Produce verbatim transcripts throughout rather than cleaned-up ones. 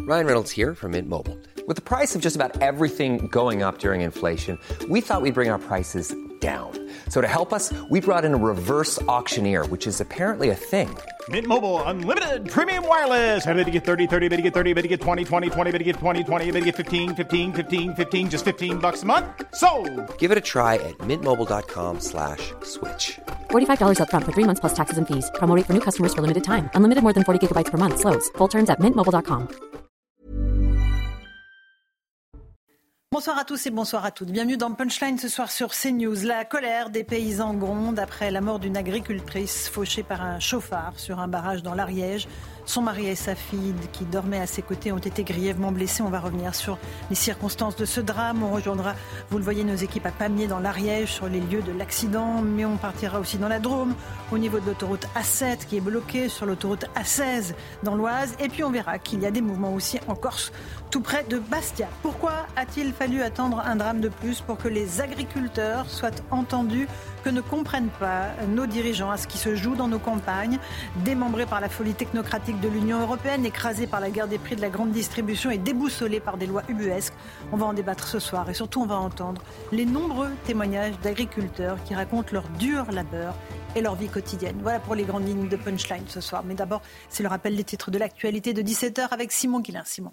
Ryan Reynolds here from Mint Mobile. With the price of just about everything going up during inflation, we thought we'd bring our prices down. So to help us, we brought in a reverse auctioneer, which is apparently a thing. Mint Mobile Unlimited Premium Wireless. How to get thirty, thirty, how to get thirty, how to get twenty, twenty, twenty, how to get twenty, twenty, how to get fifteen, fifteen, fifteen, fifteen, just fifteen bucks a month? Sold! Give it a try at mintmobile.com slash switch. forty-five dollars up front for three months plus taxes and fees. Promo rate for new customers for limited time. Unlimited more than forty gigabytes per month. Slows full terms at mint mobile dot com. Bonsoir à tous et bonsoir à toutes. Bienvenue dans Punchline ce soir sur CNews. La colère des paysans gronde après la mort d'une agricultrice fauchée par un chauffard sur un barrage dans l'Ariège. Son mari et sa fille qui dormaient à ses côtés ont été grièvement blessés. On va revenir sur les circonstances de ce drame. On rejoindra, vous le voyez, nos équipes à Pamiers dans l'Ariège sur les lieux de l'accident. Mais on partira aussi dans la Drôme, au niveau de l'autoroute A sept qui est bloquée, sur l'autoroute A seize dans l'Oise. Et puis on verra qu'il y a des mouvements aussi en Corse, tout près de Bastia. Pourquoi a-t-il fallu attendre un drame de plus pour que les agriculteurs soient entendus, que ne comprennent pas nos dirigeants à ce qui se joue dans nos campagnes, démembrés par la folie technocratique de l'Union européenne, écrasés par la guerre des prix de la grande distribution et déboussolés par des lois ubuesques? On va en débattre ce soir et surtout on va entendre les nombreux témoignages d'agriculteurs qui racontent leur dur labeur et leur vie quotidienne. Voilà pour les grandes lignes de Punchline ce soir. Mais d'abord, c'est le rappel des titres de l'actualité de dix-sept heures avec Simon Guillain. Simon.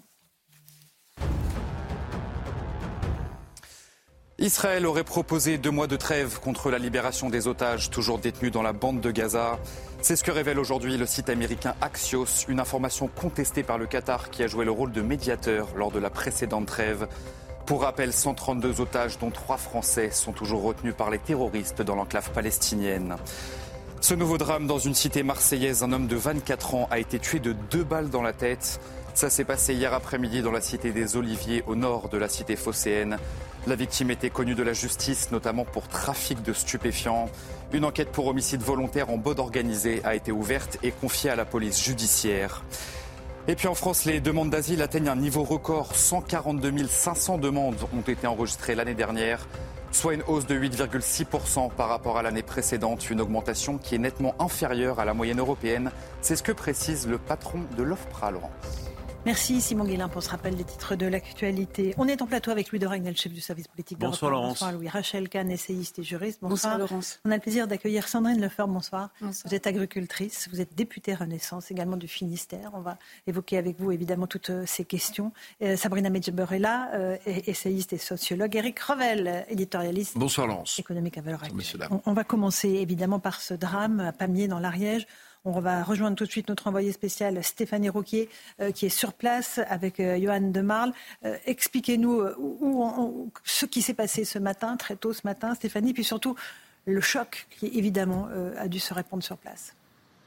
Israël aurait proposé deux mois de trêve contre la libération des otages toujours détenus dans la bande de Gaza. C'est ce que révèle aujourd'hui le site américain Axios, une information contestée par le Qatar qui a joué le rôle de médiateur lors de la précédente trêve. Pour rappel, cent trente-deux otages, dont trois Français, sont toujours retenus par les terroristes dans l'enclave palestinienne. Ce nouveau drame dans une cité marseillaise, un homme de vingt-quatre ans a été tué de deux balles dans la tête. Ça s'est passé hier après-midi dans la cité des Oliviers, au nord de la cité phocéenne. La victime était connue de la justice, notamment pour trafic de stupéfiants. Une enquête pour homicide volontaire en bande organisée a été ouverte et confiée à la police judiciaire. Et puis en France, les demandes d'asile atteignent un niveau record. cent quarante-deux mille cinq cents demandes ont été enregistrées l'année dernière, soit une hausse de huit virgule six pour cent par rapport à l'année précédente. Une augmentation qui est nettement inférieure à la moyenne européenne. C'est ce que précise le patron de l'OFPRA, Laurent. Merci Simon Guillain pour ce rappel des titres de l'actualité. On est en plateau avec Louis de Ragnel, chef du service politique de Bonsoir Laurence. Bonsoir Louis. Rachel Kahn, essayiste et juriste. Bonsoir. Bonsoir Laurence. On a le plaisir d'accueillir Sandrine Lefebvre. Bonsoir. Bonsoir. Vous êtes agricultrice, vous êtes députée Renaissance, également du Finistère. On va évoquer avec vous évidemment toutes ces questions. Euh, Sabrina Medjeber est là, euh, essayiste et sociologue. Éric Revel, éditorialiste. Bonsoir Laurence. Économique à valeur actuelle. Messieurs, dames. On, on va commencer évidemment par ce drame à Pamiers dans l'Ariège. On va rejoindre tout de suite notre envoyé spécial Stéphanie Rouquier euh, qui est sur place avec euh, Johan de Marle. Euh, expliquez-nous euh, où, où, où, ce qui s'est passé ce matin, très tôt ce matin, Stéphanie, puis surtout le choc qui évidemment euh, a dû se répandre sur place.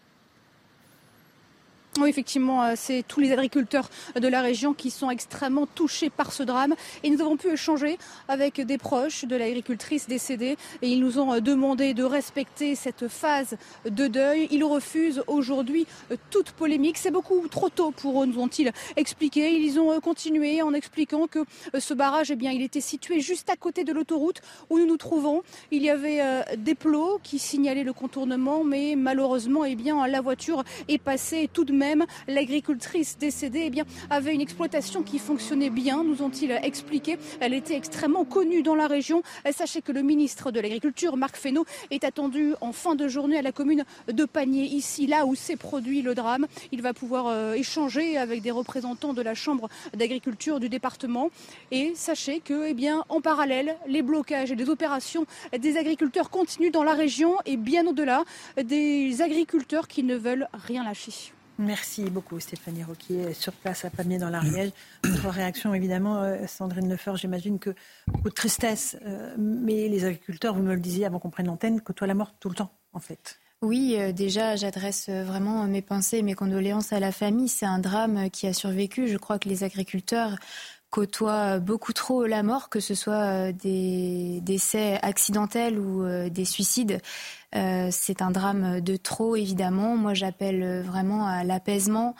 Oui, effectivement, c'est tous les agriculteurs de la région qui sont extrêmement touchés par ce drame. Et nous avons pu échanger avec des proches de l'agricultrice décédée. Et ils nous ont demandé de respecter cette phase de deuil. Ils refusent aujourd'hui toute polémique. C'est beaucoup trop tôt pour eux, nous ont-ils expliqué. Ils ont continué en expliquant que ce barrage, eh bien, il était situé juste à côté de l'autoroute où nous nous trouvons. Il y avait des plots qui signalaient le contournement, mais malheureusement, eh bien, la voiture est passée tout de même. L'agricultrice décédée eh bien, avait une exploitation qui fonctionnait bien, nous ont-ils expliqué. Elle était extrêmement connue dans la région. Sachez que le ministre de l'Agriculture, Marc Fesneau, est attendu en fin de journée à la commune de Pamiers, ici, là où s'est produit le drame. Il va pouvoir euh, échanger avec des représentants de la Chambre d'agriculture du département. Et sachez que, eh bien, en parallèle, les blocages et les opérations des agriculteurs continuent dans la région et bien au-delà, des agriculteurs qui ne veulent rien lâcher. Merci beaucoup Stéphanie Rouquier, sur place à Pamiers dans l'Ariège. Votre réaction évidemment, Sandrine Lefebvre, j'imagine que beaucoup de tristesse, euh, mais les agriculteurs, vous me le disiez avant qu'on prenne l'antenne, côtoient la mort tout le temps en fait. Oui, euh, déjà j'adresse vraiment mes pensées et mes condoléances à la famille. C'est un drame qui a survécu. Je crois que les agriculteurs côtoient beaucoup trop la mort, que ce soit des décès accidentels ou des suicides. Euh, c'est un drame de trop, évidemment. Moi, j'appelle vraiment à l'apaisement,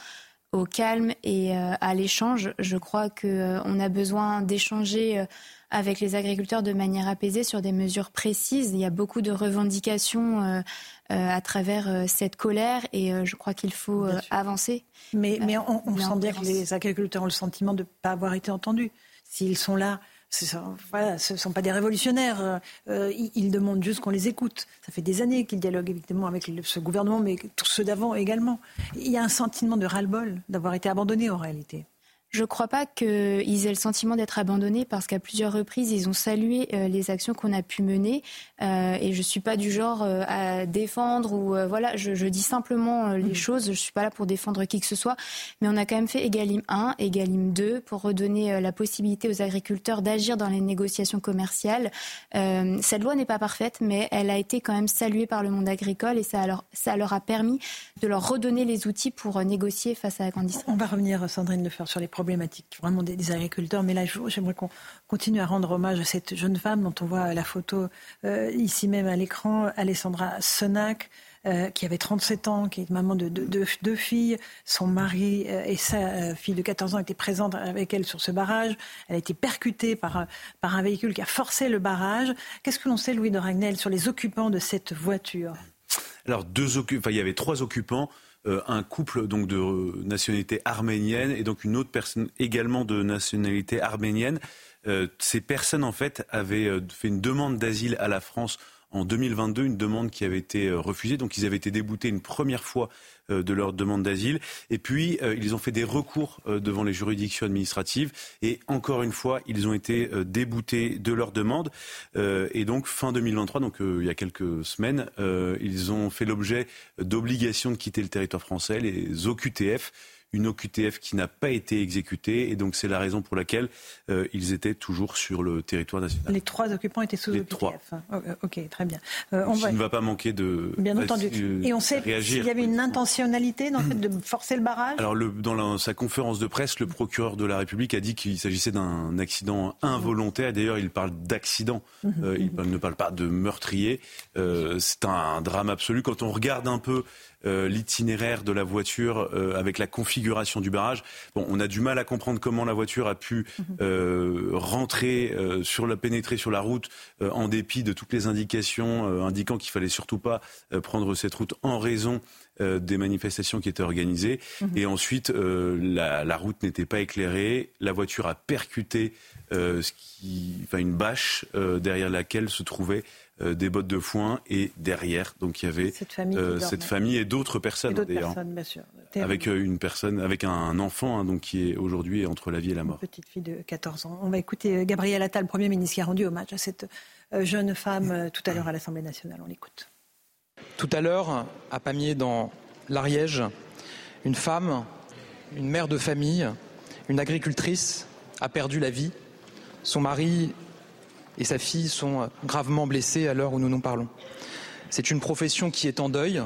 au calme et euh, à l'échange. Je crois qu'on euh, a besoin d'échanger euh, avec les agriculteurs de manière apaisée sur des mesures précises. Il y a beaucoup de revendications euh, euh, à travers euh, cette colère et euh, je crois qu'il faut euh, avancer. Mais, mais on, on mais sent bien que les agriculteurs ont le sentiment de ne pas avoir été entendus. S'ils sont là, voilà, ce ne sont pas des révolutionnaires. Euh, ils, ils demandent juste qu'on les écoute. Ça fait des années qu'ils dialoguent évidemment avec le, ce gouvernement, mais tous ceux d'avant également. Il y a un sentiment de ras-le-bol, d'avoir été abandonnés en réalité. Je ne crois pas qu'ils aient le sentiment d'être abandonnés parce qu'à plusieurs reprises, ils ont salué euh, les actions qu'on a pu mener. Euh, et je ne suis pas du genre euh, à défendre ou euh, voilà, je, je dis simplement euh, les mmh. choses. Je ne suis pas là pour défendre qui que ce soit. Mais on a quand même fait Egalim un, Egalim deux pour redonner euh, la possibilité aux agriculteurs d'agir dans les négociations commerciales. Euh, cette loi n'est pas parfaite, mais elle a été quand même saluée par le monde agricole et ça leur, ça leur a permis de leur redonner les outils pour euh, négocier face à la grande distribution. On va revenir, Sandrine Lefeur, sur les problématiques vraiment des, des agriculteurs. Mais là, j'aimerais qu'on continue à rendre hommage à cette jeune femme dont on voit la photo euh, ici même à l'écran, Alessandra Senac, euh, qui avait trente-sept ans, qui est maman de deux de, de filles. Son mari euh, et sa euh, fille de quatorze ans étaient présentes avec elle sur ce barrage. Elle a été percutée par, par un véhicule qui a forcé le barrage. Qu'est-ce que l'on sait, Louis de Ragnel, sur les occupants de cette voiture ? Alors, deux occu- enfin, il y avait trois occupants. Euh, un couple donc de euh, nationalité arménienne et donc une autre personne également de nationalité arménienne. Euh, ces personnes en fait avaient euh, fait une demande d'asile à la France en deux mille vingt-deux, une demande qui avait été euh, refusée. Donc ils avaient été déboutés une première fois euh, de leur demande d'asile. Et puis euh, ils ont fait des recours euh, devant les juridictions administratives. Et encore une fois, ils ont été euh, déboutés de leur demande. Euh, et donc fin deux mille vingt-trois, donc euh, il y a quelques semaines, euh, ils ont fait l'objet d'obligations de quitter le territoire français, les O Q T F. Une O Q T F qui n'a pas été exécutée et donc c'est la raison pour laquelle euh, ils étaient toujours sur le territoire national. Les trois occupants étaient sous Les O Q T F. trois. Oh, ok, très bien. Euh, on Il va... ne va pas manquer de Bien entendu. Euh, et on sait s'il y avait une intentionnalité dans le fait de forcer le barrage. Alors le, dans la, sa conférence de presse, le procureur de la République a dit qu'il s'agissait d'un accident involontaire. D'ailleurs, il parle d'accident. Euh, il ne parle pas de meurtrier. Euh, c'est un drame absolu. Quand on regarde un peu Euh, l'itinéraire de la voiture euh, avec la configuration du barrage. Bon, on a du mal à comprendre comment la voiture a pu euh, rentrer euh, sur la pénétrer sur la route euh, en dépit de toutes les indications euh, indiquant qu'il fallait surtout pas euh, prendre cette route en raison euh, des manifestations qui étaient organisées. Mmh. Et ensuite, euh, la, la route n'était pas éclairée. La voiture a percuté euh, ce qui, enfin une bâche euh, derrière laquelle se trouvait Euh, des bottes de foin et derrière donc il y avait cette famille, euh, cette famille et d'autres personnes, et d'autres d'ailleurs personnes, bien sûr. avec euh, une personne avec un enfant hein, donc qui est aujourd'hui entre la vie et la mort. Une petite fille de quatorze ans. On va écouter Gabriel Attal, le Premier ministre, qui a rendu hommage à cette euh, jeune femme euh, tout à l'heure à l'Assemblée nationale. On l'écoute. Tout à l'heure, à Pamiers dans l'Ariège, une femme, une mère de famille, une agricultrice a perdu la vie. Son mari et sa fille sont gravement blessés à l'heure où nous nous parlons. C'est une profession qui est en deuil.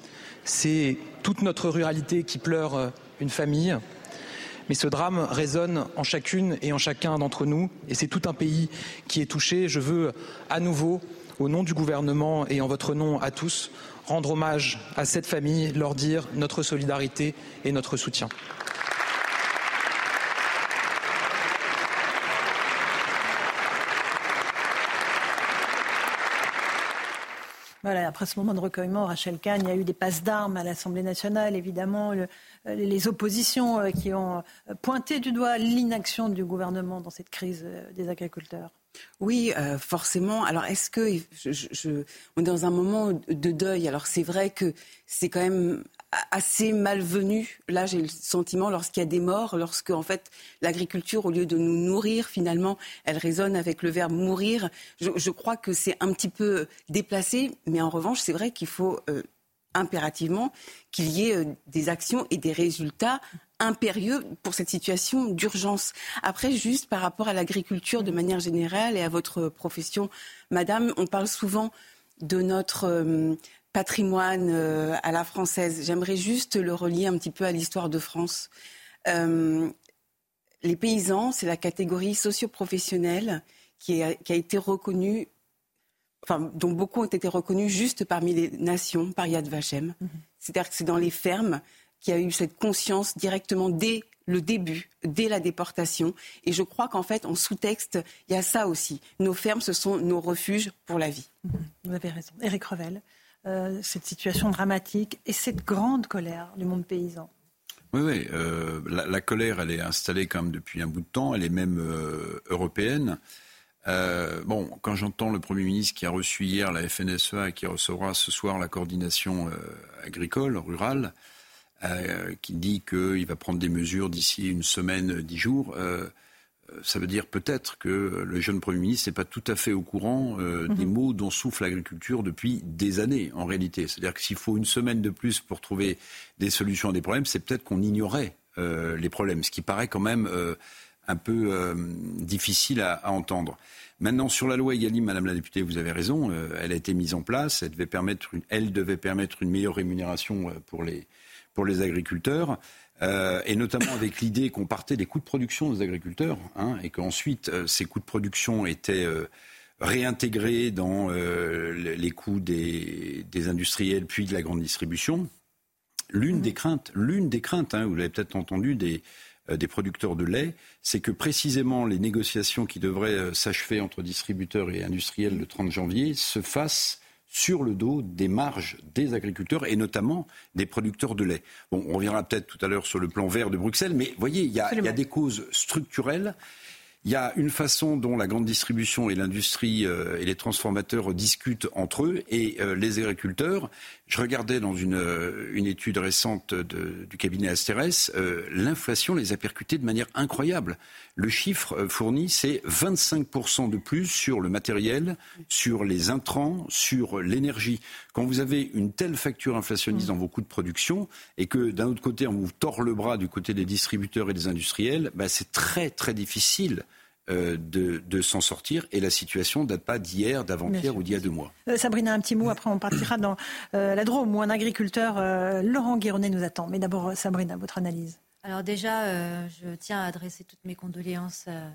C'est toute notre ruralité qui pleure une famille. Mais ce drame résonne en chacune et en chacun d'entre nous. Et c'est tout un pays qui est touché. Je veux à nouveau, au nom du gouvernement et en votre nom à tous, rendre hommage à cette famille, leur dire notre solidarité et notre soutien. Voilà, après ce moment de recueillement, Rachel Kahn, il y a eu des passes d'armes à l'Assemblée nationale, évidemment, le, les oppositions qui ont pointé du doigt l'inaction du gouvernement dans cette crise des agriculteurs. Oui, euh, forcément. Alors, est-ce que je, je, on est dans un moment de deuil? Alors, c'est vrai que c'est quand même assez malvenu. Là, j'ai le sentiment, lorsqu'il y a des morts, lorsque, en fait, l'agriculture, au lieu de nous nourrir, finalement, elle résonne avec le verbe mourir. Je, je crois que c'est un petit peu déplacé, mais en revanche, c'est vrai qu'il faut euh, impérativement qu'il y ait euh, des actions et des résultats impérieux pour cette situation d'urgence. Après, juste par rapport à l'agriculture de manière générale et à votre profession, madame, on parle souvent de notre euh, patrimoine euh, à la française. J'aimerais juste le relier un petit peu à l'histoire de France. Euh, les paysans, c'est la catégorie socio-professionnelle qui, est, qui a été reconnue, enfin, dont beaucoup ont été reconnus juste parmi les nations, par Yad Vashem. Mmh. C'est-à-dire que c'est dans les fermes qui a eu cette conscience directement dès le début, dès la déportation. Et je crois qu'en fait, en sous-texte, il y a ça aussi. Nos fermes, ce sont nos refuges pour la vie. Vous avez raison. Éric Revel, euh, cette situation dramatique et cette grande colère du monde paysan. Oui, oui. Euh, la, la colère, elle est installée quand même depuis un bout de temps. Elle est même euh, européenne. Euh, bon, quand j'entends le Premier ministre qui a reçu hier la F N S E A et qui recevra ce soir la coordination euh, agricole, rurale, euh, qui dit qu'il va prendre des mesures d'ici une semaine, dix jours, euh, ça veut dire peut-être que le jeune Premier ministre n'est pas tout à fait au courant euh, mmh. des maux dont souffre l'agriculture depuis des années, en réalité. C'est-à-dire que s'il faut une semaine de plus pour trouver des solutions à des problèmes, c'est peut-être qu'on ignorait euh, les problèmes, ce qui paraît quand même euh, un peu euh, difficile à, à entendre. Maintenant, sur la loi Egalim, Madame la députée, vous avez raison, euh, elle a été mise en place, elle devait permettre une, elle devait permettre une meilleure rémunération pour les, pour les agriculteurs. Euh, et notamment avec l'idée qu'on partait des coûts de production des agriculteurs, hein, et qu'ensuite euh, ces coûts de production étaient euh, réintégrés dans euh, les coûts des, des industriels puis de la grande distribution. L'une mmh. des craintes, l'une des craintes, hein, vous l'avez peut-être entendu, des, euh, des producteurs de lait, c'est que précisément les négociations qui devraient euh, s'achever entre distributeurs et industriels le trente janvier se fassent sur le dos des marges des agriculteurs et notamment des producteurs de lait. Bon, on reviendra peut-être tout à l'heure sur le plan vert de Bruxelles, mais vous voyez, il y a, il y a des causes structurelles. Il y a une façon dont la grande distribution et l'industrie euh, et les transformateurs discutent entre eux et euh, les agriculteurs. Je regardais dans une, euh, une étude récente de, du cabinet Asterès, euh, l'inflation les a percutés de manière incroyable. Le chiffre euh, fourni, c'est vingt-cinq pour cent de plus sur le matériel, sur les intrants, sur l'énergie. Quand vous avez une telle facture inflationniste mmh. dans vos coûts de production et que d'un autre côté, on vous tord le bras du côté des distributeurs et des industriels, bah, c'est très très difficile Euh, de, de s'en sortir. Et la situation ne date pas d'hier, d'avant-hier ou d'il y a deux mois. Euh, Sabrina, un petit mot, après on partira dans euh, la Drôme où un agriculteur, euh, Laurent Guéronnet, nous attend. Mais d'abord, Sabrina, votre analyse. Alors déjà, euh, je tiens à adresser toutes mes condoléances à,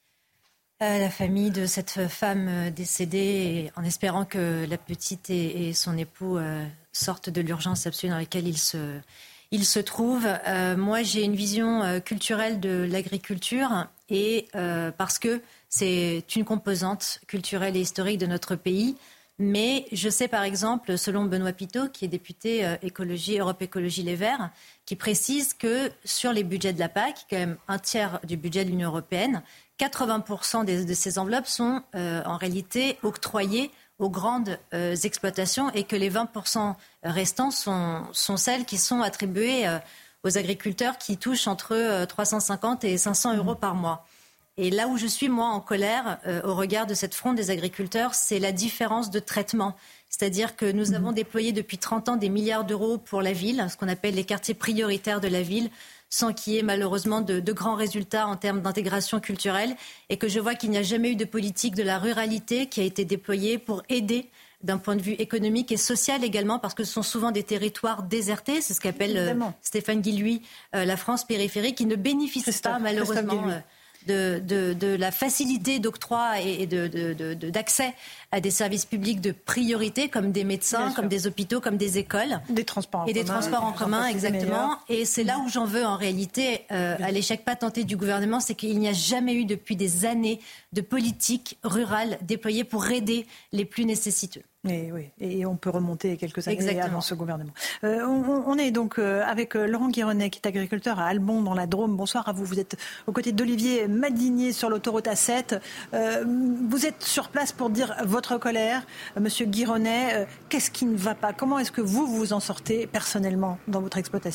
à la famille de cette femme décédée, et en espérant que la petite et, et son époux euh, sortent de l'urgence absolue dans laquelle ils se... Il se trouve, euh, moi j'ai une vision euh, culturelle de l'agriculture et euh, parce que c'est une composante culturelle et historique de notre pays. Mais je sais par exemple, selon Benoît Pitot, qui est député euh, écologie, Europe Écologie Les Verts, qui précise que sur les budgets de la P A C, quand même un tiers du budget de l'Union européenne, quatre-vingts pour cent des, de ces enveloppes sont euh, en réalité octroyées aux grandes euh, exploitations et que les vingt pour cent restants sont, sont celles qui sont attribuées euh, aux agriculteurs qui touchent entre euh, trois cent cinquante et cinq cents euros par mois. Et là où je suis, moi, en colère, euh, au regard de cette fronde des agriculteurs, c'est la différence de traitement. C'est-à-dire que nous mmh. avons déployé depuis trente ans des milliards d'euros pour la ville, ce qu'on appelle les quartiers prioritaires de la ville, sans qu'il y ait malheureusement de, de grands résultats en termes d'intégration culturelle, et que je vois qu'il n'y a jamais eu de politique de la ruralité qui a été déployée pour aider d'un point de vue économique et social également, parce que ce sont souvent des territoires désertés, c'est ce qu'appelle euh, Stéphane Guilluy, euh, la France périphérique, qui ne bénéficie pas malheureusement euh, de, de, de la facilité d'octroi et de, de, de, de, d'accès à des services publics de priorité, comme des médecins, comme des hôpitaux, comme des écoles. Des transports en et commun. Et des transports en commun, exactement. Et c'est là où j'en veux, en réalité, euh, à l'échec patenté du gouvernement, c'est qu'il n'y a jamais eu, depuis des années, de politique rurale déployée pour aider les plus nécessiteux. Et, oui, et on peut remonter quelques années Exactement. avant ce gouvernement. Euh, on, on est donc euh, avec euh, Laurent Guéronnet, qui est agriculteur à Albon, dans la Drôme. Bonsoir à vous. Vous êtes aux côtés d'Olivier Madinier sur l'autoroute A sept. Euh, vous êtes sur place pour dire votre colère. Euh, Monsieur Guéronnet, euh, qu'est-ce qui ne va pas ? Comment est-ce que vous vous en sortez personnellement dans votre exploitation ?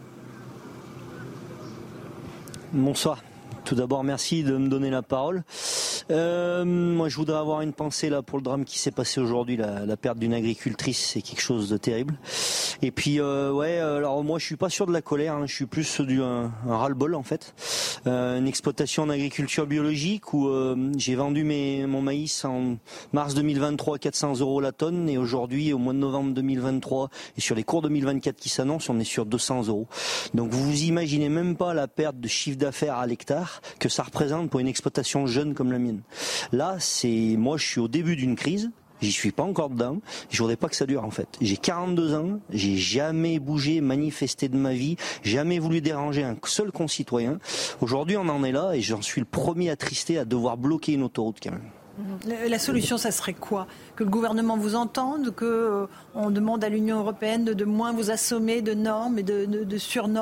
Bonsoir. Tout d'abord, merci de me donner la parole. Euh, moi, je voudrais avoir une pensée là pour le drame qui s'est passé aujourd'hui, la, la perte d'une agricultrice, c'est quelque chose de terrible. Et puis, euh, ouais, alors moi, je suis pas sûr de la colère, hein, je suis plus du un, un ras-le-bol en fait. Euh, une exploitation en agriculture biologique où euh, j'ai vendu mes, mon maïs en mars deux mille vingt-trois à quatre cents euros la tonne, et aujourd'hui, au mois de novembre deux mille vingt-trois et sur les cours deux mille vingt-quatre qui s'annoncent, on est sur deux cents euros. Donc, vous vous imaginez même pas la perte de chiffre d'affaires à l'hectare que ça représente pour une exploitation jeune comme la mienne. Là, c'est moi, je suis au début d'une crise. J'y suis pas encore dedans. Je voudrais pas que ça dure en fait. J'ai quarante-deux ans, j'ai jamais bougé, manifesté de ma vie, jamais voulu déranger un seul concitoyen. Aujourd'hui, on en est là et j'en suis le premier attristé à devoir bloquer une autoroute quand même. La solution, ça serait quoi ? Que le gouvernement vous entende, que euh, on demande à l'Union européenne de, de moins vous assommer de normes et de, de, de surnormes ?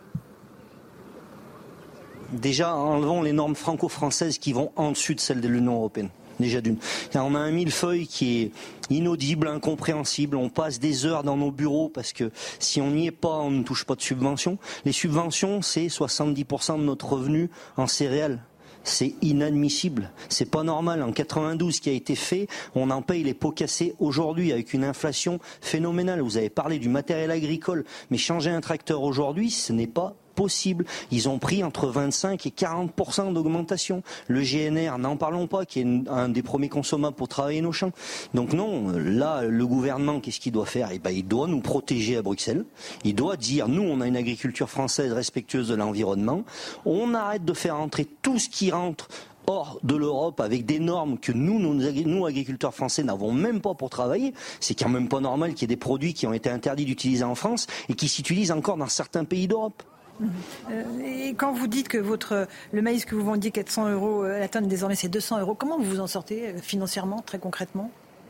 Déjà, enlevons les normes franco-françaises qui vont en dessus de celles de l'Union européenne. Déjà d'une. On a un millefeuille qui est inaudible, incompréhensible. On passe des heures dans nos bureaux parce que si on n'y est pas, on ne touche pas de subventions. Les subventions, c'est soixante-dix pour cent de notre revenu en céréales. C'est inadmissible, c'est pas normal. En quatre-vingt-douze, ce qui a été fait, on en paye les pots cassés aujourd'hui avec une inflation phénoménale. Vous avez parlé du matériel agricole, mais changer un tracteur aujourd'hui, ce n'est pas possible. Ils ont pris entre vingt-cinq et quarante pour cent d'augmentation. Le G N R, n'en parlons pas, qui est un des premiers consommables pour travailler nos champs. Donc non, là, le gouvernement, qu'est-ce qu'il doit faire ? Eh ben, il doit nous protéger à Bruxelles. Il doit dire, nous, on a une agriculture française respectueuse de l'environnement. On arrête de faire entrer tout ce qui rentre hors de l'Europe avec des normes que nous, nous, nous agriculteurs français, n'avons même pas pour travailler. C'est quand même pas normal qu'il y ait des produits qui ont été interdits d'utiliser en France et qui s'utilisent encore dans certains pays d'Europe. Et quand vous dites que votre, le maïs que vous vendiez quatre cents euros à la tonne, désormais c'est deux cents euros, comment vous vous en sortez financièrement, très concrètement ?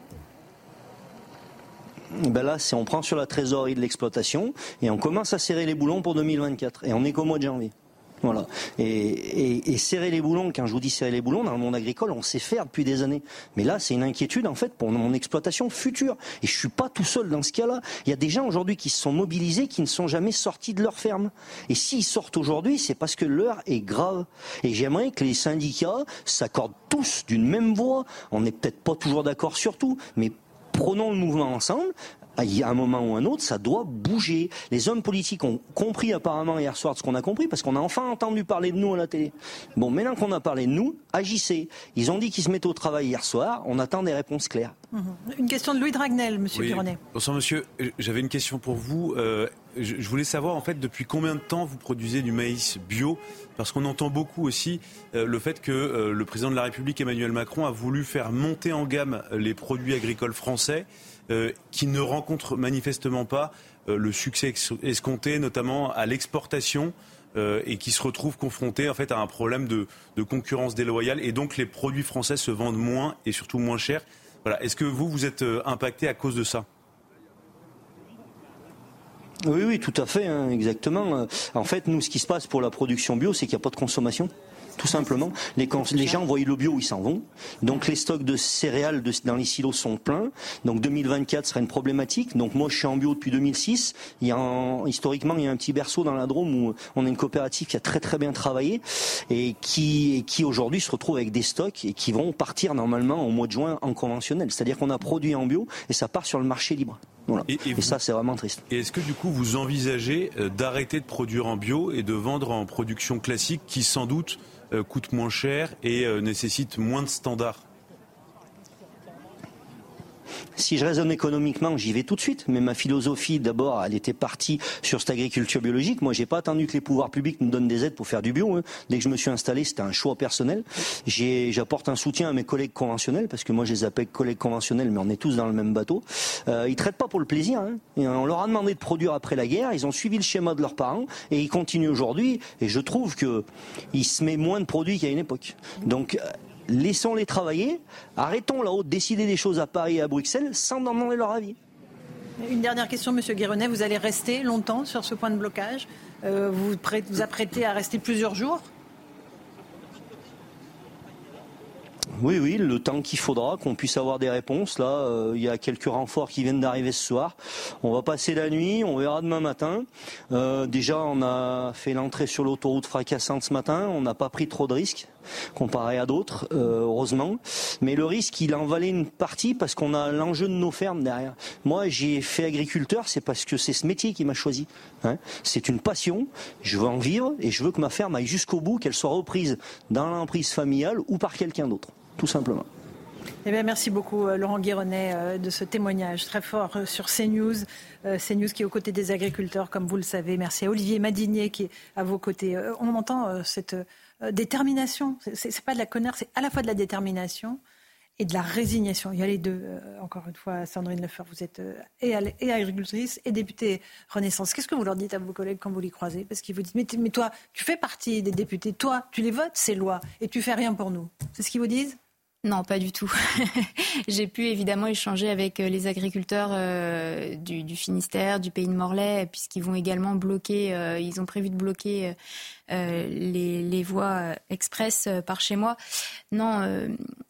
Ben là, c'est on prend sur la trésorerie de l'exploitation et on commence à serrer les boulons pour deux mille vingt-quatre. Et on n'est qu'au mois de janvier. Voilà. Et, et, et serrer les boulons, quand je vous dis serrer les boulons, dans le monde agricole, on sait faire depuis des années. Mais là, c'est une inquiétude, en fait, pour mon exploitation future. Et je suis pas tout seul dans ce cas-là. Il y a des gens aujourd'hui qui se sont mobilisés, qui ne sont jamais sortis de leur ferme. Et s'ils sortent aujourd'hui, c'est parce que l'heure est grave. Et j'aimerais que les syndicats s'accordent tous d'une même voix. On n'est peut-être pas toujours d'accord sur tout, mais prenons le mouvement ensemble. Il y a un moment ou un autre, ça doit bouger. Les hommes politiques ont compris apparemment hier soir ce qu'on a compris, parce qu'on a enfin entendu parler de nous à la télé. Bon, maintenant qu'on a parlé de nous, agissez. Ils ont dit qu'ils se mettaient au travail hier soir, on attend des réponses claires. Mmh. Une question de Louis Dragnel, monsieur oui. Pironnet. Bonsoir monsieur, j'avais une question pour vous. Euh, je, je voulais savoir en fait depuis combien de temps vous produisez du maïs bio, parce qu'on entend beaucoup aussi euh, le fait que euh, le président de la République Emmanuel Macron a voulu faire monter en gamme les produits agricoles français. Euh, qui ne rencontre manifestement pas euh, le succès escompté, notamment à l'exportation, euh, et qui se retrouve confronté en fait à un problème de, de concurrence déloyale, et donc les produits français se vendent moins et surtout moins cher. Voilà. Est-ce que vous, vous êtes euh, impacté à cause de ça ? Oui, oui, tout à fait, hein, exactement. En fait, nous, ce qui se passe pour la production bio, c'est qu'il n'y a pas de consommation. Tout simplement, les, cons- les gens voient le bio, ils s'en vont. Donc les stocks de céréales de, dans les silos sont pleins. Donc deux mille vingt-quatre sera une problématique. Donc moi, je suis en bio depuis deux mille six. Il y a un, historiquement, il y a un petit berceau dans la Drôme où on a une coopérative qui a très très bien travaillé et qui, et qui aujourd'hui se retrouve avec des stocks et qui vont partir normalement au mois de juin en conventionnel. C'est-à-dire qu'on a produit en bio et ça part sur le marché libre. Voilà. Et, et, et vous, ça, c'est vraiment triste. Et est-ce que du coup, vous envisagez d'arrêter de produire en bio et de vendre en production classique qui, sans doute, euh, coûte moins cher et euh, nécessite moins de standards ? Si je raisonne économiquement, j'y vais tout de suite. Mais ma philosophie, d'abord, elle était partie sur cette agriculture biologique. Moi, j'ai pas attendu que les pouvoirs publics nous donnent des aides pour faire du bio. Hein. Dès que je me suis installé, c'était un choix personnel. J'ai, j'apporte un soutien à mes collègues conventionnels, parce que moi, je les appelle collègues conventionnels, mais on est tous dans le même bateau. Euh, ils traitent pas pour le plaisir. Hein. Et on leur a demandé de produire après la guerre. Ils ont suivi le schéma de leurs parents et ils continuent aujourd'hui. Et je trouve que il se met moins de produits qu'à une époque. Donc, laissons-les travailler, arrêtons là-haut de décider des choses à Paris et à Bruxelles sans demander leur avis. Une dernière question, monsieur Guéronnet, vous allez rester longtemps sur ce point de blocage ? euh, Vous vous apprêtez à rester plusieurs jours ? Oui, oui, le temps qu'il faudra, qu'on puisse avoir des réponses. Là, euh, il y a quelques renforts qui viennent d'arriver ce soir. On va passer la nuit, on verra demain matin. Euh, déjà, on a fait l'entrée sur l'autoroute fracassante ce matin. On n'a pas pris trop de risques comparé à d'autres, euh, heureusement. Mais le risque, il en valait une partie parce qu'on a l'enjeu de nos fermes derrière. Moi, j'ai fait agriculteur, c'est parce que c'est ce métier qui m'a choisi. Hein. C'est une passion, je veux en vivre et je veux que ma ferme aille jusqu'au bout, qu'elle soit reprise dans l'emprise familiale ou par quelqu'un d'autre, tout simplement. Eh bien, merci beaucoup Laurent Guéronnet de ce témoignage très fort sur CNews. CNews qui est aux côtés des agriculteurs, comme vous le savez. Merci à Olivier Madinier qui est à vos côtés. On entend cette détermination. C'est, c'est pas de la colère, c'est à la fois de la détermination et de la résignation. Il y a les deux. Euh, encore une fois, Sandrine Lefebvre, vous êtes euh, et, et agricultrice et députée Renaissance. Qu'est-ce que vous leur dites à vos collègues quand vous les croisez? Parce qu'ils vous disent, mais, mais toi, tu fais partie des députés, toi, tu les votes, ces lois, et tu fais rien pour nous. C'est ce qu'ils vous disent? Non, pas du tout. J'ai pu évidemment échanger avec les agriculteurs euh, du, du Finistère, du Pays de Morlaix, puisqu'ils vont également bloquer, euh, ils ont prévu de bloquer euh, les, les voies express euh, par chez moi. Non, euh,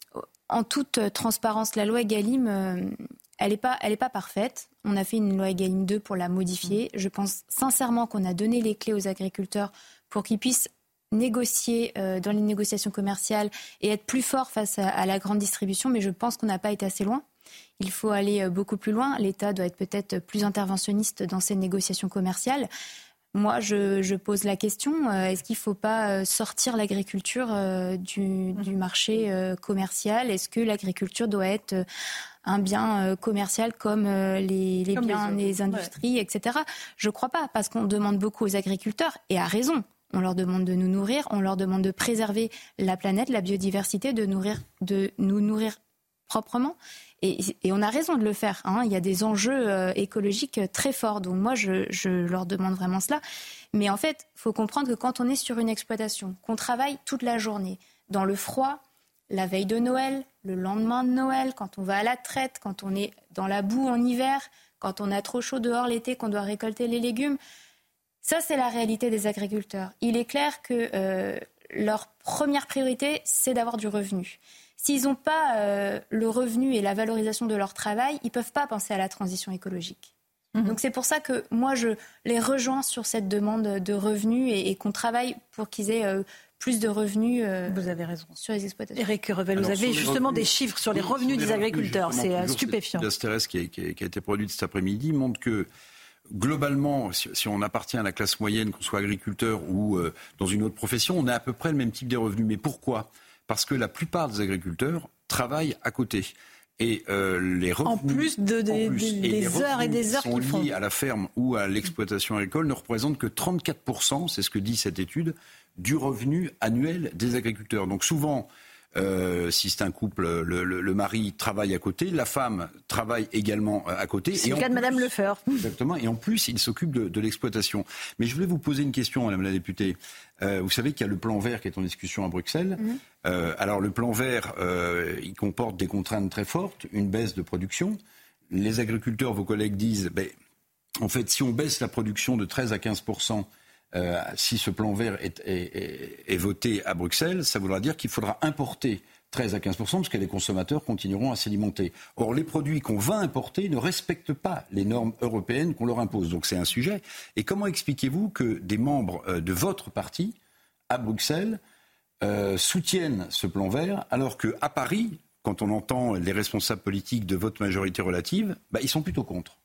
en toute transparence, la loi Egalim, euh, elle n'est pas, elle est pas parfaite. On a fait une loi Egalim deux pour la modifier. Je pense sincèrement qu'on a donné les clés aux agriculteurs pour qu'ils puissent négocier euh, dans les négociations commerciales et être plus fort face à, à la grande distribution, mais je pense qu'on n'a pas été assez loin. Il faut aller euh, beaucoup plus loin. L'État doit être peut-être plus interventionniste dans ces négociations commerciales. Moi, je, je pose la question, euh, est-ce qu'il ne faut pas euh, sortir l'agriculture euh, du, du marché euh, commercial? Est-ce que l'agriculture doit être euh, un bien euh, commercial comme euh, les, les comme biens, les, les industries, ouais. et cetera. Je ne crois pas, parce qu'on demande beaucoup aux agriculteurs, et à raison. On leur demande de nous nourrir, on leur demande de préserver la planète, la biodiversité, de, nourrir, de nous nourrir proprement. Et, et on a raison de le faire. Hein. Il y a des enjeux euh, écologiques très forts. Donc moi, je, je leur demande vraiment cela. Mais en fait, il faut comprendre que quand on est sur une exploitation, qu'on travaille toute la journée, dans le froid, la veille de Noël, le lendemain de Noël, quand on va à la traite, quand on est dans la boue en hiver, quand on a trop chaud dehors l'été, qu'on doit récolter les légumes... Ça, c'est la réalité des agriculteurs. Il est clair que euh, leur première priorité, c'est d'avoir du revenu. S'ils n'ont pas euh, le revenu et la valorisation de leur travail, ils ne peuvent pas penser à la transition écologique. Mmh. Donc c'est pour ça que moi, je les rejoins sur cette demande de revenus et, et qu'on travaille pour qu'ils aient euh, plus de revenus euh, vous avez raison. Sur les exploitations. Éric Revel, vous avez justement revenus, des chiffres sur les revenus des agriculteurs. C'est stupéfiant. L'Asterès qui, qui, qui a été produite cet après-midi montre que globalement, si, si on appartient à la classe moyenne, qu'on soit agriculteur ou euh, dans une autre profession, on a à peu près le même type de revenus. Mais pourquoi ? Parce que la plupart des agriculteurs travaillent à côté. Et euh, les revenus, en plus de, de, en plus, de, et des heures et des heures qui sont qu'ils font liés à la ferme ou à l'exploitation agricole ne représentent que trente-quatre pour cent, c'est ce que dit cette étude, du revenu annuel des agriculteurs. Donc souvent, Euh, si c'est un couple, le, le, le mari travaille à côté, la femme travaille également à côté. C'est le cas de Madame Lefebvre. Exactement. Et en plus, il s'occupe de, de l'exploitation. Mais je voulais vous poser une question, Madame la députée. Euh, vous savez qu'il y a le plan vert qui est en discussion à Bruxelles. Mmh. Euh, alors le plan vert, euh, il comporte des contraintes très fortes, une baisse de production. Les agriculteurs, vos collègues disent, ben, en fait, si on baisse la production de treize à quinze pour cent, Euh, si ce plan vert est, est, est, est voté à Bruxelles, ça voudra dire qu'il faudra importer treize à quinze pour cent parce que les consommateurs continueront à s'alimenter. Or, les produits qu'on va importer ne respectent pas les normes européennes qu'on leur impose. Donc c'est un sujet. Et comment expliquez-vous que des membres euh, de votre parti, à Bruxelles, euh, soutiennent ce plan vert alors qu'à Paris, quand on entend les responsables politiques de votre majorité relative, bah, ils sont plutôt contre?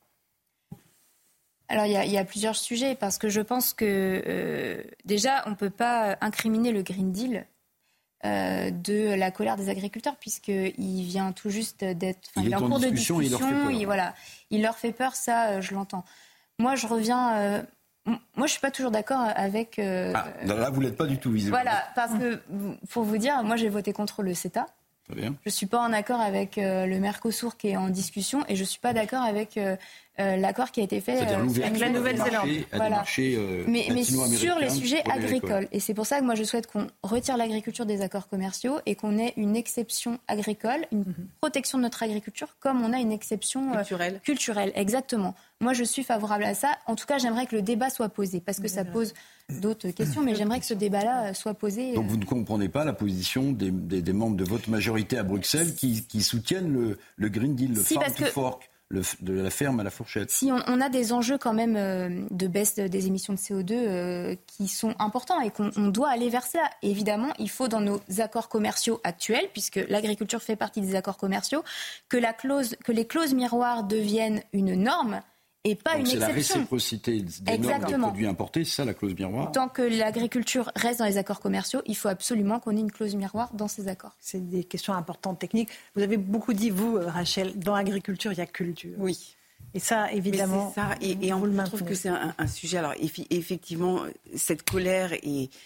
Alors, il y, a, il y a plusieurs sujets, parce que je pense que, euh, déjà, on ne peut pas incriminer le Green Deal euh, de la colère des agriculteurs, puisqu'il vient tout juste d'être... Il, il est en, en cours de discussion, il leur fait peur. Il, voilà, il leur fait peur, ça, euh, je l'entends. Moi, je reviens... Euh, moi, je ne suis pas toujours d'accord avec... Euh, ah, là, vous ne l'êtes pas du tout, visiblement. Voilà, parce que, pour vous dire, moi, j'ai voté contre le CETA. Très bien. Je ne suis pas en accord avec euh, le Mercosur qui est en discussion, et je ne suis pas d'accord avec... Euh, Euh, l'accord qui a été fait euh, avec la Nouvelle-Zélande. Voilà. Marchés, euh, mais, mais sur les sujets agricoles. Et c'est pour ça que moi je souhaite qu'on retire l'agriculture des accords commerciaux et qu'on ait une exception agricole, une mm-hmm. protection de notre agriculture, comme on a une exception culturelle. Euh, culturelle. Exactement. Moi je suis favorable à ça. En tout cas, j'aimerais que le débat soit posé, parce que ça pose d'autres questions, mais j'aimerais que ce débat-là soit posé. Donc vous ne comprenez pas la position des, des, des membres de votre majorité à Bruxelles qui, qui soutiennent le, le Green Deal, le si, Farm to que... Fork. Le, de la ferme à la fourchette. Si on, on a des enjeux quand même euh, de baisse des émissions de C O deux euh, qui sont importants et qu'on on doit aller vers ça. Évidemment, il faut dans nos accords commerciaux actuels, puisque l'agriculture fait partie des accords commerciaux, que, la clause, que les clauses miroirs deviennent une norme et pas Donc une c'est exception. C'est la réciprocité des Exactement. normes des produits importés, c'est ça la clause miroir. Tant que l'agriculture reste dans les accords commerciaux, il faut absolument qu'on ait une clause miroir dans ces accords. C'est des questions importantes techniques. Vous avez beaucoup dit, vous, Rachel, dans l'agriculture, il y a culture. Oui. Et ça, évidemment, Mais c'est ça. Et, et on trouve que c'est un, un sujet. Alors, effectivement, cette colère est,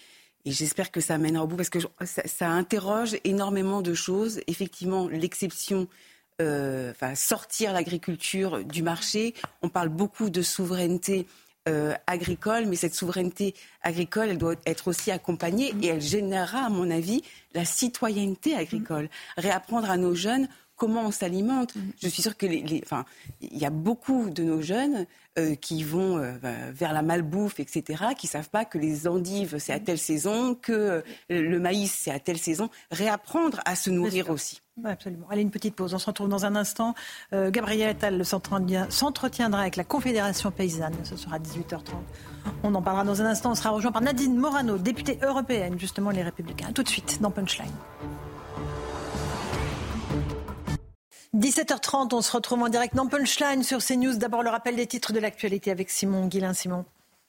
et j'espère que ça mènera au bout, parce que ça, ça interroge énormément de choses. Effectivement, l'exception, euh, enfin, sortir l'agriculture du marché. On parle beaucoup de souveraineté euh, agricole, mais cette souveraineté agricole, elle doit être aussi accompagnée et elle générera, à mon avis, la citoyenneté agricole. Réapprendre à nos jeunes comment on s'alimente. Je suis sûre que les, les, enfin, il y a beaucoup de nos jeunes euh, qui vont euh, vers la malbouffe, et cetera, qui ne savent pas que les endives, c'est à telle saison, que euh, le maïs, c'est à telle saison. Réapprendre à se nourrir aussi. Oui, absolument. Allez, une petite pause. On se retrouve dans un instant. Euh, Gabriel Attal s'entretiendra avec la Confédération paysanne. Ce sera à dix-huit heures trente. On en parlera dans un instant. On sera rejoint par Nadine Morano, députée européenne, justement les Républicains. Tout de suite dans Punchline. dix-sept heures trente, on se retrouve en direct dans Punchline sur CNews. D'abord le rappel des titres de l'actualité avec Simon Guillain. Simon.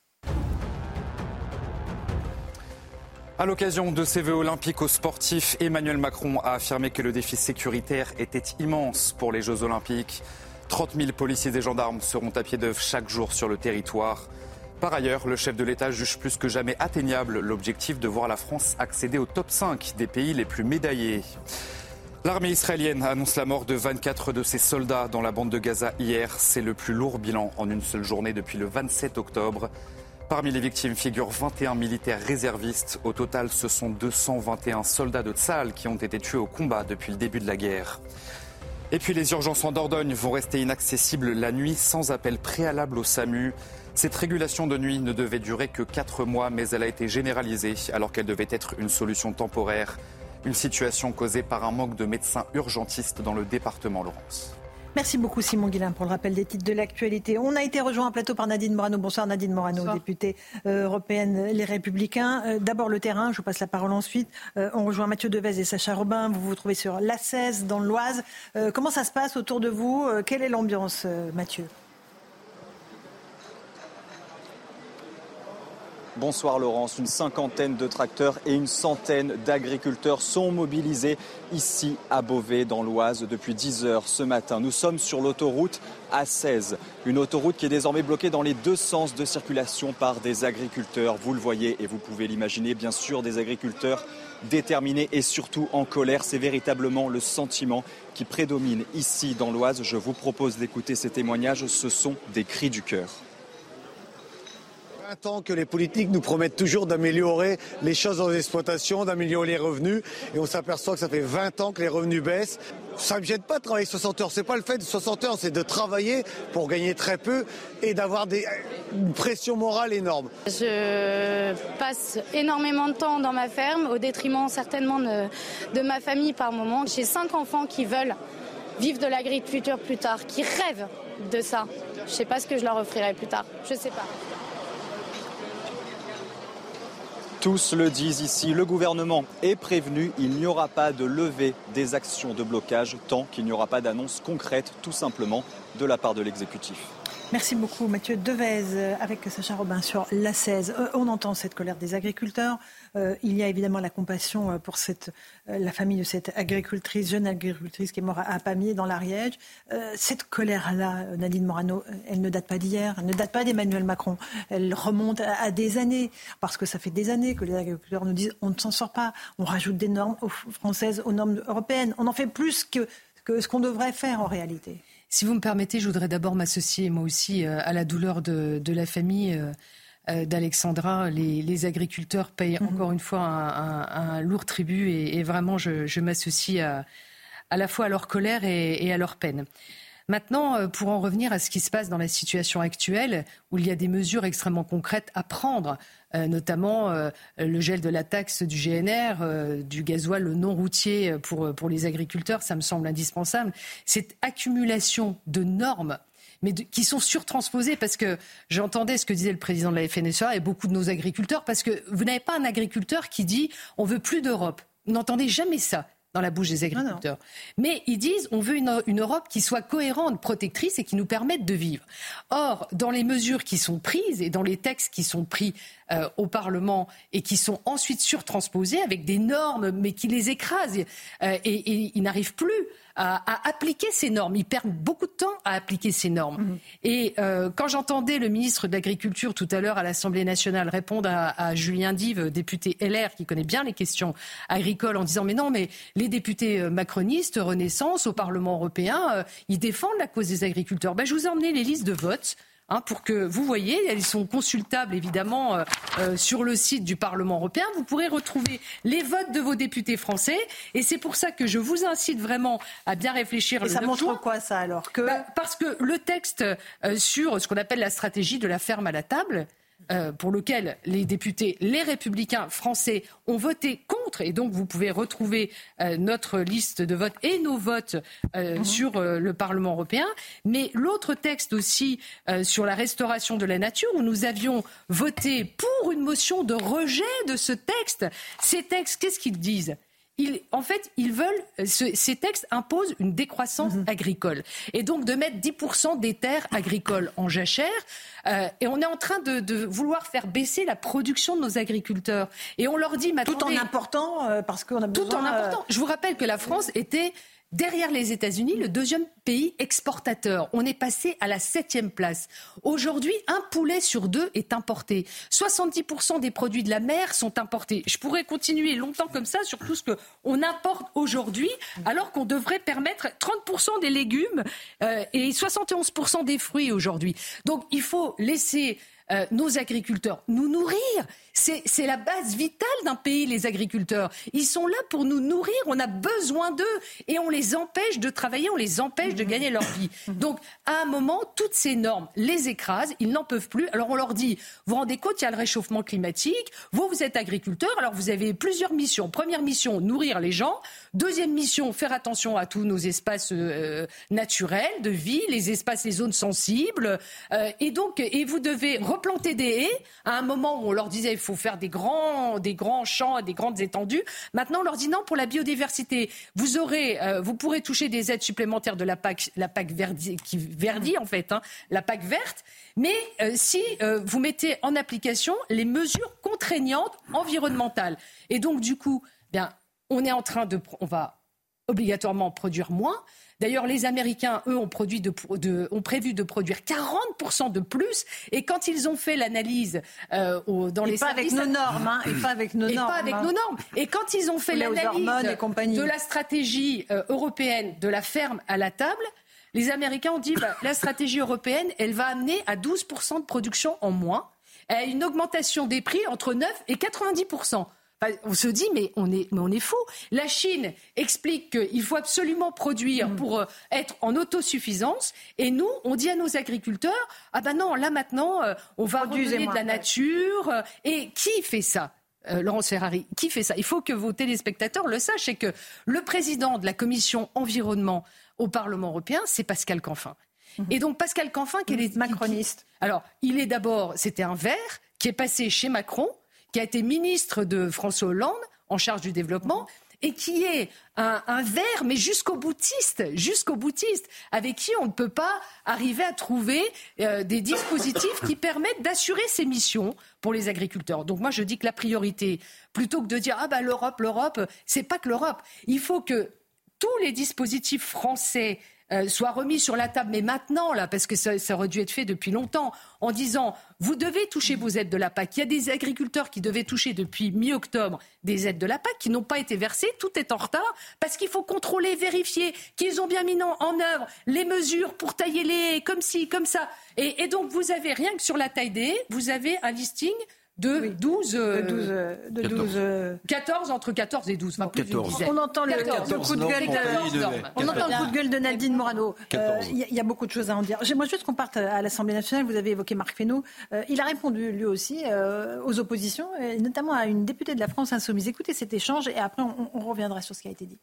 À l'occasion de ces Vœux olympiques aux sportifs, Emmanuel Macron a affirmé que le défi sécuritaire était immense pour les Jeux olympiques. trente mille policiers et gendarmes seront à pied d'œuvre chaque jour sur le territoire. Par ailleurs, le chef de l'État juge plus que jamais atteignable l'objectif de voir la France accéder au top cinq des pays les plus médaillés. L'armée israélienne annonce la mort de vingt-quatre de ses soldats dans la bande de Gaza hier. C'est le plus lourd bilan en une seule journée depuis le vingt-sept octobre. Parmi les victimes figurent vingt et un militaires réservistes. Au total, ce sont deux cent vingt et un soldats de Tsahal qui ont été tués au combat depuis le début de la guerre. Et puis les urgences en Dordogne vont rester inaccessibles la nuit sans appel préalable au SAMU. Cette régulation de nuit ne devait durer que quatre mois, mais elle a été généralisée alors qu'elle devait être une solution temporaire. Une situation causée par un manque de médecins urgentistes dans le département, Laurence. Merci beaucoup Simon Guillain pour le rappel des titres de l'actualité. On a été rejoint en plateau par Nadine Morano. Bonsoir Nadine Morano, Bonsoir. Députée euh, européenne Les Républicains. Euh, d'abord le terrain, je vous passe la parole ensuite. Euh, on rejoint Mathieu Devez et Sacha Robin. Vous vous trouvez sur l'A seize dans l'Oise. Euh, comment ça se passe autour de vous ? euh, Quelle est l'ambiance, euh, Mathieu ? Bonsoir Laurence, une cinquantaine de tracteurs et une centaine d'agriculteurs sont mobilisés ici à Beauvais dans l'Oise depuis dix heures ce matin. Nous sommes sur l'autoroute A seize, une autoroute qui est désormais bloquée dans les deux sens de circulation par des agriculteurs. Vous le voyez et vous pouvez l'imaginer, bien sûr, des agriculteurs déterminés et surtout en colère. C'est véritablement le sentiment qui prédomine ici dans l'Oise. Je vous propose d'écouter ces témoignages, ce sont des cris du cœur. vingt ans que les politiques nous promettent toujours d'améliorer les choses dans les exploitations, d'améliorer les revenus. Et on s'aperçoit que ça fait vingt ans que les revenus baissent. Ça ne me gêne pas de travailler soixante heures. C'est pas le fait de soixante heures, c'est de travailler pour gagner très peu et d'avoir des, une pression morale énorme. Je passe énormément de temps dans ma ferme, au détriment certainement de, de ma famille par moment. J'ai cinq enfants qui veulent vivre de l'agriculture plus tard, qui rêvent de ça. Je ne sais pas ce que je leur offrirai plus tard. Je ne sais pas. Tous le disent ici, le gouvernement est prévenu, il n'y aura pas de levée des actions de blocage tant qu'il n'y aura pas d'annonce concrète, tout simplement, de la part de l'exécutif. Merci beaucoup Mathieu Devez avec Sacha Robin sur l'A seize. Euh, on entend cette colère des agriculteurs. Euh, il y a évidemment la compassion pour cette, euh, la famille de cette agricultrice, jeune agricultrice qui est morte à Pamiers dans l'Ariège. Euh, cette colère-là, Nadine Morano, elle ne date pas d'hier, elle ne date pas d'Emmanuel Macron. Elle remonte à, à des années, parce que ça fait des années que les agriculteurs nous disent on ne s'en sort pas, on rajoute des normes françaises aux normes européennes. On en fait plus que, que ce qu'on devrait faire en réalité. Si vous me permettez, je voudrais d'abord m'associer moi aussi à la douleur de, de la famille d'Alexandra. Les, les agriculteurs payent mmh. encore une fois un, un, un lourd tribut et, et vraiment je, je m'associe à, à la fois à leur colère et, et à leur peine. Maintenant, pour en revenir à ce qui se passe dans la situation actuelle, où il y a des mesures extrêmement concrètes à prendre, euh, notamment euh, le gel de la taxe du G N R, euh, du gasoil non routier pour, pour les agriculteurs, ça me semble indispensable. Cette accumulation de normes, mais de, qui sont surtransposées, parce que j'entendais ce que disait le président de la F N S E A et beaucoup de nos agriculteurs, parce que vous n'avez pas un agriculteur qui dit « on veut plus d'Europe ». Vous n'entendez jamais ça. dans la bouche des agriculteurs. Mais ils disent on veut une, une Europe qui soit cohérente, protectrice et qui nous permette de vivre. Or, dans les mesures qui sont prises et dans les textes qui sont pris euh, au Parlement et qui sont ensuite surtransposés avec des normes mais qui les écrasent euh, et, et ils n'arrivent plus à, à appliquer ces normes. Ils perdent beaucoup de temps à appliquer ces normes. Mmh. Et euh, quand j'entendais le ministre de l'Agriculture tout à l'heure à l'Assemblée nationale répondre à, à Julien Dive, député L R qui connaît bien les questions agricoles, en disant mais non, mais les députés macronistes, Renaissance, au Parlement européen, euh, ils défendent la cause des agriculteurs. Ben, je vous ai emmené les listes de votes. Hein, pour que vous voyez, elles sont consultables évidemment euh, euh, sur le site du Parlement européen. Vous pourrez retrouver les votes de vos députés français et c'est pour ça que je vous incite vraiment à bien réfléchir. Et ça montre quoi ça alors que... bah, Parce que le texte euh, sur ce qu'on appelle la stratégie de la ferme à la table, Euh, pour lequel les députés, les républicains français ont voté contre. Et donc, vous pouvez retrouver euh, notre liste de votes et nos votes euh, mmh. sur euh, le Parlement européen. Mais l'autre texte aussi euh, sur la restauration de la nature, où nous avions voté pour une motion de rejet de ce texte. Ces textes, qu'est-ce qu'ils disent ? Ils, en fait, ils veulent, ce, ces textes imposent une décroissance mmh. agricole. Et donc de mettre dix pour cent des terres agricoles en jachère. Euh, et on est en train de, de vouloir faire baisser la production de nos agriculteurs. Et on leur dit maintenant... Tout en important, euh, parce qu'on a besoin... Tout en important. Euh... Je vous rappelle que la France était... derrière les États-Unis, le deuxième pays exportateur. On est passé à la septième place. Aujourd'hui, un poulet sur deux est importé. soixante-dix pour cent des produits de la mer sont importés. Je pourrais continuer longtemps comme ça sur tout ce qu'on importe aujourd'hui, alors qu'on devrait permettre trente pour cent des légumes euh, et soixante et onze pour cent des fruits aujourd'hui. Donc il faut laisser... Euh, nos agriculteurs nous nourrir. C'est, c'est la base vitale d'un pays, les agriculteurs. Ils sont là pour nous nourrir, on a besoin d'eux et on les empêche de travailler, on les empêche de gagner leur vie. Donc, à un moment, toutes ces normes les écrasent, ils n'en peuvent plus. Alors on leur dit, vous vous rendez compte, il y a le réchauffement climatique, vous, vous êtes agriculteurs, alors vous avez plusieurs missions. Première mission, nourrir les gens. Deuxième mission, faire attention à tous nos espaces euh, naturels de vie, les espaces, les zones sensibles. Euh, et donc, et vous devez replanter des haies. À un moment où on leur disait il faut faire des grands, des grands champs, des grandes étendues. Maintenant, on leur dit non pour la biodiversité. Vous aurez, euh, vous pourrez toucher des aides supplémentaires de la P A C, la P A C verdi, qui verdit en fait, hein, la P A C verte. Mais euh, si euh, vous mettez en application les mesures contraignantes environnementales. Et donc, du coup, bien, on est en train de, on va obligatoirement produire moins. D'ailleurs, les Américains, eux, ont, produit de, de, ont prévu de produire quarante pour cent de plus. Et quand ils ont fait l'analyse euh, au, dans et les pas services... avec nos normes, hein, et pas avec nos et normes. pas avec hein. nos normes. Et quand ils ont fait l'analyse de la stratégie euh, européenne de la ferme à la table, les Américains ont dit bah, la stratégie européenne, elle va amener à douze pour cent de production en moins, à une augmentation des prix entre neuf et quatre-vingt-dix pour cent. On se dit, mais on est, mais on est fou. La Chine explique qu'il faut absolument produire pour euh, être en autosuffisance. Et nous, on dit à nos agriculteurs, ah ben non, là maintenant, euh, on va redonner de la nature. Euh, et qui fait ça euh, Laurence Ferrari, qui fait ça? Il faut que vos téléspectateurs le sachent. C'est que le président de la commission environnement au Parlement européen, c'est Pascal Canfin. Mmh. Et donc Pascal Canfin, qui est macroniste. Alors, il est d'abord, c'était un vert qui est passé chez Macron, qui a été ministre de François Hollande, en charge du développement, et qui est un, un vert, mais jusqu'au boutiste, jusqu'au boutiste, avec qui on ne peut pas arriver à trouver euh, des dispositifs qui permettent d'assurer ces missions pour les agriculteurs. Donc moi, je dis que la priorité, plutôt que de dire « Ah ben l'Europe, l'Europe », c'est pas que l'Europe. Il faut que tous les dispositifs français Euh, soit remis sur la table, mais maintenant, là, parce que ça, ça aurait dû être fait depuis longtemps, en disant, vous devez toucher vos aides de la P A C. Il y a des agriculteurs qui devaient toucher depuis mi-octobre des aides de la P A C qui n'ont pas été versées, tout est en retard, parce qu'il faut contrôler, vérifier qu'ils ont bien mis en, en œuvre les mesures pour tailler les haies, comme ci, comme ça. Et, et donc, vous avez, rien que sur la taille des haies, vous avez un listing de oui. douze, euh, de douze, euh, de douze euh... quatorze, entre quatorze et douze. Enfin, plus quatorze. On entend le, quatorze, le coup de gueule de, on entend le coup de gueule de Nadine Morano. Il euh, y, y a beaucoup de choses à en dire. J'aimerais juste qu'on parte à l'Assemblée nationale. Vous avez évoqué Marc Fesneau. Euh, il a répondu lui aussi euh, aux oppositions, et notamment à une députée de la France Insoumise. Écoutez cet échange et après on, on reviendra sur ce qui a été dit.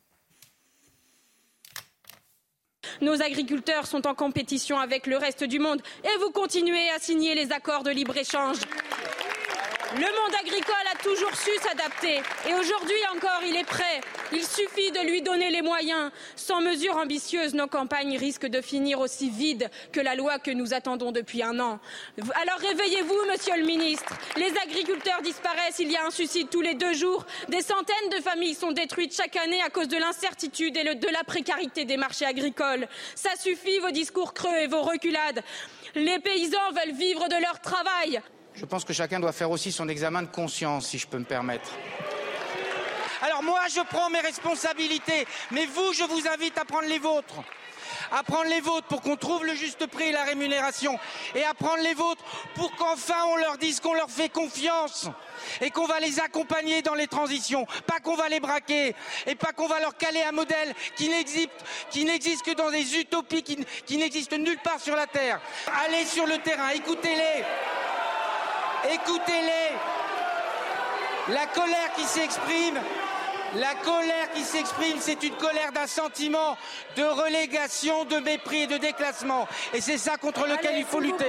Nos agriculteurs sont en compétition avec le reste du monde et vous continuez à signer les accords de libre-échange. Le monde agricole a toujours su s'adapter et aujourd'hui encore il est prêt. Il suffit de lui donner les moyens. Sans mesures ambitieuses, nos campagnes risquent de finir aussi vides que la loi que nous attendons depuis un an. Alors réveillez-vous, monsieur le ministre. Les agriculteurs disparaissent, il y a un suicide tous les deux jours. Des centaines de familles sont détruites chaque année à cause de l'incertitude et de la précarité des marchés agricoles. Ça suffit, vos discours creux et vos reculades. Les paysans veulent vivre de leur travail. Je pense que chacun doit faire aussi son examen de conscience, si je peux me permettre. Alors moi, je prends mes responsabilités, mais vous, je vous invite à prendre les vôtres. À prendre les vôtres pour qu'on trouve le juste prix et la rémunération. Et à prendre les vôtres pour qu'enfin on leur dise qu'on leur fait confiance. Et qu'on va les accompagner dans les transitions. Pas qu'on va les braquer. Et pas qu'on va leur caler un modèle qui n'existe, qui n'existe que dans des utopies, qui, qui n'existent nulle part sur la Terre. Allez sur le terrain, écoutez-les. Écoutez-les. La colère qui s'exprime, la colère qui s'exprime, c'est une colère d'un sentiment de relégation, de mépris et de déclassement. Et c'est ça contre lequel Allez, il faut lutter.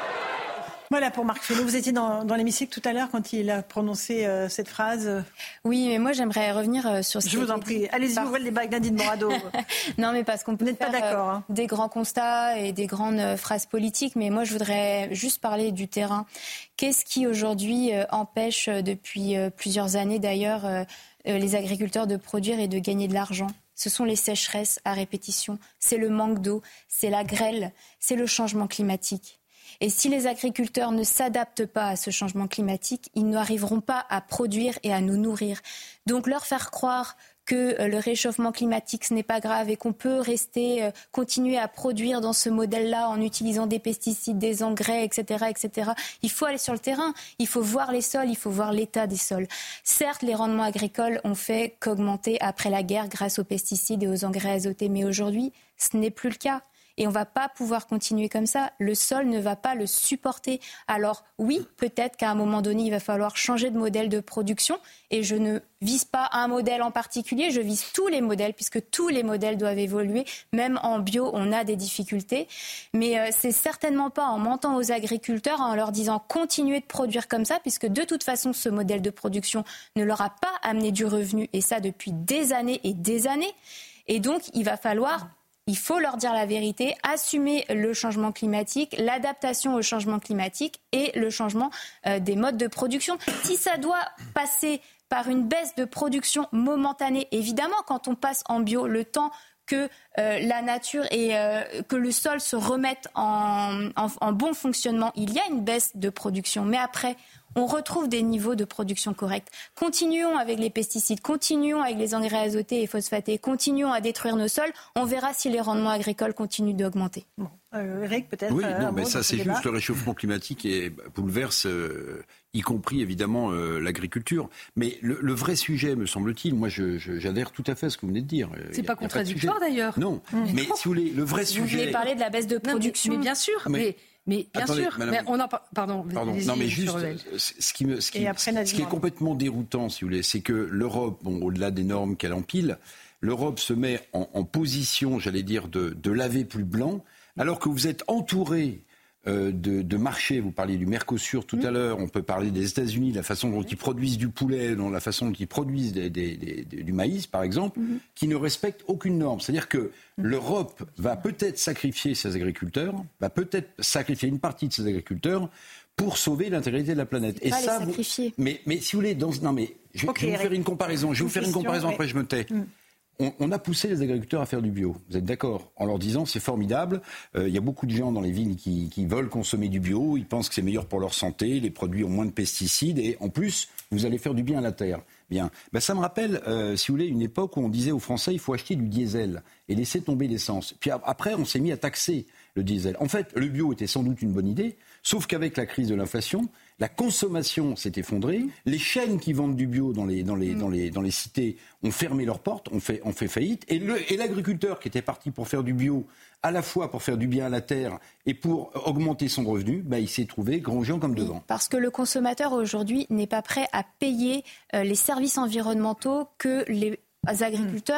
Voilà pour Marc Fesneau. Vous étiez dans, dans l'hémicycle tout à l'heure quand il a prononcé euh, cette phrase. Oui, mais moi j'aimerais revenir sur ce Je vous en prie. Allez-y, par... ouvrez le débat avec Nadine Morado. Non, mais parce qu'on peut Vous faire pas d'accord, hein. des grands constats et des grandes phrases politiques, mais moi je voudrais juste parler du terrain. Qu'est-ce qui aujourd'hui empêche, depuis plusieurs années d'ailleurs, les agriculteurs de produire et de gagner de l'argent ? Ce sont les sécheresses à répétition, c'est le manque d'eau, c'est la grêle, c'est le changement climatique. Et si les agriculteurs ne s'adaptent pas à ce changement climatique, ils n'arriveront pas à produire et à nous nourrir. Donc leur faire croire que le réchauffement climatique, ce n'est pas grave et qu'on peut rester, euh, continuer à produire dans ce modèle-là en utilisant des pesticides, des engrais, et cetera, et cetera. Il faut aller sur le terrain, il faut voir les sols, il faut voir l'état des sols. Certes, les rendements agricoles ont fait qu'augmenter après la guerre grâce aux pesticides et aux engrais azotés, mais aujourd'hui, ce n'est plus le cas. Et on ne va pas pouvoir continuer comme ça. Le sol ne va pas le supporter. Alors oui, peut-être qu'à un moment donné, il va falloir changer de modèle de production. Et je ne vise pas un modèle en particulier, je vise tous les modèles, puisque tous les modèles doivent évoluer. Même en bio, on a des difficultés. Mais euh, c'est certainement pas en mentant aux agriculteurs, en leur disant continuez de produire comme ça, puisque de toute façon, ce modèle de production ne leur a pas amené du revenu. Et ça depuis des années et des années. Et donc, il va falloir... Il faut leur dire la vérité, assumer le changement climatique, l'adaptation au changement climatique et le changement euh, des modes de production. Si ça doit passer par une baisse de production momentanée, évidemment, quand on passe en bio, le temps que euh, la nature et euh, que le sol se remette en, en, en bon fonctionnement, il y a une baisse de production. Mais après, on retrouve des niveaux de production corrects. Continuons avec les pesticides, continuons avec les engrais azotés et phosphatés, continuons à détruire nos sols. On verra si les rendements agricoles continuent d'augmenter. Bon. Euh, Eric, peut-être. Oui, euh, non, mais ça, c'est débat. juste le réchauffement climatique et bouleverse, euh, y compris évidemment euh, l'agriculture. Mais le, le vrai sujet, me semble-t-il, moi, je, je, j'adhère tout à fait à ce que vous venez de dire. C'est y a, pas contradictoire pas d'ailleurs. Non, mmh. mais si vous voulez, le vrai vous sujet. Vous voulez parler de la baisse de production, non, mais, mais bien sûr. Mais, mais... Mais bien Attendez, sûr, madame, mais on en parle. Pardon, pardon. Non, mais juste, ce qui, me, ce, qui, ce qui est complètement déroutant, si vous voulez, c'est que l'Europe, bon, au-delà des normes qu'elle empile, l'Europe se met en, en position, j'allais dire, de, de laver plus blanc, alors que vous êtes entouré euh, de, de marchés. Vous parliez du Mercosur tout mmh. à l'heure. On peut parler des États-Unis, la façon dont ils produisent du poulet, dans la façon dont ils produisent des, des, des, des, du maïs, par exemple, mmh. qui ne respectent aucune norme. C'est-à-dire que mmh. l'Europe va peut-être sacrifier ses agriculteurs, va peut-être sacrifier une partie de ses agriculteurs pour sauver l'intégrité de la planète. Et pas ça, les vous... sacrifier. Mais, mais si vous voulez, dans... non mais je, okay, je vais vous faire une comparaison. Je vais vous faire une comparaison. Après, je me tais. Mmh. On, on a poussé les agriculteurs à faire du bio. Vous êtes d'accord ? En leur disant c'est formidable. Il euh, y a beaucoup de gens dans les villes qui, qui veulent consommer du bio. Ils pensent que c'est meilleur pour leur santé. Les produits ont moins de pesticides et en plus vous allez faire du bien à la terre. Bien. Ben, ça me rappelle, euh, si vous voulez, une époque où on disait aux Français il faut acheter du diesel et laisser tomber l'essence. Puis après on s'est mis à taxer le diesel. En fait, le bio était sans doute une bonne idée, sauf qu'avec la crise de l'inflation, la consommation s'est effondrée. Les chaînes qui vendent du bio dans les, dans les, dans les, dans les cités ont fermé leurs portes, ont fait, ont fait faillite. Et, le, et l'agriculteur qui était parti pour faire du bio, à la fois pour faire du bien à la terre et pour augmenter son revenu, bah, il s'est trouvé grand géant comme devant. Parce que le consommateur aujourd'hui n'est pas prêt à payer euh, les services environnementaux que les agriculteurs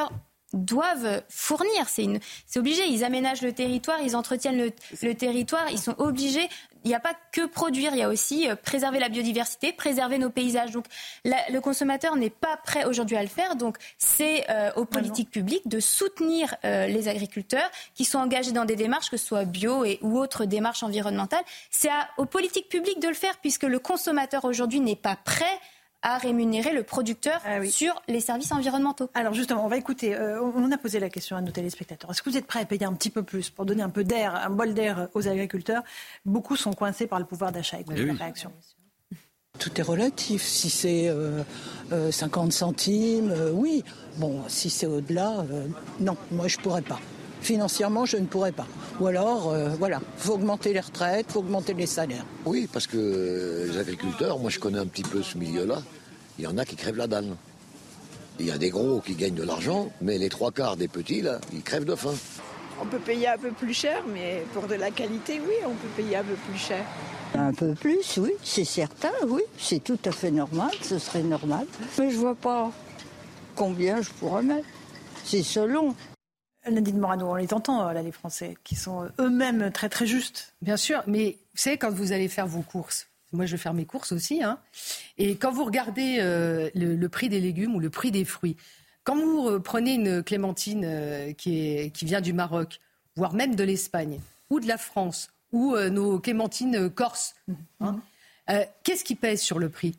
doivent fournir. C'est, une, c'est obligé. Ils aménagent le territoire, ils entretiennent le, le territoire. Ils sont obligés. Il n'y a pas que produire, il y a aussi euh, préserver la biodiversité, préserver nos paysages. Donc la, le consommateur n'est pas prêt aujourd'hui à le faire. Donc c'est euh, aux politiques publiques de soutenir euh, les agriculteurs qui sont engagés dans des démarches, que ce soit bio et, ou autres démarches environnementales. C'est à, aux politiques publiques de le faire, puisque le consommateur aujourd'hui n'est pas prêt à rémunérer le producteur ah oui. sur les services environnementaux. Alors justement, on va écouter, euh, on a posé la question à nos téléspectateurs. Est-ce que vous êtes prêts à payer un petit peu plus pour donner un peu d'air, un bol d'air aux agriculteurs ? Beaucoup sont coincés par le pouvoir d'achat. Écoutez la réaction. Tout est relatif. Si c'est euh, euh, cinquante centimes, euh, oui. Bon, si c'est au-delà, euh, non, moi je ne pourrais pas. Financièrement, je ne pourrais pas. Ou alors, euh, voilà, il faut augmenter les retraites, il faut augmenter les salaires. Oui, parce que les agriculteurs, moi je connais un petit peu ce milieu-là, il y en a qui crèvent la dalle. Il y a des gros qui gagnent de l'argent, mais les trois quarts des petits, là, ils crèvent de faim. On peut payer un peu plus cher, mais pour de la qualité, oui, on peut payer un peu plus cher. Un peu plus, oui, c'est certain, oui. C'est tout à fait normal, ce serait normal. Mais je vois pas combien je pourrais mettre. C'est selon. Nadine Morano, on les entend, là, les Français, qui sont eux-mêmes très très justes. Bien sûr, mais vous savez, quand vous allez faire vos courses, moi je vais faire mes courses aussi, hein, et quand vous regardez euh, le, le prix des légumes ou le prix des fruits, quand vous euh, prenez une clémentine euh, qui, est, qui vient du Maroc, voire même de l'Espagne, ou de la France, ou euh, nos clémentines corses, hein, mm-hmm. euh, qu'est-ce qui pèse sur le prix ?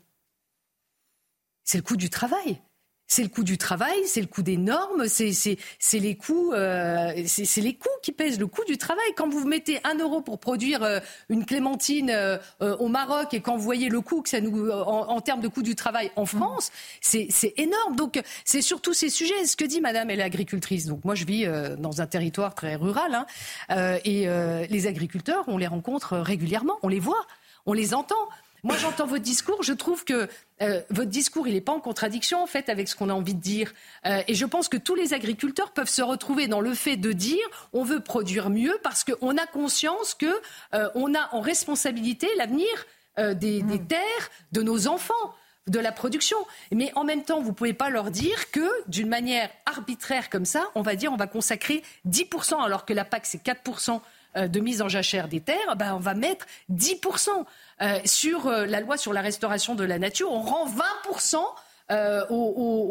C'est le coût du travail. C'est le coût du travail, c'est le coût des normes, c'est, c'est, c'est, les, coûts, euh, c'est, c'est les coûts qui pèsent, le coût du travail. Quand vous mettez un euro pour produire euh, une clémentine euh, euh, au Maroc et quand vous voyez le coût que ça nous, euh, en, en termes de coût du travail en France, mmh. c'est, c'est énorme. Donc c'est surtout ces sujets. Ce que dit madame, elle est agricultrice. Donc moi je vis euh, dans un territoire très rural hein, euh, et euh, les agriculteurs, on les rencontre régulièrement, on les voit, on les entend. Moi, j'entends votre discours. Je trouve que euh, votre discours, il n'est pas en contradiction, en fait, avec ce qu'on a envie de dire. Euh, et je pense que tous les agriculteurs peuvent se retrouver dans le fait de dire on veut produire mieux parce qu'on a conscience qu'on euh, a en responsabilité l'avenir euh, des, des terres, de nos enfants, de la production. Mais en même temps, vous ne pouvez pas leur dire que, d'une manière arbitraire comme ça, on va dire on va consacrer dix pour cent, alors que la P A C, c'est quatre pour cent de mise en jachère des terres, ben on va mettre dix pour cent euh, sur euh, la loi sur la restauration de la nature. On rend vingt pour cent euh, aux,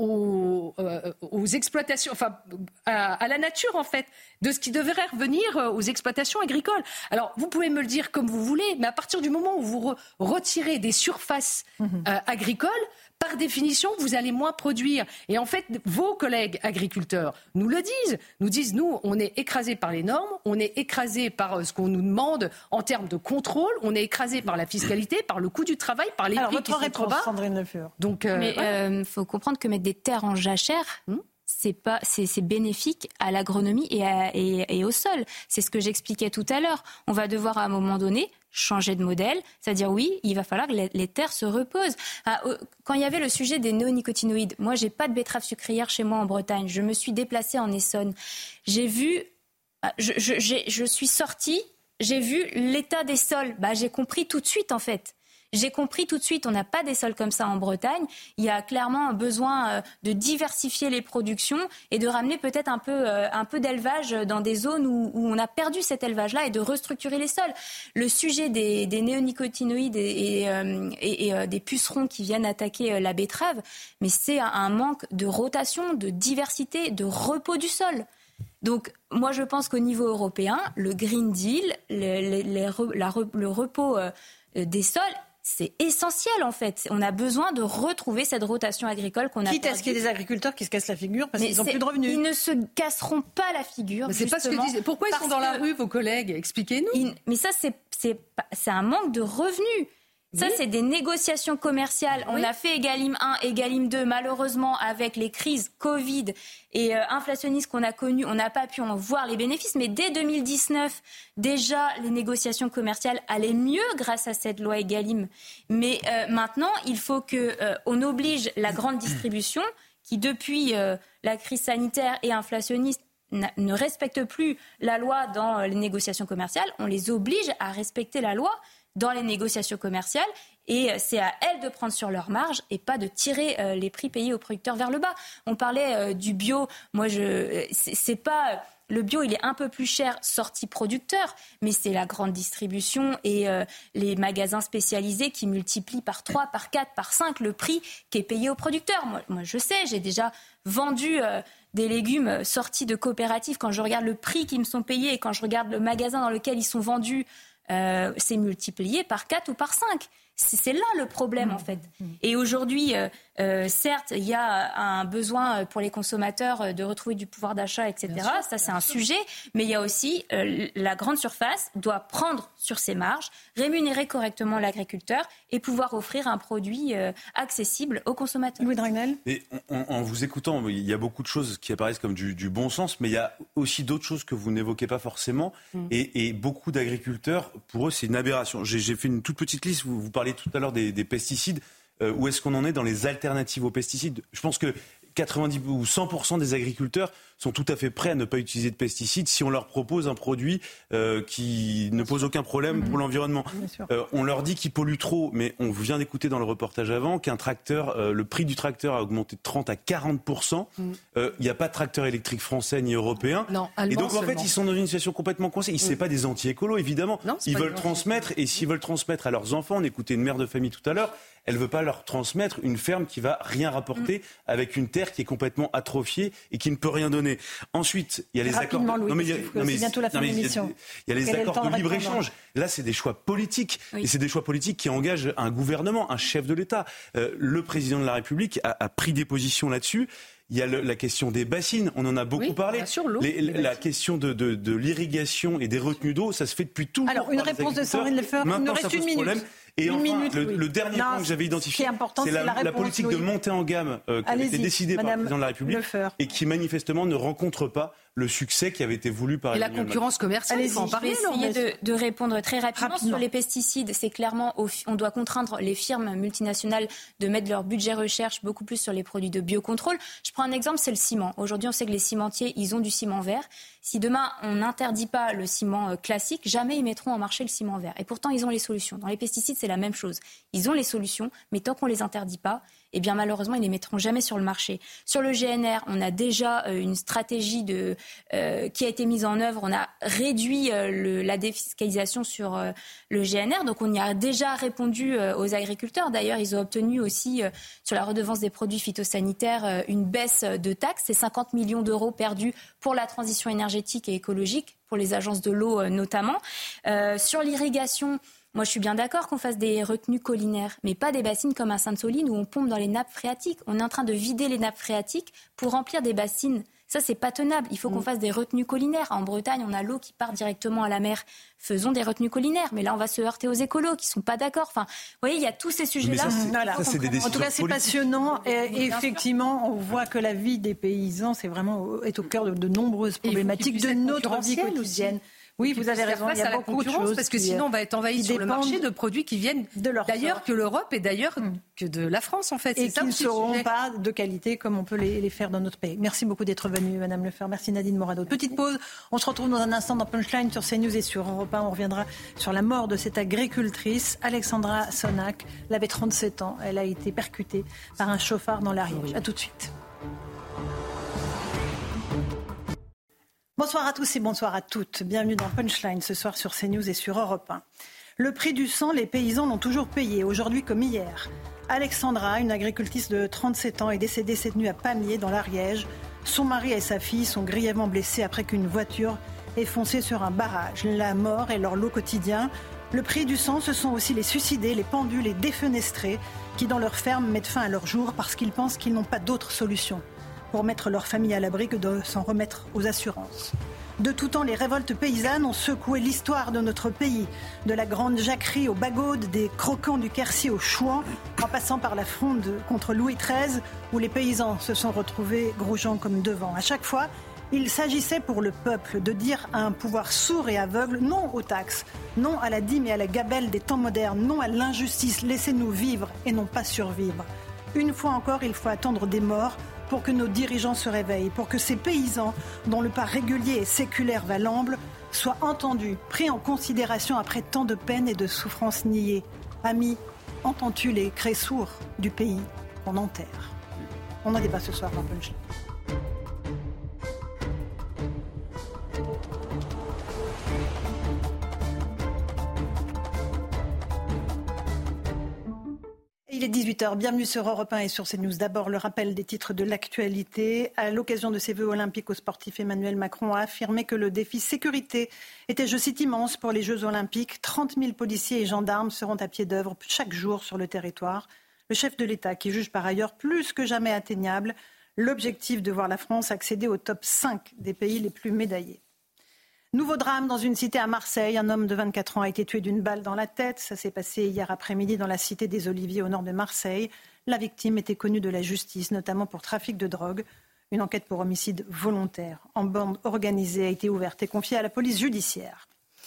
aux, aux, euh, aux exploitations, enfin à, à la nature en fait, de ce qui devrait revenir aux exploitations agricoles. Alors vous pouvez me le dire comme vous voulez, mais à partir du moment où vous re- retirez des surfaces mmh. euh, agricoles, par définition, vous allez moins produire. Et en fait, vos collègues agriculteurs nous le disent. Nous disent, nous, on est écrasés par les normes, on est écrasés par ce qu'on nous demande en termes de contrôle, on est écrasés par la fiscalité, par le coût du travail, par les Alors, prix qui sont trop bas. Sandrine Le Fur. Donc, euh, Mais il voilà. euh, faut comprendre que mettre des terres en jachère... Hmm C'est, pas, c'est, c'est bénéfique à l'agronomie et, à, et, et au sol. C'est ce que j'expliquais tout à l'heure. On va devoir à un moment donné changer de modèle, c'est-à-dire oui, il va falloir que les, les terres se reposent. Ah, quand il y avait le sujet des néonicotinoïdes, moi j'ai pas de betterave sucrière chez moi en Bretagne, je me suis déplacée en Essonne. J'ai vu, je, je, j'ai, je suis sortie, j'ai vu l'état des sols. Bah, j'ai compris tout de suite en fait. J'ai compris tout de suite, on n'a pas des sols comme ça en Bretagne. Il y a clairement un besoin de diversifier les productions et de ramener peut-être un peu, un peu d'élevage dans des zones où, où on a perdu cet élevage-là et de restructurer les sols. Le sujet des, des néonicotinoïdes et, et, et, et des pucerons qui viennent attaquer la betterave, mais c'est un manque de rotation, de diversité, de repos du sol. Donc, moi, je pense qu'au niveau européen, le Green Deal, le, les, les, la, le repos des sols, c'est essentiel en fait. On a besoin de retrouver cette rotation agricole qu'on a Quitte à ce qu'il y ait des agriculteurs qui se cassent la figure parce mais qu'ils n'ont plus de revenus. Ils ne se casseront pas la figure. Mais c'est pas ce que disent. Pourquoi ils sont dans la rue, vos collègues ? Expliquez-nous. Ils... Mais ça, c'est, c'est, c'est un manque de revenus. Ça, oui. C'est des négociations commerciales. Oui. On a fait Egalim un, Egalim deux. Malheureusement, avec les crises Covid et euh, inflationnistes qu'on a connues, on n'a pas pu en voir les bénéfices. Mais dès deux mille dix-neuf, déjà, les négociations commerciales allaient mieux grâce à cette loi Egalim. Mais euh, maintenant, il faut qu'on euh, oblige la grande distribution, qui depuis euh, la crise sanitaire et inflationniste, ne respecte plus la loi dans les négociations commerciales. On les oblige à respecter la loi dans les négociations commerciales Et c'est à elles de prendre sur leur marge et pas de tirer euh, les prix payés aux producteurs vers le bas. On parlait euh, du bio. Moi, je, c'est, c'est pas... Le bio, il est un peu plus cher sorti producteur, mais c'est la grande distribution et euh, les magasins spécialisés qui multiplient par trois, par quatre, par cinq le prix qui est payé aux producteurs. Moi, moi je sais, j'ai déjà vendu euh, des légumes sortis de coopératives. Quand je regarde le prix qu'ils me sont payés et quand je regarde le magasin dans lequel ils sont vendus, euh, c'est multiplié par quatre ou par cinq. C'est, c'est là le problème, en fait. Et aujourd'hui, euh, euh, certes, il y a un besoin pour les consommateurs de retrouver du pouvoir d'achat, et cetera. Sûr, ça, c'est un sûr. sujet. Mais il y a aussi euh, la grande surface doit prendre sur ses marges, rémunérer correctement l'agriculteur et pouvoir offrir un produit euh, accessible aux consommateurs. Louis Dragnel. Et en, en vous écoutant, il y a beaucoup de choses qui apparaissent comme du, du bon sens, mais il y a aussi d'autres choses que vous n'évoquez pas forcément. Mm. Et, et beaucoup d'agriculteurs, pour eux, c'est une aberration. J'ai, j'ai fait une toute petite liste. Vous, vous parlez tout à l'heure des, des pesticides. Euh, où est-ce qu'on en est dans les alternatives aux pesticides ? Je pense que quatre-vingt-dix ou cent pour cent des agriculteurs sont tout à fait prêts à ne pas utiliser de pesticides si on leur propose un produit euh, qui ne pose aucun problème pour l'environnement. Euh, on leur dit qu'ils polluent trop, mais on vient d'écouter dans le reportage avant qu'un tracteur, euh, le prix du tracteur a augmenté de trente à quarante pour cent. Il n'y euh, a pas de tracteur électrique français ni européen. Non, et donc en seulement. fait, ils sont dans une situation complètement coincée. Ce n'est pas des anti-écolos, évidemment. Non, ils veulent transmettre, et s'ils veulent transmettre à leurs enfants, on écoutait une mère de famille tout à l'heure, elle ne veut pas leur transmettre une ferme qui va rien rapporter mmh. avec une terre qui est complètement atrophiée et qui ne peut rien donner. Ensuite, il y a les accords. Louis, non mais il y a, non, mais, bientôt la fin de l'émission. Il y a les Quel accords de de libre-échange. Là, c'est des choix politiques. Oui. Et c'est des choix politiques qui engagent un gouvernement, un chef de l'État. Euh, le président de la République a, a pris des positions là-dessus. Il y a le, la question des bassines, on en a beaucoup oui, parlé. Sûr, les, la question de, de, de l'irrigation et des retenues d'eau, ça se fait depuis toujours. Alors, une réponse de Sandrine Lefeur, il nous reste une minute. Problème. Et une enfin, minute, le, oui. le dernier non, point que j'avais identifié, c'est, c'est la, la, réponse, la politique oui. de montée en gamme euh, qui a été décidée par le président de la République Lefeur. et qui manifestement ne rencontre pas le succès qui avait été voulu par et la concurrence commerciale. Il faut en parler. Je vais essayer de, de répondre très rapidement, rapidement sur les pesticides. C'est clairement, on doit contraindre les firmes multinationales de mettre leur budget recherche beaucoup plus sur les produits de biocontrôle. Je prends un exemple, c'est le ciment. Aujourd'hui, on sait que les cimentiers, ils ont du ciment vert. Si demain, on n'interdit pas le ciment classique, jamais ils mettront en marché le ciment vert. Et pourtant, ils ont les solutions. Dans les pesticides, c'est la même chose. Ils ont les solutions, mais tant qu'on ne les interdit pas, eh bien malheureusement, ils ne les mettront jamais sur le marché. Sur le G N R, on a déjà euh, une stratégie de, euh, qui a été mise en œuvre. On a réduit euh, le, la défiscalisation sur euh, le G N R. Donc on y a déjà répondu euh, aux agriculteurs. D'ailleurs, ils ont obtenu aussi, euh, sur la redevance des produits phytosanitaires, euh, une baisse de taxes. C'est cinquante millions d'euros perdus pour la transition énergétique et écologique, pour les agences de l'eau euh, notamment. Euh, sur l'irrigation... Moi, je suis bien d'accord qu'on fasse des retenues collinaires, mais pas des bassines comme à Sainte-Soline où on pompe dans les nappes phréatiques. On est en train de vider les nappes phréatiques pour remplir des bassines. Ça, c'est pas tenable. Il faut mmh. qu'on fasse des retenues collinaires. En Bretagne, on a l'eau qui part directement à la mer. Faisons des retenues collinaires. Mais là, on va se heurter aux écolos qui sont pas d'accord. Enfin, vous voyez, il y a tous ces sujets-là. Ça, c'est, voilà. ça, c'est des décisions en tout cas, c'est politiques. passionnant. Et, et effectivement, on voit que la vie des paysans, c'est vraiment est au cœur de, de nombreuses problématiques de notre vie quotidienne. Oui, vous avez raison, il y a beaucoup de choses. Parce que sinon, on va être envahi sur le marché de produits qui viennent de leur d'ailleurs sort. Que l'Europe et d'ailleurs mmh. que de la France, en fait. Et c'est qui ne seront sujet. pas de qualité comme on peut les, les faire dans notre pays. Merci beaucoup d'être venue, Madame Lefeur. Merci Nadine Morano. Petite pause. On se retrouve dans un instant dans Punchline sur CNews et sur Europe un. On reviendra sur la mort de cette agricultrice, Alexandra Sonac. Elle avait trente-sept ans. Elle a été percutée par un chauffard dans l'Ariège. À tout de suite. Bonsoir à tous et bonsoir à toutes. Bienvenue dans Punchline ce soir sur CNews et sur Europe un. Le prix du sang, les paysans l'ont toujours payé, aujourd'hui comme hier. Alexandra, une agricultrice de trente-sept ans, est décédée cette nuit à Pamiers, dans l'Ariège. Son mari et sa fille sont grièvement blessés après qu'une voiture ait foncé sur un barrage. La mort est leur lot quotidien. Le prix du sang, ce sont aussi les suicidés, les pendus, les défenestrés, qui dans leur ferme mettent fin à leur jour parce qu'ils pensent qu'ils n'ont pas d'autre solution pour mettre leur famille à l'abri que de s'en remettre aux assurances. De tout temps, les révoltes paysannes ont secoué l'histoire de notre pays, de la grande jacquerie au bagaude, des croquants du Quercy au Chouan, en passant par la fronde contre Louis treize, où les paysans se sont retrouvés grougeant comme devant. À chaque fois, il s'agissait pour le peuple de dire à un pouvoir sourd et aveugle non aux taxes, non à la dîme et à la gabelle des temps modernes, non à l'injustice, laissez-nous vivre et non pas survivre. Une fois encore, il faut attendre des morts pour que nos dirigeants se réveillent, pour que ces paysans, dont le pas régulier et séculaire va l'amble, soient entendus, pris en considération après tant de peines et de souffrances niées. Amis, Entends-tu les cris sourds du pays qu'on enterre? On en débat ce soir dans Punchline. Il est dix-huit heures, bienvenue sur Europe un et sur CNews. D'abord, le rappel des titres de l'actualité. À l'occasion de ses vœux olympiques aux sportifs, Emmanuel Macron a affirmé que le défi sécurité était, je cite, immense pour les Jeux olympiques. trente mille policiers et gendarmes seront à pied d'œuvre chaque jour sur le territoire. Le chef de l'État, qui juge par ailleurs plus que jamais atteignable l'objectif de voir la France accéder au top cinq des pays les plus médaillés. Nouveau drame dans une cité à Marseille. Un homme de vingt-quatre ans a été tué d'une balle dans la tête. Ça s'est passé hier après-midi dans la cité des Oliviers au nord de Marseille. La victime était connue de la justice, notamment pour trafic de drogue. Une enquête pour homicide volontaire en bande organisée a été ouverte et confiée à la police judiciaire.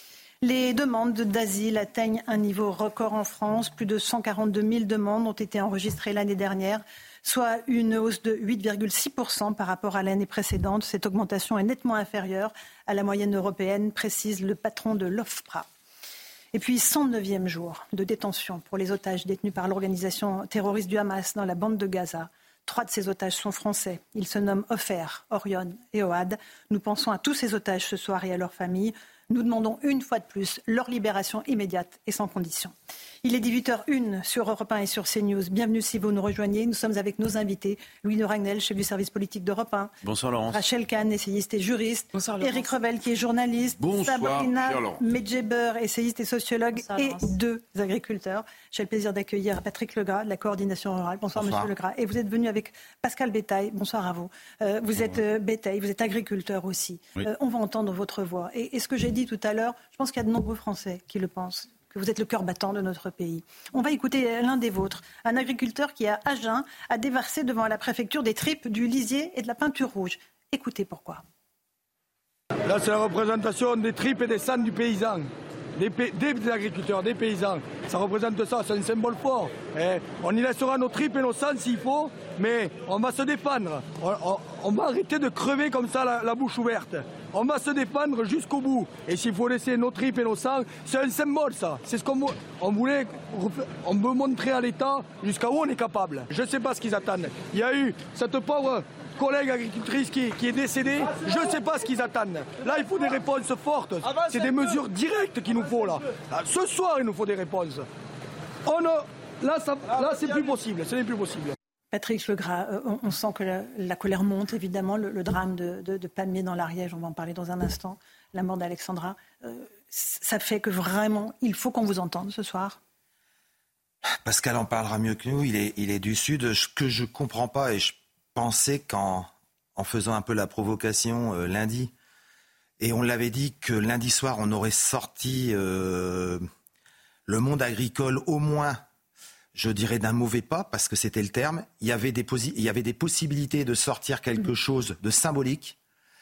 Les demandes d'asile atteignent un niveau record en France. Plus de cent quarante-deux mille demandes ont été enregistrées l'année dernière, soit une hausse de huit virgule six pour cent par rapport à l'année précédente. Cette augmentation est nettement inférieure à la moyenne européenne, précise le patron de l'OFPRA. Et puis, cent neuvième jour de détention pour les otages détenus par l'organisation terroriste du Hamas dans la bande de Gaza. Trois de ces otages sont français. Ils se nomment Ofer, Orion et Ohad. Nous pensons à tous ces otages ce soir et à leurs familles. Nous demandons une fois de plus leur libération immédiate et sans condition. Il est dix-huit heures zéro un sur Europe un et sur CNews. Bienvenue si vous nous rejoignez. Nous sommes avec nos invités. Louis de Ragnel, chef du service politique d'Europe un. Bonsoir Laurence. Rachel Kahn, essayiste et juriste. Bonsoir Laurence. Éric Revel, qui est journaliste. Bonsoir. Sabrina Medjeber, essayiste et sociologue. Bonsoir, et Laurence. deux agriculteurs. J'ai le plaisir d'accueillir Patrick Legras de la coordination rurale. Bonsoir, Bonsoir. Monsieur Legras. Et vous êtes venu avec Pascal Bétail. Bonsoir à vous. Euh, vous êtes euh, Bétail, vous êtes agriculteur aussi. Oui. Euh, on va entendre votre voix. Et, et ce que j'ai dit tout à l'heure, je pense qu'il y a de nombreux Français qui le pensent, que vous êtes le cœur battant de notre pays. On va écouter l'un des vôtres, un agriculteur qui, à Agen, a déversé devant la préfecture des tripes, du lisier et de la peinture rouge. Écoutez pourquoi. Là, c'est la représentation des tripes et des sangs du paysan, des, des agriculteurs, des paysans. Ça représente ça, c'est un symbole fort. Eh, on y laissera nos tripes et nos sangs s'il faut, mais on va se défendre. On, on, on va arrêter de crever comme ça la, la bouche ouverte. On va se défendre jusqu'au bout. Et s'il faut laisser nos tripes et nos sangs, c'est un symbole, ça. C'est ce qu'on on voulait. On veut montrer à l'État jusqu'à où on est capable. Je ne sais pas ce qu'ils attendent. Il y a eu cette pauvre collègue agricultrice qui, qui est décédée. Je ne sais pas ce qu'ils attendent. Là, il faut des réponses fortes. C'est des mesures directes qu'il nous faut, là. Ce soir, il nous faut des réponses. On a, là, ça, là, c'est plus possible. Ce n'est plus possible. Patrick Legras, euh, on, on sent que la, la colère monte, évidemment. Le, le drame de, de, de Pamiers dans l'Ariège, on va en parler dans un instant. La mort d'Alexandra. Euh, ça fait que vraiment, il faut qu'on vous entende ce soir. Pascal en parlera mieux que nous. Il est, il est du Sud. Ce que je ne comprends pas, et je pensais qu'en en faisant un peu la provocation euh, lundi, et on l'avait dit que lundi soir, on aurait sorti euh, le monde agricole au moins, je dirais, d'un mauvais pas, parce que c'était le terme. Il y avait des, posi- il y avait des possibilités de sortir quelque chose de symbolique.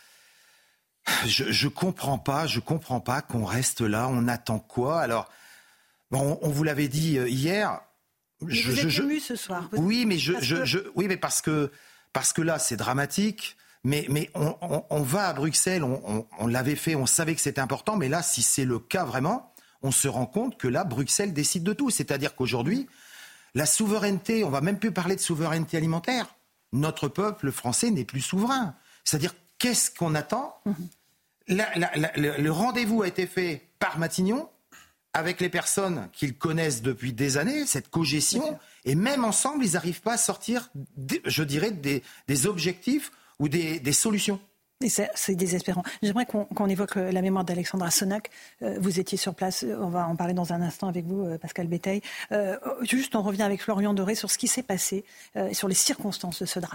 Je, je comprends pas, je comprends pas qu'on reste là. On attend quoi? Alors, bon, on, on vous l'avait dit hier. Mais je, vous êtes je, ému ce soir. Vous oui, mais je, je, que... je, oui, mais parce que parce que là, c'est dramatique. Mais, mais on, on, on va à Bruxelles. On, on, on l'avait fait. On savait que c'était important. Mais là, si c'est le cas vraiment, on se rend compte que là, Bruxelles décide de tout. C'est-à-dire qu'aujourd'hui, la souveraineté, on va même plus parler de souveraineté alimentaire. Notre peuple français n'est plus souverain. C'est-à-dire, qu'est-ce qu'on attend? mm-hmm. la, la, la, le, le rendez-vous a été fait par Matignon avec les personnes qu'ils connaissent depuis des années, cette cogestion, et même ensemble, ils n'arrivent pas à sortir, des, je dirais, des, des objectifs ou des, des solutions. Et c'est, c'est désespérant. J'aimerais qu'on, qu'on évoque la mémoire d'Alexandra Sonac. Euh, vous étiez sur place, on va en parler dans un instant avec vous, euh, Pascal Bétail. Euh, juste, on revient avec Florian Doré sur ce qui s'est passé euh, et sur les circonstances de ce drame.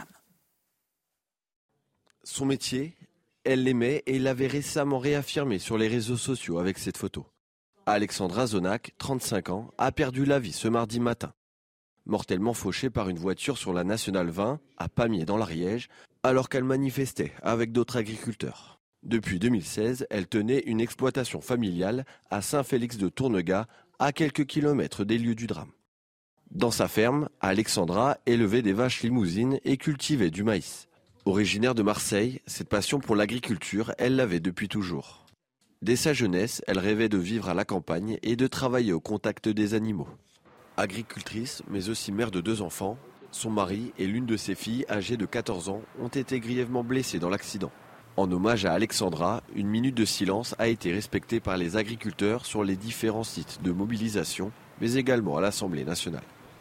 Son métier, elle l'aimait et il l'avait récemment réaffirmé sur les réseaux sociaux avec cette photo. Alexandra Zonac, trente-cinq ans, a perdu la vie ce mardi matin. Mortellement fauchée par une voiture sur la Nationale vingt, à Pamiers dans l'Ariège, alors qu'elle manifestait avec d'autres agriculteurs. Depuis deux mille seize, elle tenait une exploitation familiale à Saint-Félix-de-Tournegat, à quelques kilomètres des lieux du drame. Dans sa ferme, Alexandra élevait des vaches limousines et cultivait du maïs. Originaire de Marseille, cette passion pour l'agriculture, elle l'avait depuis toujours. Dès sa jeunesse, elle rêvait de vivre à la campagne et de travailler au contact des animaux. Agricultrice, mais aussi mère de deux enfants, son mari et l'une de ses filles, âgées de quatorze ans, ont été grièvement blessés dans l'accident. En hommage à Alexandra, une minute de silence a été respectée par les agriculteurs sur les différents sites de mobilisation, mais également à l'Assemblée nationale.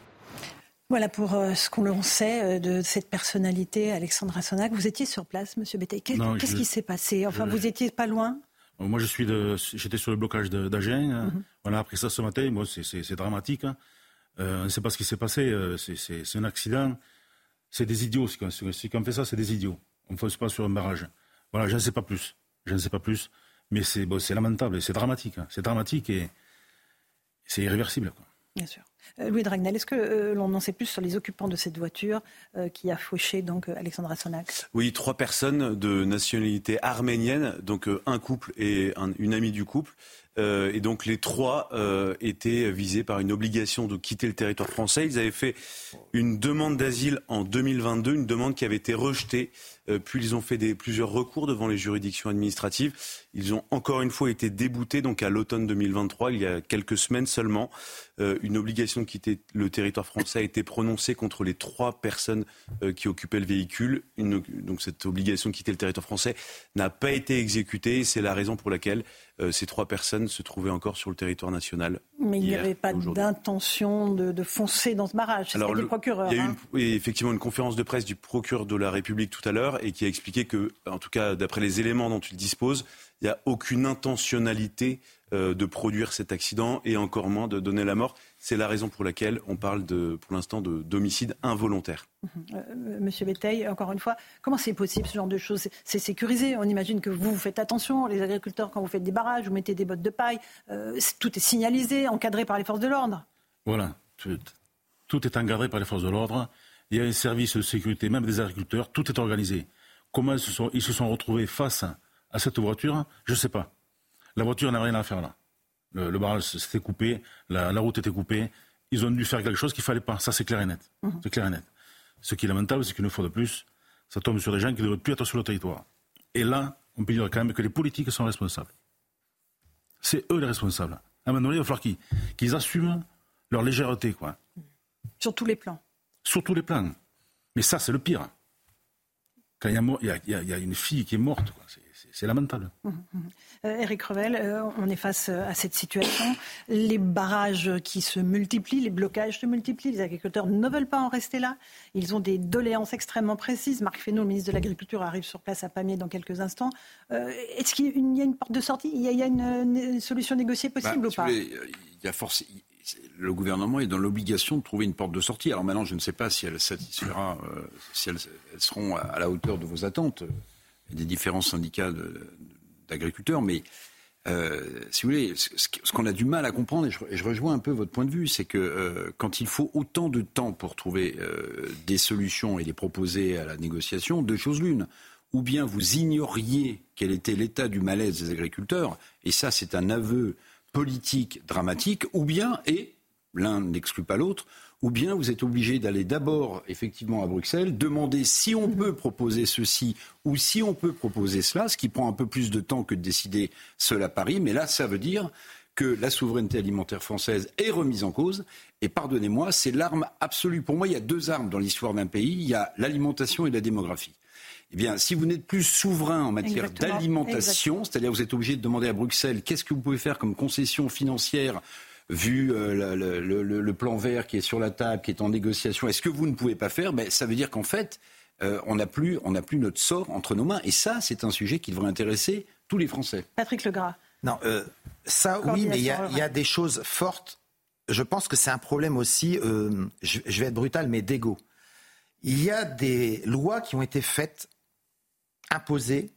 Voilà pour euh, ce qu'on sait euh, de cette personnalité, Alexandra Sonac. Vous étiez sur place, Monsieur Béteille. Qu'est- Non, Qu'est-ce je- qui s'est passé? Enfin, je- vous étiez pas loin? Moi, je suis de, j'étais sur le blocage de- d'Agen. Mhm. On a appris ça ce matin. Moi, c'est, c'est, c'est dramatique. Hein. Euh, on ne sait pas ce qui s'est passé. Euh, c'est, c'est, c'est un accident. C'est des idiots. Si on, si on fait ça, c'est des idiots. On ne fonce pas sur un barrage. Voilà, je ne sais pas plus. Je ne sais pas plus. Mais c'est, bon, c'est lamentable. C'est dramatique. Hein. C'est dramatique et c'est irréversible, quoi. Bien sûr. Euh, Louis Dragnel, est-ce que euh, l'on en sait plus sur les occupants de cette voiture euh, qui a fauché donc euh, Alexandra Sonac? Oui, trois personnes de nationalité arménienne, donc euh, un couple et un- une amie du couple. Euh, et donc les trois euh, étaient visés par une obligation de quitter le territoire français. Ils avaient fait une demande d'asile en deux mille vingt-deux, une demande qui avait été rejetée. Euh, puis ils ont fait des, plusieurs recours devant les juridictions administratives. Ils ont encore une fois été déboutés, donc à l'automne deux mille vingt-trois, il y a quelques semaines seulement. Euh, une obligation de quitter le territoire français a été prononcée contre les trois personnes euh, qui occupaient le véhicule. Une, donc cette obligation de quitter le territoire français n'a pas été exécutée. C'est la raison pour laquelle euh, ces trois personnes se trouvaient encore sur le territoire national. Mais il n'y hier avait pas et aujourd'hui. d'intention de, de foncer dans ce barrage. C'était Alors, des le- procureurs. Il y a eu hein. une- oui, effectivement une conférence de presse du procureur de la République tout à l'heure et qui a expliqué que, en tout cas d'après les éléments dont il dispose, il n'y a aucune intentionnalité euh, de produire cet accident et encore moins de donner la mort. C'est la raison pour laquelle on parle de, pour l'instant de, d'homicide involontaire. Euh, Monsieur Béteille, encore une fois, comment c'est possible ce genre de choses? C'est- C'est sécurisé. On imagine que vous, vous faites attention, les agriculteurs, quand vous faites des barrages, vous mettez des bottes de paille. Euh, c'est- tout est signalisé, encadré par les forces de l'ordre. Voilà. Tout, tout est encadré par les forces de l'ordre. Il y a un service de sécurité, même des agriculteurs. Tout est organisé. Comment ils se sont, ils se sont retrouvés face à cette voiture? Je ne sais pas. La voiture n'a rien à faire là. Le, le barrage s'était coupé, la, la route était coupée. Ils ont dû faire quelque chose qu'il ne fallait pas. Ça, c'est clair et net. Mhm. C'est clair et net. Ce qui est lamentable, c'est qu'une fois de plus, ça tombe sur des gens qui ne devraient plus être sur le territoire. Et là, on peut dire quand même que les politiques sont responsables. C'est eux les responsables. À un moment donné, il va falloir qu'ils, qu'ils assument leur légèreté, quoi. Sur tous les plans. Sur tous les plans. Mais ça, c'est le pire. Quand il y a, mo- il y a- il y a- il y a une fille qui est morte, quoi. C'est, c'est- c'est lamentable. Euh, Éric Revel, euh, on est face euh, à cette situation. Les barrages qui se multiplient, les blocages se multiplient. Les agriculteurs ne veulent pas en rester là. Ils ont des doléances extrêmement précises. Marc Fesneau, le ministre de l'Agriculture, arrive sur place à Pamiers dans quelques instants. Euh, est-ce qu'il y a une porte de sortie? Il y a, il y a une, une solution négociée possible Bah, ou si pas? vous voulez, il y a force, il- le gouvernement est dans l'obligation de trouver une porte de sortie. Alors maintenant, je ne sais pas si elle satisfera, euh, si elles, elles seront à la hauteur de vos attentes, euh, et des différents syndicats de- d'agriculteurs, mais euh, si vous voulez, ce, ce qu'on a du mal à comprendre, et je, et je rejoins un peu votre point de vue, c'est que euh, quand il faut autant de temps pour trouver euh, des solutions et les proposer à la négociation, deux choses l'une. Ou bien vous ignoriez quel était l'état du malaise des agriculteurs, et ça c'est un aveu politique dramatique, ou bien, et l'un n'exclut pas l'autre, ou bien vous êtes obligé d'aller d'abord effectivement à Bruxelles, demander si on peut proposer ceci ou si on peut proposer cela, ce qui prend un peu plus de temps que de décider seul à Paris, mais là ça veut dire que la souveraineté alimentaire française est remise en cause, et pardonnez-moi, c'est l'arme absolue. Pour moi, il y a deux armes dans l'histoire d'un pays, il y a l'alimentation et la démographie. Eh bien, si vous n'êtes plus souverain en matière Exactement. d'alimentation, c'est-à-dire vous êtes obligé de demander à Bruxelles qu'est-ce que vous pouvez faire comme concession financière vu euh, le, le, le, le plan vert qui est sur la table, qui est en négociation, est-ce que vous ne pouvez pas faire? Ben, ça veut dire qu'en fait, euh, on n'a plus, on n'a plus notre sort entre nos mains. Et ça, c'est un sujet qui devrait intéresser tous les Français. Patrick Legras. Non, euh, ça oui, mais il y, a- il y a des choses fortes. Je pense que c'est un problème aussi, euh, je, je vais être brutal, mais d'égo. Il y a des lois qui ont été faites, imposées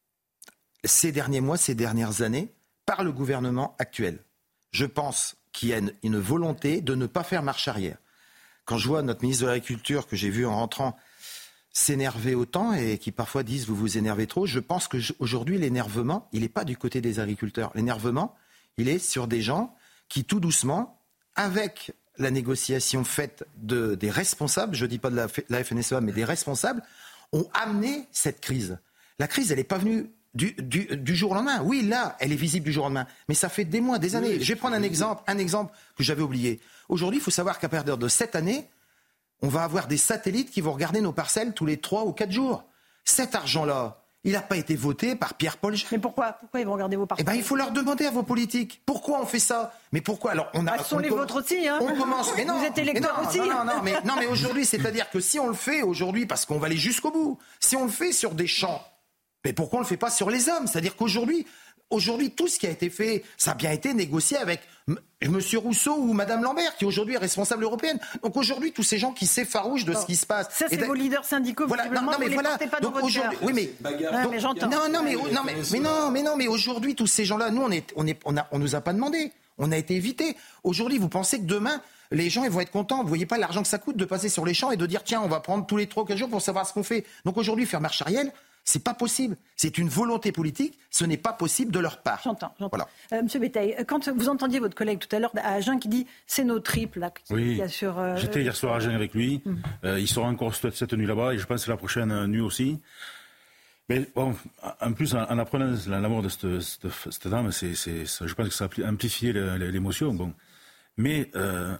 ces derniers mois, ces dernières années, par le gouvernement actuel. Je pense qu'il y a une, une volonté de ne pas faire marche arrière. Quand je vois notre ministre de l'Agriculture, que j'ai vu en rentrant, s'énerver autant et qui parfois disent vous vous énervez trop, je pense qu'aujourd'hui l'énervement, il n'est pas du côté des agriculteurs. L'énervement, il est sur des gens qui tout doucement, avec la négociation faite de, des responsables, je ne dis pas de la, la F N S E A, mais des responsables, ont amené cette crise. La crise, elle n'est pas venue du, du, du jour au lendemain. Oui, là, elle est visible du jour au lendemain. Mais ça fait des mois, des années. Je vais prendre un exemple, un exemple que j'avais oublié. Aujourd'hui, il faut savoir qu'à partir de cette année, on va avoir des satellites qui vont regarder nos parcelles tous les trois ou quatre jours. Cet argent-là, il n'a pas été voté par Pierre-Paul Jacques. Mais pourquoi Pourquoi ils vont regarder vos parcelles ? Eh ben, il faut leur demander à vos politiques. Pourquoi on fait ça ? Mais pourquoi ? Alors, on a. Ah, ce sont on les com- vôtres aussi, hein. On commence. Mais non. Vous êtes électeurs mais non, aussi. Non, non, non, mais, non, mais aujourd'hui, c'est-à-dire que si on le fait aujourd'hui, parce qu'on va aller jusqu'au bout, si on le fait sur des champs, mais pourquoi on le fait pas sur les hommes ? C'est-à-dire qu'aujourd'hui, aujourd'hui, tout ce qui a été fait, ça a bien été négocié avec M. Rousseau ou Mme Lambert, qui aujourd'hui est responsable européenne. Donc aujourd'hui, tous ces gens qui s'effarouchent de bon. ce qui se passe. Ça, c'est vos leaders syndicaux. Voilà, non, non, mais vous voilà. les portez pas Donc dans votre aujourd'hui, cœur. oui, mais, Ouais, donc, mais j'entends. Non, non, mais, non, mais, mais non, mais non, mais aujourd'hui, tous ces gens-là, nous, on est, on est, on a, on nous a pas demandé. On a été évités. Aujourd'hui, vous pensez que demain, les gens, ils vont être contents. Vous voyez pas l'argent que ça coûte de passer sur les champs et de dire, tiens, on va prendre tous les trois ou quatre jours pour savoir ce qu'on fait. Donc aujourd'hui, faire marche arrière, c'est pas possible. C'est une volonté politique. Ce n'est pas possible de leur part. J'entends. j'entends. Voilà. Euh, Monsieur Bétail, quand vous entendiez votre collègue tout à l'heure à Agen qui dit c'est nos triples là, qui, oui. qui assure. Euh, J'étais hier soir à Agen avec lui. Mmh. Euh, il sera encore cette, cette nuit là-bas et je pense que c'est la prochaine nuit aussi. Mais bon, en plus, en, en apprenant la, la mort de cette, cette, cette dame, c'est, c'est, ça, je pense que ça a amplifié l'émotion. Bon. Mais euh,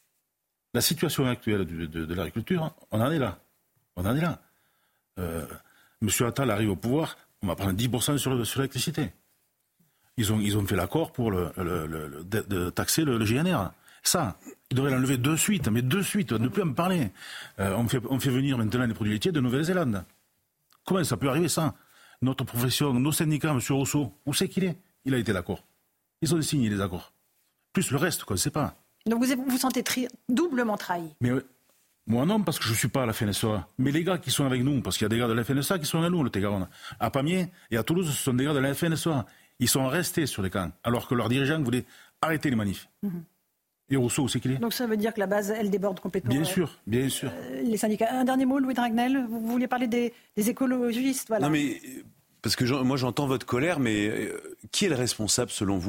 la situation actuelle de, de, de l'agriculture, on en est là. On en est là. Euh, Monsieur Attal arrive au pouvoir, on va prendre dix pour cent sur, le, sur l'électricité. Ils ont, ils ont fait l'accord pour le, le, le, le, de, de taxer le, le G N R. Ça, ils devraient l'enlever de suite, mais de suite, ne plus en parler. Euh, on, fait, on fait venir maintenant les produits laitiers de Nouvelle-Zélande. Comment ça peut arriver, ça ? Notre profession, nos syndicats, M. Rousseau, où c'est qu'il est ? Il a été d'accord. Ils ont signé les accords. Plus le reste, quoi, on ne sait pas. Donc vous vous sentez tri- doublement trahi. Mais moi non, parce que je ne suis pas à la F N S E A. Mais les gars qui sont avec nous, parce qu'il y a des gars de la F N S E A qui sont avec nous, le Tégaronne. À Pamiers et à Toulouse, ce sont des gars de la F N S E A. Ils sont restés sur les camps, alors que leurs dirigeants voulaient arrêter les manifs. Mmh. Et Rousseau, où c'est qu'il est ? Donc ça veut dire que la base, elle déborde complètement. Bien euh, sûr, bien sûr. Euh, les syndicats. Un dernier mot, Louis Dragnel. Vous vouliez parler des, des écologistes, voilà. Non mais, parce que moi j'entends votre colère, mais euh, qui est le responsable selon vous ?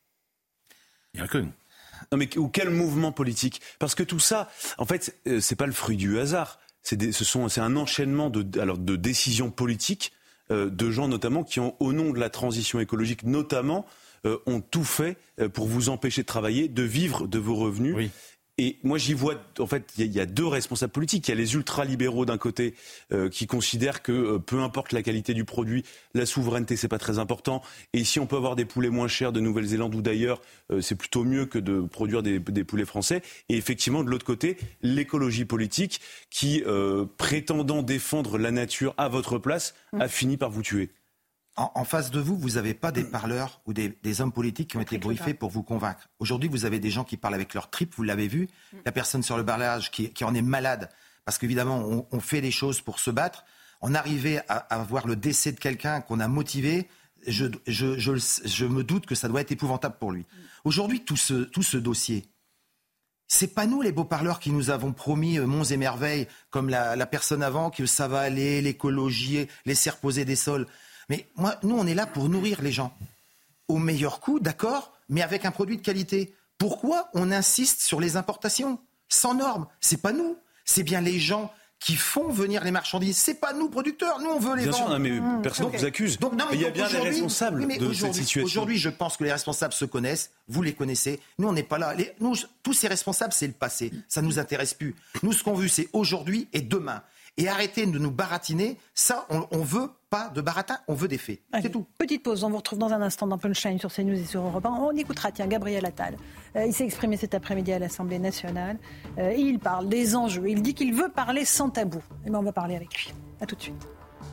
Il n'y a qu'un. Non mais ou quel mouvement politique ? Parce que tout ça, en fait, euh, c'est pas le fruit du hasard. C'est, des, ce sont, c'est un enchaînement de, alors, de décisions politiques euh, de gens notamment qui ont, au nom de la transition écologique notamment, euh, ont tout fait euh, pour vous empêcher de travailler, de vivre de vos revenus. Oui. Et moi, j'y vois, en fait, il y, y a deux responsables politiques. Il y a les ultra-libéraux d'un côté euh, qui considèrent que euh, peu importe la qualité du produit, la souveraineté, c'est pas très important. Et si on peut avoir des poulets moins chers de Nouvelle-Zélande ou d'ailleurs, euh, c'est plutôt mieux que de produire des, des poulets français. Et effectivement, de l'autre côté, l'écologie politique qui, euh, prétendant défendre la nature à votre place, a fini par vous tuer. En, en face de vous, vous n'avez pas des parleurs ou des, des hommes politiques qui ont été briefés pour vous convaincre. Aujourd'hui, vous avez des gens qui parlent avec leur tripes, vous l'avez vu. La personne sur le barrage qui, qui en est malade, parce qu'évidemment, on, on fait des choses pour se battre. En arriver à, à voir le décès de quelqu'un qu'on a motivé, je, je, je, je me doute que ça doit être épouvantable pour lui. Aujourd'hui, tout ce, tout ce dossier, c'est pas nous les beaux parleurs qui nous avons promis euh, monts et merveilles, comme la, la personne avant, que ça va aller, l'écologie, laisser reposer des sols. Mais moi, nous, on est là pour nourrir les gens. Au meilleur coût, d'accord, mais avec un produit de qualité. Pourquoi on insiste sur les importations ? Sans normes. C'est pas nous. C'est bien les gens qui font venir les marchandises. C'est pas nous, producteurs. Nous, on veut les bien vendre. Sûr, non, mais mmh. personne ne vous accuse. Donc, non, mais mais il y a donc bien des responsables oui, mais de cette situation. Aujourd'hui, je pense que les responsables se connaissent. Vous les connaissez. Nous, on n'est pas là. Les, nous, tous ces responsables, c'est le passé. Ça ne nous intéresse plus. Nous, ce qu'on veut, c'est aujourd'hui et demain. Et arrêtez de nous baratiner. Ça, on, on veut pas de baratin, on veut des faits. Allez, c'est tout. Petite pause, on vous retrouve dans un instant dans Punchline sur CNews et sur Europe un. On écoutera, tiens, Gabriel Attal. Euh, il s'est exprimé cet après-midi à l'Assemblée nationale. Euh, et il parle des enjeux. Il dit qu'il veut parler sans tabou. Et bien, on va parler avec lui. À tout de suite.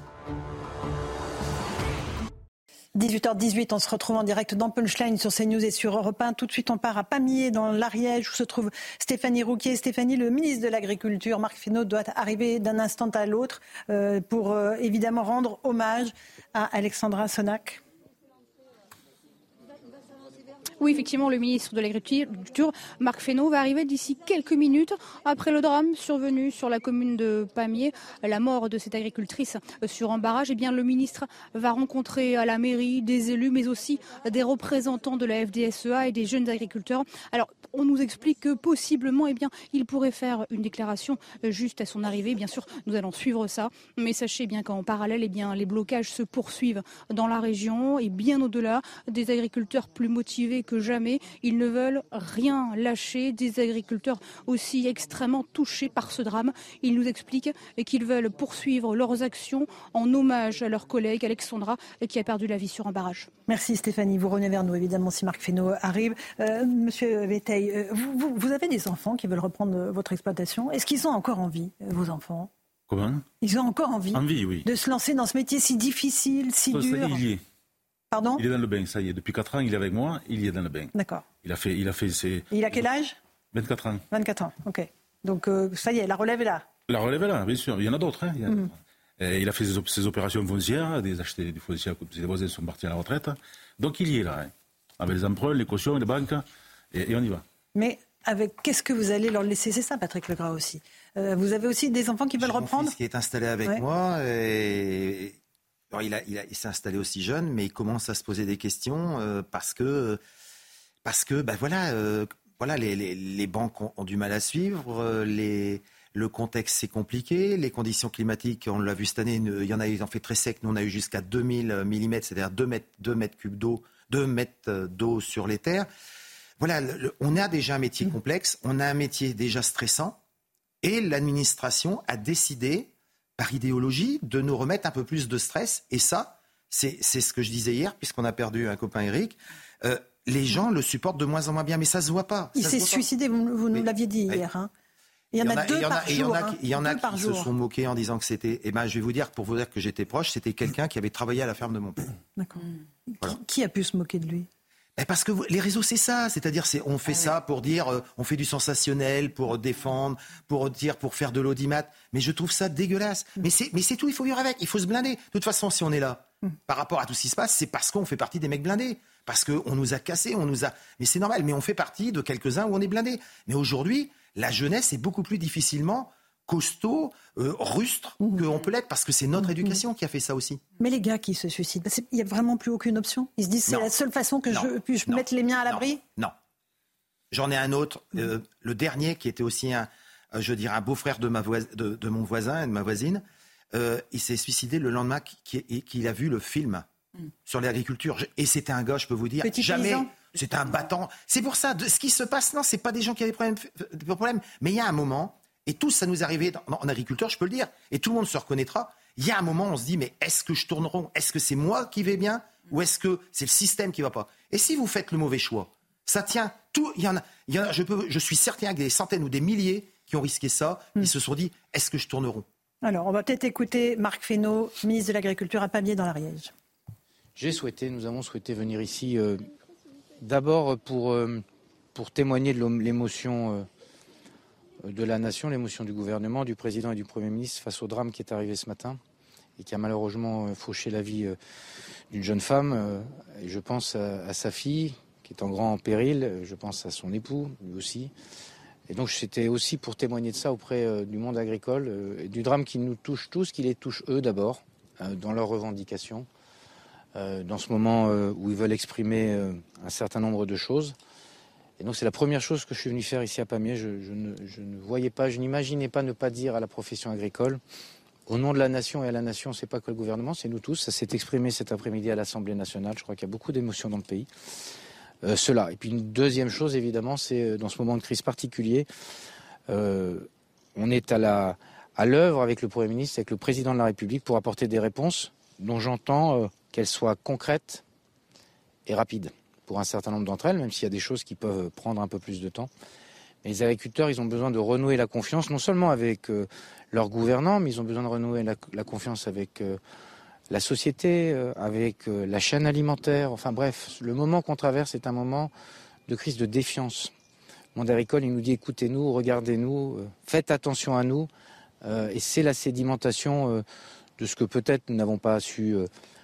dix-huit heures dix-huit, on se retrouve en direct dans Punchline sur CNews et sur Europe un. Tout de suite, on part à Pamiers, dans l'Ariège, où se trouve Stéphanie Rouquier. Stéphanie, le ministre de l'Agriculture, Marc Fesneau, doit arriver d'un instant à l'autre euh, pour euh, évidemment rendre hommage à Alexandra Sonac. Oui, effectivement, le ministre de l'Agriculture, Marc Fesneau, va arriver d'ici quelques minutes après le drame survenu sur la commune de Pamiers, la mort de cette agricultrice sur un barrage. Eh bien, le ministre va rencontrer à la mairie des élus, mais aussi des représentants de la F D S E A et des jeunes agriculteurs. Alors, on nous explique que possiblement, eh bien, il pourrait faire une déclaration juste à son arrivée. Bien sûr, nous allons suivre ça, mais sachez bien qu'en parallèle, eh bien, les blocages se poursuivent dans la région et bien au-delà, des agriculteurs plus motivés que jamais. Ils ne veulent rien lâcher, des agriculteurs aussi extrêmement touchés par ce drame. Ils nous expliquent qu'ils veulent poursuivre leurs actions en hommage à leur collègue Alexandra qui a perdu la vie sur un barrage. Merci Stéphanie, vous revenez vers nous évidemment si Marc Fesneau arrive. Euh, Monsieur Véteil, euh, vous, vous, vous avez des enfants qui veulent reprendre votre exploitation. Est-ce qu'ils ont encore envie, vos enfants ? Comment ? Ils ont encore envie, envie oui. de se lancer dans ce métier si difficile, si ça, dur. Ça y est, il y est. Pardon ? Il est dans le bain, ça y est. Depuis quatre ans, il est avec moi, il y est dans le bain. D'accord. Il a fait, il a fait ses... Et il a quel âge ? vingt-quatre ans. vingt-quatre ans, ok. Donc euh, ça y est, la relève est là. La relève est là, bien sûr. Il y en a d'autres. Hein. Il, a... Mmh. Et il a fait ses, op- ses opérations foncières, des acheter des foncières, ses voisins sont partis à la retraite. Donc il y est là, hein. Avec les emprunts, les cautions, les banques, et, et on y va. Mais avec qu'est-ce que vous allez leur laisser ? C'est ça, Patrick Legras aussi. Euh, vous avez aussi des enfants qui veulent J'ai reprendre ? Mon fils qui est installé avec ouais. moi. Et... Alors, il, a, il, a, il s'est installé aussi jeune, mais il commence à se poser des questions euh, parce que, parce que ben voilà, euh, voilà les, les, les banques ont, ont du mal à suivre, euh, les, le contexte c'est compliqué, les conditions climatiques, on l'a vu cette année, il y en a ils ont fait très sec, nous on a eu jusqu'à deux mille millimètres, c'est-à-dire deux mètres, deux mètres cubes d'eau, deux mètres d'eau sur les terres. Voilà, le, on a déjà un métier complexe, on a un métier déjà stressant, et l'administration a décidé, par idéologie, de nous remettre un peu plus de stress. Et ça, c'est, c'est ce que je disais hier, puisqu'on a perdu un copain Eric. Euh, les gens le supportent de moins en moins bien, mais ça se voit pas. Il s'est suicidé, vous, vous nous l'aviez dit hier. Hein. Il y en a deux par jour. Il y en a qui se sont moqués en disant que c'était... Eh ben, je vais vous dire, pour vous dire que j'étais proche, c'était quelqu'un qui avait travaillé à la ferme de mon père. D'accord. Voilà. Qui, qui a pu se moquer de lui ? Parce que les réseaux, c'est ça. C'est-à-dire, c'est, on fait ah, ça oui. pour dire, euh, on fait du sensationnel, pour défendre, pour dire, pour faire de l'audimat. Mais je trouve ça dégueulasse. Mm. Mais, c'est, mais c'est tout, il faut vivre avec. Il faut se blinder. De toute façon, si on est là, mm. par rapport à tout ce qui se passe, c'est parce qu'on fait partie des mecs blindés. Parce qu'on nous a cassés, on nous a... Mais c'est normal, mais on fait partie de quelques-uns où on est blindés. Mais aujourd'hui, la jeunesse est beaucoup plus difficilement costaud, euh, rustre, mmh. qu'on peut l'être, parce que c'est notre mmh. éducation qui a fait ça aussi. Mais les gars qui se suicident, il n'y a vraiment plus aucune option ? Ils se disent, c'est non. la seule façon que non. je puisse non. mettre les miens à l'abri ? Non. non. J'en ai un autre, mmh. euh, le dernier, qui était aussi un, euh, je dirais, un beau-frère de, ma vois- de, de mon voisin et de ma voisine. Euh, il s'est suicidé le lendemain qu'il, qu'il a vu le film mmh. sur l'agriculture. Et c'était un gars, je peux vous dire, Petit jamais... paysan. C'est un battant. C'est pour ça, de, ce qui se passe, non, c'est pas des gens qui avaient des problèmes, des problèmes. Mais il y a un moment... Et tous, ça nous est arrivé en agriculteur, je peux le dire, et tout le monde se reconnaîtra. Il y a un moment, on se dit, mais est-ce que je tourne rond ? Est-ce que c'est moi qui vais bien ? Ou est-ce que c'est le système qui ne va pas ? Et si vous faites le mauvais choix, ça tient tout. Il y en a, il y en a je, peux, je suis certain qu'il y a des centaines ou des milliers qui ont risqué ça. Ils mmh. se sont dit, est-ce que je tourne rond ? Alors, on va peut-être écouter Marc Fesneau, ministre de l'Agriculture à Pamiers dans l'Ariège. J'ai souhaité, nous avons souhaité venir ici euh, d'abord pour, euh, pour témoigner de l'émotion. Euh, de la nation, l'émotion du gouvernement, du président et du Premier ministre face au drame qui est arrivé ce matin et qui a malheureusement fauché la vie d'une jeune femme. Et je pense à, à sa fille qui est en grand péril, je pense à son époux, lui aussi. Et donc c'était aussi pour témoigner de ça auprès du monde agricole, et du drame qui nous touche tous, qui les touche eux d'abord, dans leurs revendications, dans ce moment où ils veulent exprimer un certain nombre de choses. Et donc c'est la première chose que je suis venu faire ici à Pamiers. Je, je, ne, je ne voyais pas, je n'imaginais pas ne pas dire à la profession agricole, au nom de la nation et à la nation, c'est pas que le gouvernement, c'est nous tous. Ça s'est exprimé cet après-midi à l'Assemblée nationale. Je crois qu'il y a beaucoup d'émotions dans le pays. Euh, cela. Et puis une deuxième chose, évidemment, c'est dans ce moment de crise particulier, euh, on est à la à l'œuvre avec le Premier ministre, avec le Président de la République pour apporter des réponses dont j'entends euh, qu'elles soient concrètes et rapides. Pour un certain nombre d'entre elles, même s'il y a des choses qui peuvent prendre un peu plus de temps. Mais les agriculteurs, ils ont besoin de renouer la confiance, non seulement avec euh, leurs gouvernants, mais ils ont besoin de renouer la, la confiance avec euh, la société, euh, avec euh, la chaîne alimentaire. Enfin bref, le moment qu'on traverse est un moment de crise de défiance. Le monde agricole, il nous dit écoutez-nous, regardez-nous, euh, faites attention à nous. Euh, et c'est la sédimentation euh, de ce que peut-être nous n'avons pas su... Euh,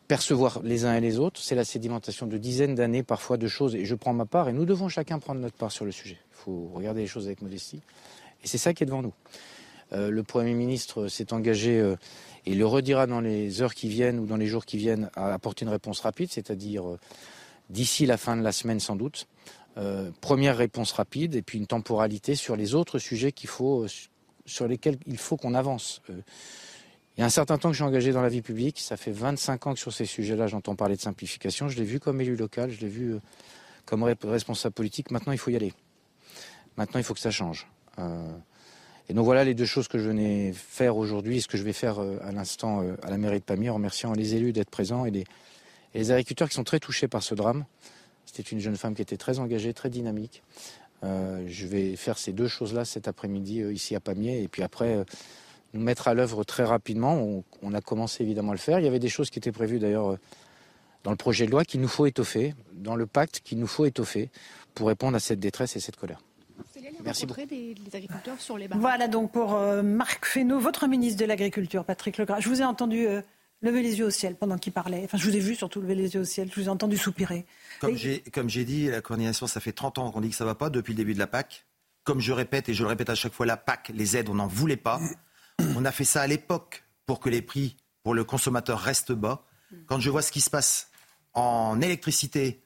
percevoir les uns et les autres. C'est la sédimentation de dizaines d'années, parfois, de choses. Et je prends ma part, et nous devons chacun prendre notre part sur le sujet. Il faut regarder les choses avec modestie. Et c'est ça qui est devant nous. Euh, le Premier ministre s'est engagé, euh, et il le redira dans les heures qui viennent ou dans les jours qui viennent, à apporter une réponse rapide, c'est-à-dire euh, d'ici la fin de la semaine sans doute. Euh, première réponse rapide, et puis une temporalité sur les autres sujets qu'il faut, euh, sur lesquels il faut qu'on avance. Euh, Il y a un certain temps que je suis engagé dans la vie publique. Ça fait vingt-cinq ans que sur ces sujets-là, j'entends parler de simplification. Je l'ai vu comme élu local, je l'ai vu comme responsable politique. Maintenant, il faut y aller. Maintenant, il faut que ça change. Euh, et donc voilà les deux choses que je venais faire aujourd'hui, ce que je vais faire à l'instant à la mairie de Pamiers, en remerciant les élus d'être présents et les, et les agriculteurs qui sont très touchés par ce drame. C'était une jeune femme qui était très engagée, très dynamique. Euh, je vais faire ces deux choses-là cet après-midi euh, ici à Pamiers. Et puis après... Euh, nous mettre à l'œuvre très rapidement. On, on a commencé évidemment à le faire. Il y avait des choses qui étaient prévues d'ailleurs dans le projet de loi qu'il nous faut étoffer, dans le pacte qu'il nous faut étoffer pour répondre à cette détresse et cette colère. Merci beaucoup. Des, des agriculteurs sur les barrages. Voilà donc pour euh, Marc Fesneau, votre ministre de l'Agriculture, Patrick Legras. Je vous ai entendu euh, lever les yeux au ciel pendant qu'il parlait. Enfin, je vous ai vu surtout lever les yeux au ciel. Je vous ai entendu soupirer. Comme, Et... j'ai, comme j'ai dit, la coordination, ça fait trente ans qu'on dit que ça ne va pas depuis le début de la P A C. Comme je répète, et je le répète à chaque fois, la P A C, les aides, on n'en voulait pas. On a fait ça à l'époque pour que les prix pour le consommateur restent bas. Quand je vois ce qui se passe en électricité,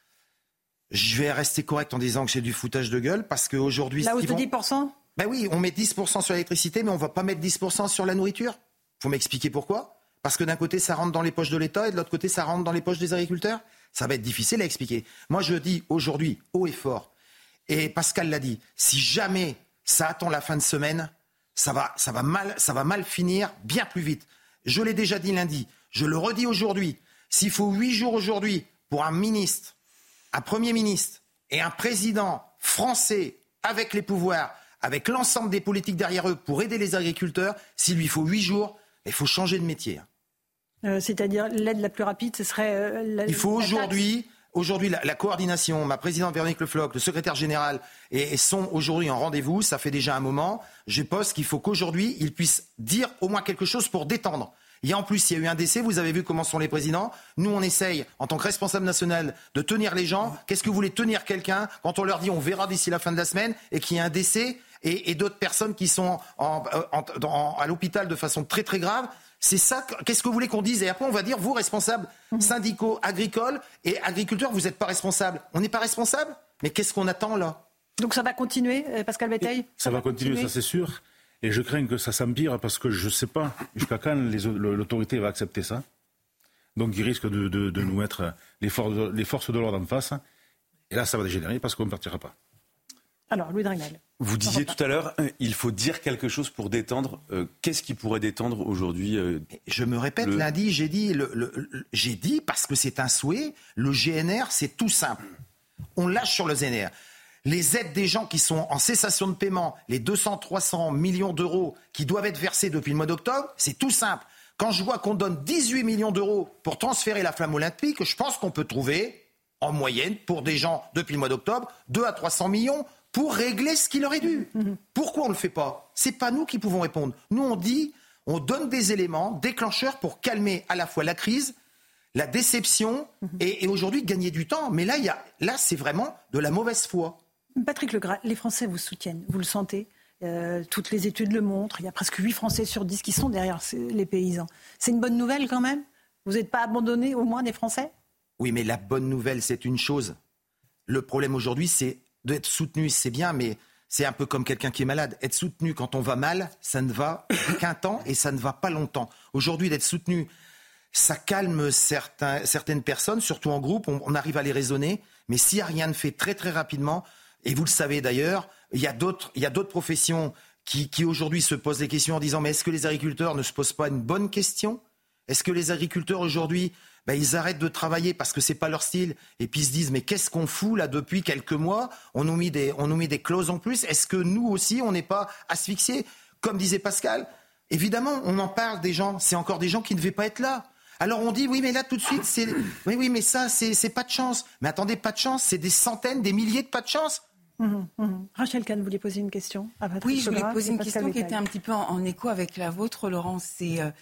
je vais rester correct en disant que c'est du foutage de gueule parce qu'aujourd'hui... La hausse de dix pour cent ? Ben oui, on met dix pour cent sur l'électricité, mais on ne va pas mettre dix pour cent sur la nourriture. Il faut m'expliquer pourquoi. Parce que d'un côté, ça rentre dans les poches de l'État et de l'autre côté, ça rentre dans les poches des agriculteurs. Ça va être difficile à expliquer. Moi, je dis aujourd'hui, haut et fort, et Pascal l'a dit, si jamais ça attend la fin de semaine... Ça va, ça, va mal, ça va mal finir bien plus vite. Je l'ai déjà dit lundi, je le redis aujourd'hui. S'il faut huit jours aujourd'hui pour un ministre, un Premier ministre et un président français avec les pouvoirs, avec l'ensemble des politiques derrière eux pour aider les agriculteurs, s'il lui faut huit jours, il faut changer de métier. Euh, c'est-à-dire l'aide la plus rapide, ce serait... Euh, la, il faut aujourd'hui... Aujourd'hui, la, la coordination, ma présidente Véronique Le Floch, le secrétaire général, et, et sont aujourd'hui en rendez-vous. Ça fait déjà un moment. Je pense qu'il faut qu'aujourd'hui, ils puissent dire au moins quelque chose pour détendre. Il y a en plus, il y a eu un décès. Vous avez vu comment sont les présidents. Nous, on essaye, en tant que responsable national, de tenir les gens. Qu'est-ce que vous voulez tenir quelqu'un quand on leur dit on verra d'ici la fin de la semaine et qu'il y a un décès et, et d'autres personnes qui sont en, en, en, à l'hôpital de façon très très grave? C'est ça, qu'est-ce que vous voulez qu'on dise? Et après, on va dire, vous, responsables syndicaux, agricoles et agriculteurs, vous n'êtes pas responsables. On n'est pas responsables? Mais qu'est-ce qu'on attend là? Donc ça va continuer, Pascal Béteille? Ça, ça va continuer, continuer, ça c'est sûr. Et je crains que ça s'empire parce que je ne sais pas jusqu'à quand les, l'autorité va accepter ça. Donc il risque de, de, de nous mettre les forces de, les forces de l'ordre en face. Et là, ça va dégénérer parce qu'on ne partira pas. Alors, Louis Dragnel. Vous disiez tout à l'heure, il faut dire quelque chose pour détendre. Euh, qu'est-ce qui pourrait détendre aujourd'hui euh, Je me répète, le... lundi, j'ai dit, le, le, le, j'ai dit, parce que c'est un souhait, le G N R, c'est tout simple. On lâche sur le G N R. Les aides des gens qui sont en cessation de paiement, les deux cents, trois cents millions d'euros qui doivent être versés depuis le mois d'octobre, c'est tout simple. Quand je vois qu'on donne dix-huit millions d'euros pour transférer la flamme olympique, je pense qu'on peut trouver, en moyenne, pour des gens depuis le mois d'octobre, deux à trois cents millions pour régler ce qu'il aurait dû. Mmh. Pourquoi on ne le fait pas? C'est pas nous qui pouvons répondre. Nous, on dit, on donne des éléments déclencheurs pour calmer à la fois la crise, la déception mmh. et, et aujourd'hui gagner du temps. Mais là, il y a, là, c'est vraiment de la mauvaise foi. Patrick Legras, les Français vous soutiennent, vous le sentez? euh, Toutes les études le montrent. Il y a presque huit Français sur dix qui sont derrière les paysans. C'est une bonne nouvelle quand même? Vous n'êtes pas abandonnés au moins des Français? Oui, mais la bonne nouvelle, c'est une chose. Le problème aujourd'hui, c'est d'être soutenu, c'est bien, mais c'est un peu comme quelqu'un qui est malade. Être soutenu quand on va mal, ça ne va qu'un temps et ça ne va pas longtemps. Aujourd'hui, d'être soutenu, ça calme certains, certaines personnes, surtout en groupe, on, on arrive à les raisonner. Mais s'il n'y a rien de fait très très rapidement, et vous le savez d'ailleurs, il y a d'autres, il y a d'autres professions qui, qui aujourd'hui se posent des questions en disant mais est-ce que les agriculteurs ne se posent pas une bonne question? Est-ce que les agriculteurs aujourd'hui... Ben, ils arrêtent de travailler parce que c'est pas leur style et puis ils se disent mais qu'est-ce qu'on fout là depuis quelques mois? On nous met des, on nous met des clauses en plus. Est-ce que nous aussi on n'est pas asphyxiés? Comme disait Pascal, évidemment on en parle des gens, c'est encore des gens qui ne devaient pas être là. Alors on dit oui mais là tout de suite c'est oui oui mais ça c'est, c'est pas de chance. Mais attendez, pas de chance, c'est des centaines, des milliers de pas de chance. Mmh, mmh. Rachel Kahn, vous voulez poser une question à Patrick Oui, je voulais Legras, poser une Pascal question Béteille. qui était un petit peu en, en écho avec la vôtre, Laurence. C'est euh,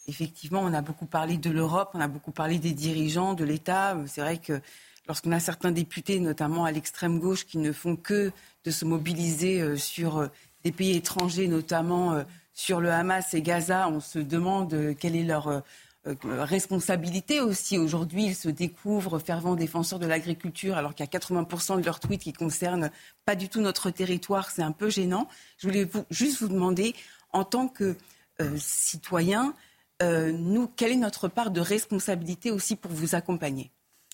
effectivement, on a beaucoup parlé de l'Europe, on a beaucoup parlé des dirigeants, de l'État. C'est vrai que lorsqu'on a certains députés, notamment à l'extrême gauche, qui ne font que de se mobiliser sur des pays étrangers, notamment sur le Hamas et Gaza, on se demande quelle est leur responsabilité aussi. Aujourd'hui, ils se découvrent fervents défenseurs de l'agriculture, alors qu'il y a quatre-vingts pour cent de leurs tweets qui concernent pas du tout notre territoire. C'est un peu gênant. Je voulais vous, juste vous demander, en tant que euh, citoyen, euh, nous, quelle est notre part de responsabilité aussi pour vous accompagner ?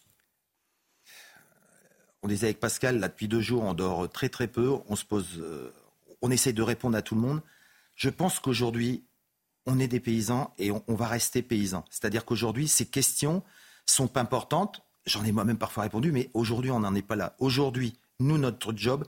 On disait avec Pascal, là, depuis deux jours, on dort très très peu, on se pose, euh, on essaie de répondre à tout le monde. Je pense qu'aujourd'hui, on est des paysans et on, on va rester paysans. C'est-à-dire qu'aujourd'hui, ces questions sont importantes. J'en ai moi-même parfois répondu, mais aujourd'hui, on n'en est pas là. Aujourd'hui, nous, notre job,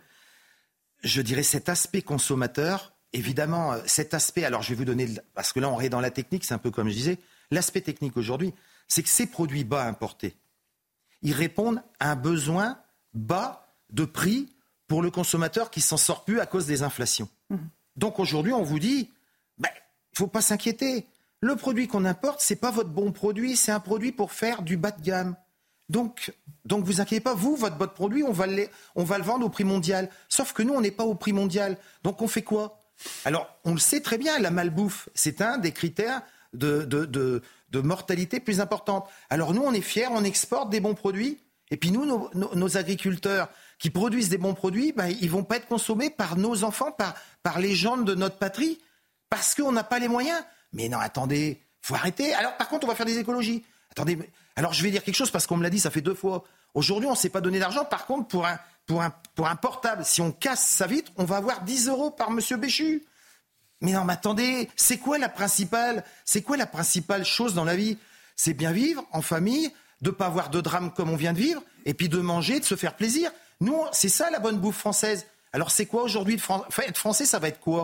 je dirais cet aspect consommateur, évidemment, cet aspect, alors je vais vous donner, parce que là, on est dans la technique, c'est un peu comme je disais, l'aspect technique aujourd'hui, c'est que ces produits bas importés, ils répondent à un besoin bas de prix pour le consommateur qui s'en sort plus à cause des inflations. Mmh. Donc aujourd'hui, on vous dit, ben, il ne faut pas s'inquiéter. Le produit qu'on importe, ce n'est pas votre bon produit, c'est un produit pour faire du bas de gamme. Donc, donc vous inquiétez pas, vous, votre bon produit, on va, le, on va le vendre au prix mondial. Sauf que nous, on n'est pas au prix mondial. Donc on fait quoi ? Alors, on le sait très bien, la malbouffe, c'est un des critères de, de, de, de mortalité plus importante. Alors nous, on est fiers, on exporte des bons produits. Et puis nous, nos, nos, nos agriculteurs qui produisent des bons produits, ben, ils ne vont pas être consommés par nos enfants, par, par les gens de notre patrie. Parce qu'on n'a pas les moyens. Mais non, attendez, faut arrêter. Alors, par contre, on va faire des écologies. Attendez, alors je vais dire quelque chose parce qu'on me l'a dit, ça fait deux fois. Aujourd'hui, on ne s'est pas donné d'argent. Par contre, pour un, pour, un, pour un portable, si on casse sa vitre, on va avoir dix euros par Monsieur Béchu. Mais non, mais attendez, c'est quoi la principale, c'est quoi la principale chose dans la vie ? C'est bien vivre en famille, de ne pas avoir de drame comme on vient de vivre, et puis de manger, de se faire plaisir. Nous, c'est ça la bonne bouffe française. Alors c'est quoi aujourd'hui ? Être français, ça va être quoi ?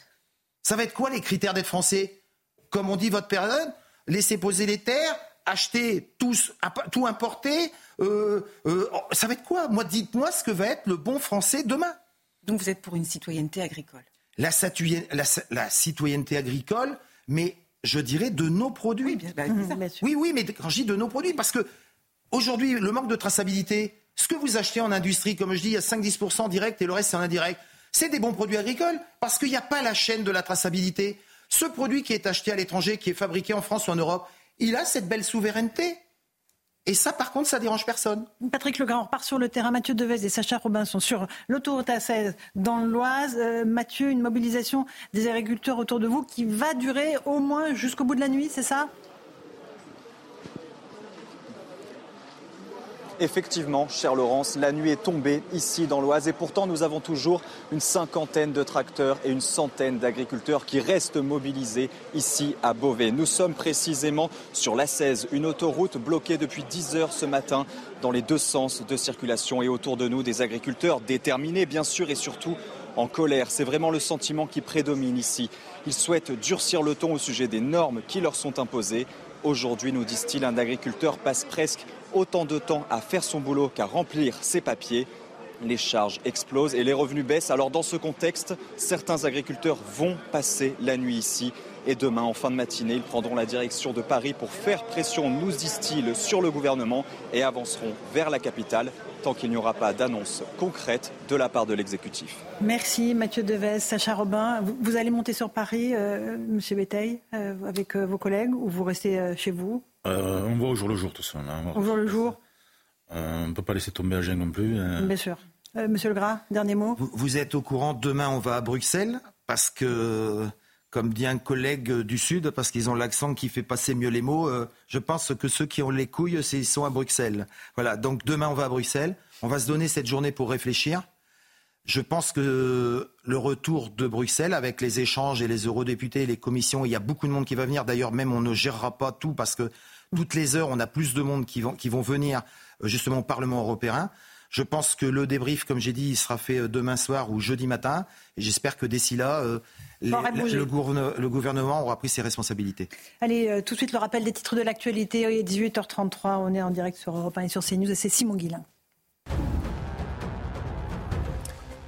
Ça va être quoi les critères d'être français ? Comme on dit votre période, laisser poser les terres, acheter tous, tout importer. Euh, euh, ça va être quoi ? Moi, dites-moi ce que va être le bon français demain. Donc vous êtes pour une citoyenneté agricole ? La, satu- la, la citoyenneté agricole, mais je dirais de nos produits. Oui, bien, bah, mmh, bien sûr. oui, oui, mais quand je dis de nos produits, parce que aujourd'hui, le manque de traçabilité, ce que vous achetez en industrie, comme je dis, il y a cinq à dix pour cent direct et le reste c'est en indirect. C'est des bons produits agricoles parce qu'il n'y a pas la chaîne de la traçabilité. Ce produit qui est acheté à l'étranger, qui est fabriqué en France ou en Europe, il a cette belle souveraineté. Et ça, par contre, ça ne dérange personne. Patrick Legrand, on repart sur le terrain. Mathieu Devez et Sacha Robin sont sur l'autoroute A seize dans l'Oise. Euh, Mathieu, une mobilisation des agriculteurs autour de vous qui va durer au moins jusqu'au bout de la nuit, c'est ça ? Effectivement, chère Laurence, la nuit est tombée ici dans l'Oise et pourtant nous avons toujours une cinquantaine de tracteurs et une centaine d'agriculteurs qui restent mobilisés ici à Beauvais. Nous sommes précisément sur l'A seize, une autoroute bloquée depuis dix heures ce matin dans les deux sens de circulation et autour de nous des agriculteurs déterminés bien sûr et surtout en colère. C'est vraiment le sentiment qui prédomine ici. Ils souhaitent durcir le ton au sujet des normes qui leur sont imposées. Aujourd'hui, nous disent-ils, un agriculteur passe presque autant de temps à faire son boulot qu'à remplir ses papiers. Les charges explosent et les revenus baissent. Alors dans ce contexte, certains agriculteurs vont passer la nuit ici. Et demain, en fin de matinée, ils prendront la direction de Paris pour faire pression, nous disent-ils, sur le gouvernement et avanceront vers la capitale tant qu'il n'y aura pas d'annonce concrète de la part de l'exécutif. Merci Mathieu Devez, Sacha Robin. Vous, vous allez monter sur Paris, euh, Monsieur Béteille, euh, avec euh, vos collègues, ou vous restez euh, chez vous ? euh, On voit au jour le jour tout ça. Là. Au jour le jour euh, On ne peut pas laisser tomber Agen non plus. Euh... Bien sûr. Euh, Monsieur Legras, dernier mot. Vous, vous êtes au courant, demain on va à Bruxelles, parce que... Comme dit un collègue du Sud, parce qu'ils ont l'accent qui fait passer mieux les mots, euh, je pense que ceux qui ont les couilles, c'est, ils sont à Bruxelles. Voilà, donc demain on va à Bruxelles. On va se donner cette journée pour réfléchir. Je pense que le retour de Bruxelles, avec les échanges et les eurodéputés, les commissions, il y a beaucoup de monde qui va venir. D'ailleurs, même on ne gérera pas tout, parce que toutes les heures, on a plus de monde qui vont, qui vont venir justement au Parlement européen. Je pense que le débrief, comme j'ai dit, il sera fait demain soir ou jeudi matin. Et j'espère que d'ici là, euh, les, la, le, gouverne, le gouvernement aura pris ses responsabilités. Allez, euh, tout de suite, le rappel des titres de l'actualité. Il est dix-huit heures trente-trois. On est en direct sur Europe un et sur CNews. Et c'est Simon Guillain.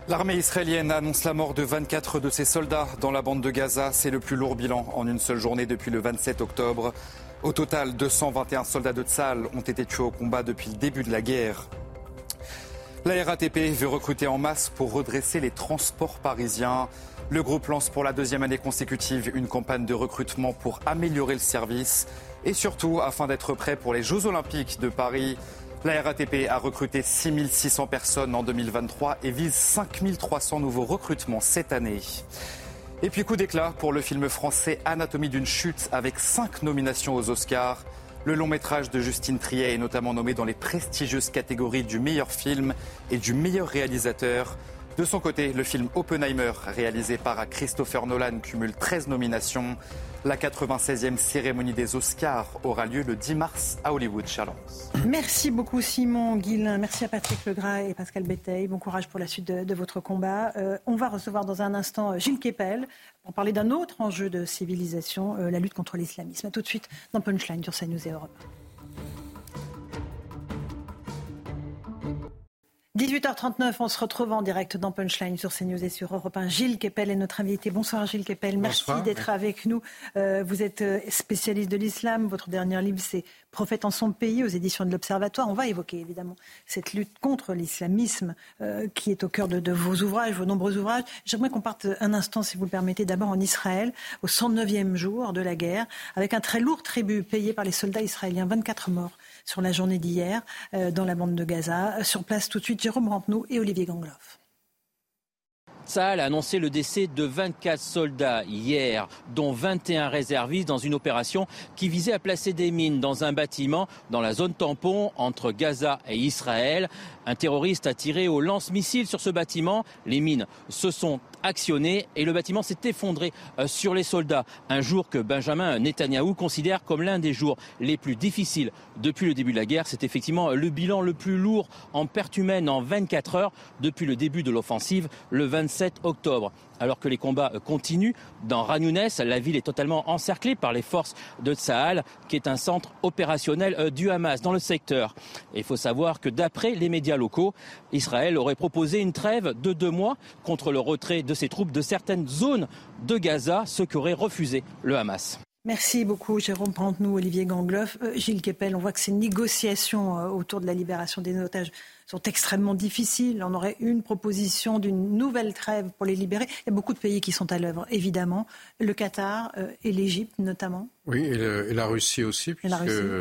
L'armée israélienne annonce la mort de vingt-quatre de ses soldats dans la bande de Gaza. C'est le plus lourd bilan en une seule journée depuis le vingt-sept octobre. Au total, deux cent vingt et un soldats de Tsahal ont été tués au combat depuis le début de la guerre. La R A T P veut recruter en masse pour redresser les transports parisiens. Le groupe lance pour la deuxième année consécutive une campagne de recrutement pour améliorer le service et surtout afin d'être prêt pour les Jeux Olympiques de Paris. La R A T P a recruté six mille six cents personnes en deux mille vingt-trois et vise cinq mille trois cents nouveaux recrutements cette année. Et puis coup d'éclat pour le film français Anatomie d'une chute avec cinq nominations aux Oscars. Le long métrage de Justine Triet est notamment nommé dans les prestigieuses catégories du meilleur film et du meilleur réalisateur. De son côté, le film Oppenheimer, réalisé par Christopher Nolan, cumule treize nominations. La quatre-vingt-seizième cérémonie des Oscars aura lieu le dix mars à Hollywood, Charles. Merci beaucoup Simon Guillain, merci à Patrick Legras et Pascal Béteille. Bon courage pour la suite de, de votre combat. Euh, on va recevoir dans un instant Gilles Kepel pour parler d'un autre enjeu de civilisation, euh, la lutte contre l'islamisme. A tout de suite dans Punchline sur CNews et Europe. dix-huit heures trente-neuf, on se retrouve en direct dans Punchline sur CNews et sur Europe un. Gilles Kepel est notre invité. Bonsoir Gilles Kepel, merci Bonsoir. d'être avec nous. Euh, vous êtes spécialiste de l'islam, votre dernier livre c'est « Prophète en son pays » aux éditions de l'Observatoire. On va évoquer évidemment cette lutte contre l'islamisme euh, qui est au cœur de, de vos ouvrages, vos nombreux ouvrages. J'aimerais qu'on parte un instant, si vous le permettez, d'abord en Israël, au cent neuvième jour de la guerre, avec un très lourd tribut payé par les soldats israéliens, vingt-quatre morts sur la journée d'hier euh, dans la bande de Gaza. Sur place tout de suite, Jérôme Rampenou et Olivier Gangloff. Tsahal a annoncé le décès de vingt-quatre soldats hier, dont vingt et un réservistes dans une opération qui visait à placer des mines dans un bâtiment dans la zone tampon entre Gaza et Israël. Un terroriste a tiré au lance-missile sur ce bâtiment. Les mines se sont actionnées et le bâtiment s'est effondré sur les soldats. Un jour que Benjamin Netanyahou considère comme l'un des jours les plus difficiles depuis le début de la guerre. C'est effectivement le bilan le plus lourd en pertes humaines en vingt-quatre heures depuis le début de l'offensive le vingt-sept octobre. Alors que les combats continuent, dans Khan Younes, la ville est totalement encerclée par les forces de Tsahal, qui est un centre opérationnel du Hamas dans le secteur. Et il faut savoir que d'après les médias locaux, Israël aurait proposé une trêve de deux mois contre le retrait de ses troupes de certaines zones de Gaza, ce qu'aurait refusé le Hamas. Merci beaucoup Jérôme Rampenou, Olivier Gangloff. Euh, Gilles Kepel, on voit que ces négociations euh, autour de la libération des otages sont extrêmement difficiles. On aurait une proposition d'une nouvelle trêve pour les libérer. Il y a beaucoup de pays qui sont à l'œuvre, évidemment. Le Qatar euh, et l'Égypte notamment. Oui, et, le, et la Russie aussi, puisque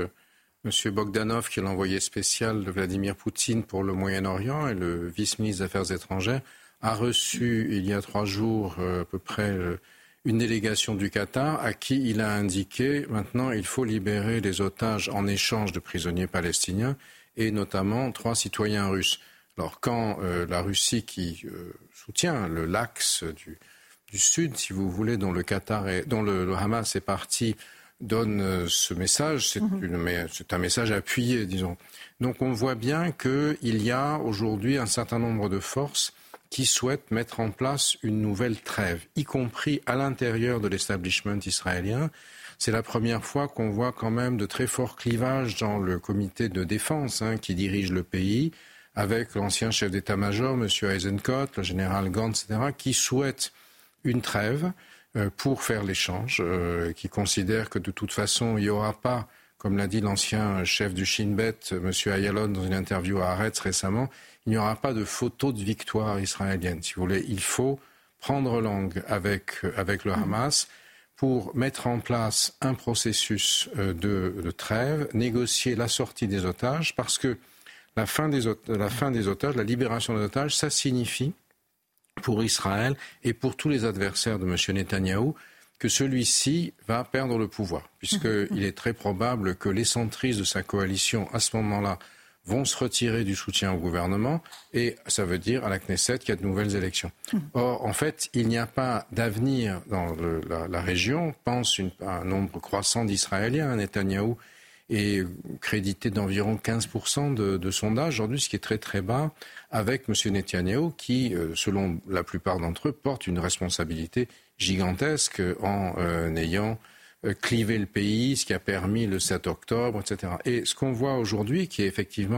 M. Bogdanov, qui est l'envoyé spécial de Vladimir Poutine pour le Moyen-Orient et le vice-ministre des Affaires étrangères, a reçu il y a trois jours euh, à peu près... Euh, une délégation du Qatar à qui il a indiqué maintenant il faut libérer les otages en échange de prisonniers palestiniens et notamment trois citoyens russes. Alors quand euh, la Russie qui euh, soutient le l'axe du, du Sud, si vous voulez, dont le Qatar est, dont le, le Hamas est parti, donne euh, ce message, c'est, mmh. une, mais c'est un message appuyé, disons. Donc on voit bien qu'il y a aujourd'hui un certain nombre de forces qui souhaitent mettre en place une nouvelle trêve, y compris à l'intérieur de l'establishment israélien. C'est la première fois qu'on voit quand même de très forts clivages dans le comité de défense hein, qui dirige le pays, avec l'ancien chef d'état-major, M. Eisenkot, le général Gantz, et cetera, qui souhaitent une trêve euh, pour faire l'échange, euh, qui considèrent que de toute façon, il n'y aura pas, comme l'a dit l'ancien chef du Shin Bet, M. Ayalon, dans une interview à Haaretz récemment, il n'y aura pas de photo de victoire israélienne. Si vous voulez, il faut prendre langue avec, avec le Hamas pour mettre en place un processus de, de trêve, négocier la sortie des otages, parce que la fin des, la fin des otages, la libération des otages, ça signifie pour Israël et pour tous les adversaires de M. Netanyahou que celui-ci va perdre le pouvoir, puisqu'il est très probable que les centristes de sa coalition, à ce moment-là, vont se retirer du soutien au gouvernement et ça veut dire à la Knesset qu'il y a de nouvelles élections. Or, en fait, il n'y a pas d'avenir dans le, la, la région. Pense une, un nombre croissant d'Israéliens. Netanyahou est crédité d'environ quinze pour cent de, de sondages aujourd'hui, ce qui est très très bas, avec M. Netanyahou qui, selon la plupart d'entre eux, porte une responsabilité gigantesque en euh, ayant cliver le pays, ce qui a permis le sept octobre, et cetera. Et ce qu'on voit aujourd'hui, qui est effectivement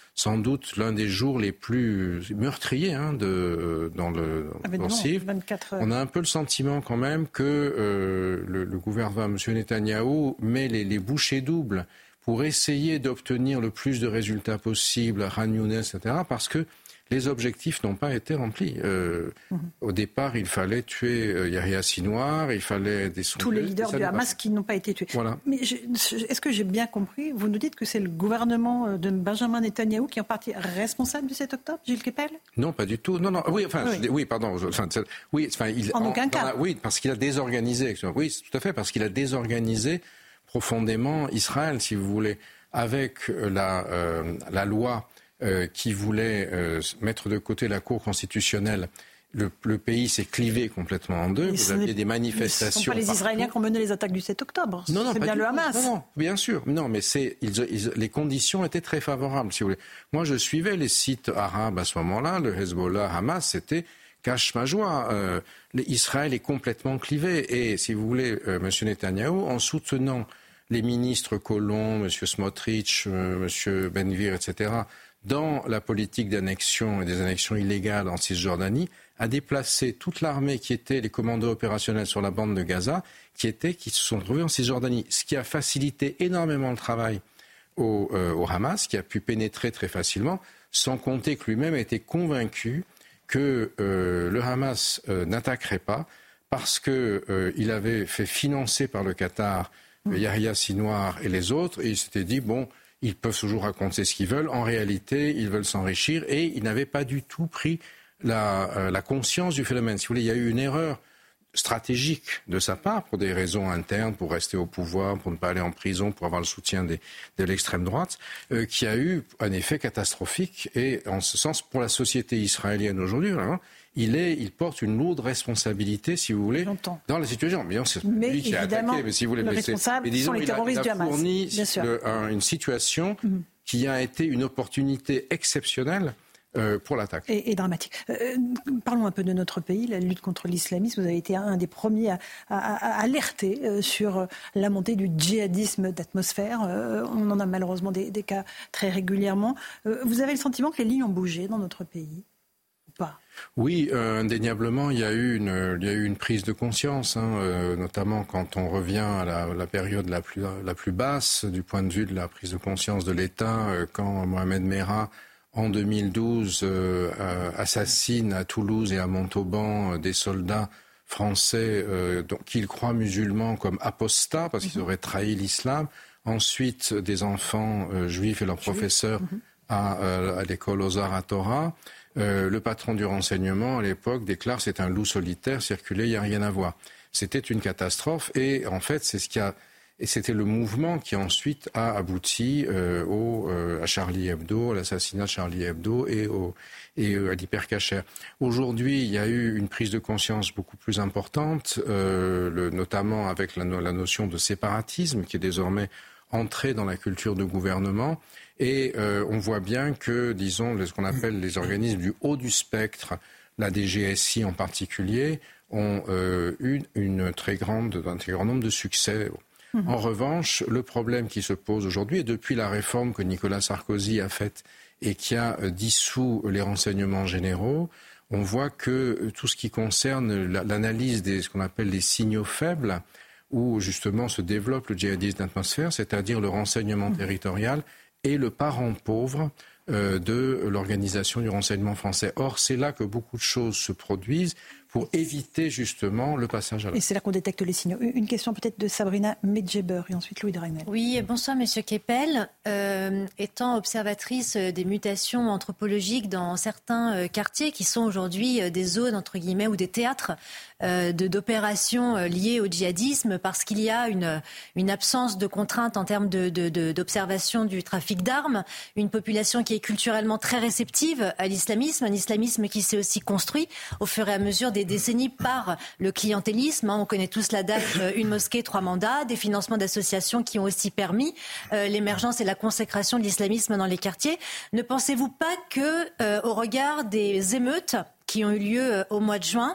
sans doute l'un des jours les plus meurtriers hein, de, dans le offensive. On a un peu le sentiment quand même que euh, le, le gouvernement, M. Netanyahou, met les, les bouchées doubles pour essayer d'obtenir le plus de résultats possible à Khan Younes, et cetera, parce que les objectifs n'ont pas été remplis. Euh, mmh. Au départ, il fallait tuer euh, Yahya Sinwar, il fallait des tous les leaders du Hamas qui n'ont pas été tués. Voilà. Mais je, est-ce que j'ai bien compris? Vous nous dites que c'est le gouvernement de Benjamin Netanyahou qui est en partie responsable du sept octobre, Gilles Kepel? Non, pas du tout. Non, non. Oui, enfin, oui, je, oui pardon. Enfin, oui, enfin, il, en, en aucun cas. La, oui, parce qu'il a désorganisé. Oui, tout à fait, parce qu'il a désorganisé profondément Israël, si vous voulez, avec la, euh, la loi. Euh, qui voulait euh, mettre de côté la Cour constitutionnelle. Le, le pays s'est clivé complètement en deux. Vous aviez des manifestations. Ce ne sont pas les Israéliens qui ont mené les attaques du sept octobre. Non, non, c'est bien le Hamas. Non, non, bien sûr. Non, mais c'est, ils, ils, les conditions étaient très favorables, si vous voulez. Moi, je suivais les sites arabes à ce moment-là. Le Hezbollah, Hamas, c'était cache ma joie. Euh, Israël est complètement clivé. Et, si vous voulez, euh, M. Netanyahou, en soutenant les ministres Colomb, M. Smotrich, euh, M. Ben-Gvir, et cetera, dans la politique d'annexion et des annexions illégales en Cisjordanie, a déplacé toute l'armée qui était les commandos opérationnels sur la bande de Gaza, qui étaient, qui se sont trouvés en Cisjordanie, ce qui a facilité énormément le travail au, euh, au Hamas, qui a pu pénétrer très facilement, sans compter que lui-même était convaincu que euh, le Hamas euh, n'attaquerait pas parce que euh, il avait fait financer par le Qatar euh, Yahya Sinwar et les autres, et il s'était dit bon. Ils peuvent toujours raconter ce qu'ils veulent. En réalité, ils veulent s'enrichir et ils n'avaient pas du tout pris la, euh, la conscience du phénomène. Si vous voulez, il y a eu une erreur stratégique de sa part pour des raisons internes, pour rester au pouvoir, pour ne pas aller en prison, pour avoir le soutien des, de l'extrême droite, euh, qui a eu un effet catastrophique et, en ce sens, pour la société israélienne aujourd'hui, hein, il, est, il porte une lourde responsabilité, si vous voulez, J'entends. dans la situation. Bien, c'est mais lui qui a attaqué, mais si vous voulez, le mais responsable mais disons, sont les terroristes il a, il a fourni du Hamas. le, un, une situation mm-hmm. qui a été une opportunité exceptionnelle euh, pour l'attaque. Et, et dramatique. Euh, parlons un peu de notre pays, la lutte contre l'islamisme. Vous avez été un des premiers à, à, à alerter euh, sur la montée du djihadisme d'atmosphère. Euh, on en a malheureusement des, des cas très régulièrement. Euh, vous avez le sentiment que les lignes ont bougé dans notre pays ? Pas. Oui, euh, indéniablement, il y a eu une, il y a eu une prise de conscience, hein, euh, notamment quand on revient à la, la période la plus, la plus basse du point de vue de la prise de conscience de l'État, euh, quand Mohamed Merah, en deux mille douze, euh, euh, assassine à Toulouse et à Montauban euh, des soldats français euh, donc, qu'ils croient musulmans comme apostats parce qu'ils auraient trahi l'islam. Ensuite, des enfants euh, juifs et leurs professeurs à, euh, à l'école Ozar à Torah. Euh, le patron du renseignement, à l'époque, déclare c'est un loup solitaire, circuler, il n'y a rien à voir. C'était une catastrophe et, en fait, c'est ce qui a... Et c'était le mouvement qui ensuite a abouti euh, au, euh, à Charlie Hebdo, à l'assassinat de Charlie Hebdo et, au, et euh, à l'hypercacher. Aujourd'hui, il y a eu une prise de conscience beaucoup plus importante, euh, le, notamment avec la, la notion de séparatisme qui est désormais entrée dans la culture de gouvernement. Et euh, on voit bien que, disons, ce qu'on appelle les organismes du haut du spectre, la D G S I en particulier, ont euh, eu une très grande, un très grand nombre de succès. Mmh. En revanche, le problème qui se pose aujourd'hui, et depuis la réforme que Nicolas Sarkozy a faite et qui a euh, dissous les renseignements généraux, on voit que tout ce qui concerne l'analyse des ce qu'on appelle les signaux faibles, où justement se développe le djihadisme d'atmosphère, c'est-à-dire le renseignement territorial, et le parent pauvre euh, de l'organisation du renseignement français. Or, c'est là que beaucoup de choses se produisent pour éviter justement le passage à l'acte. Et c'est là qu'on détecte les signaux. Une question peut-être de Sabrina Medjeber et ensuite Louis de Raynal. Oui, bonsoir Monsieur Kepel. Euh, étant observatrice des mutations anthropologiques dans certains euh, quartiers qui sont aujourd'hui euh, des zones entre guillemets ou des théâtres euh, de, d'opérations euh, liées au djihadisme parce qu'il y a une, une absence de contraintes en termes de, de, de, d'observation du trafic d'armes, une population qui est culturellement très réceptive à l'islamisme, un islamisme qui s'est aussi construit au fur et à mesure des des décennies par le clientélisme. On connaît tous l'adage une mosquée, trois mandats, des financements d'associations qui ont aussi permis euh, l'émergence et la consécration de l'islamisme dans les quartiers. Ne pensez-vous pas que, euh, au regard des émeutes qui ont eu lieu euh, au mois de juin,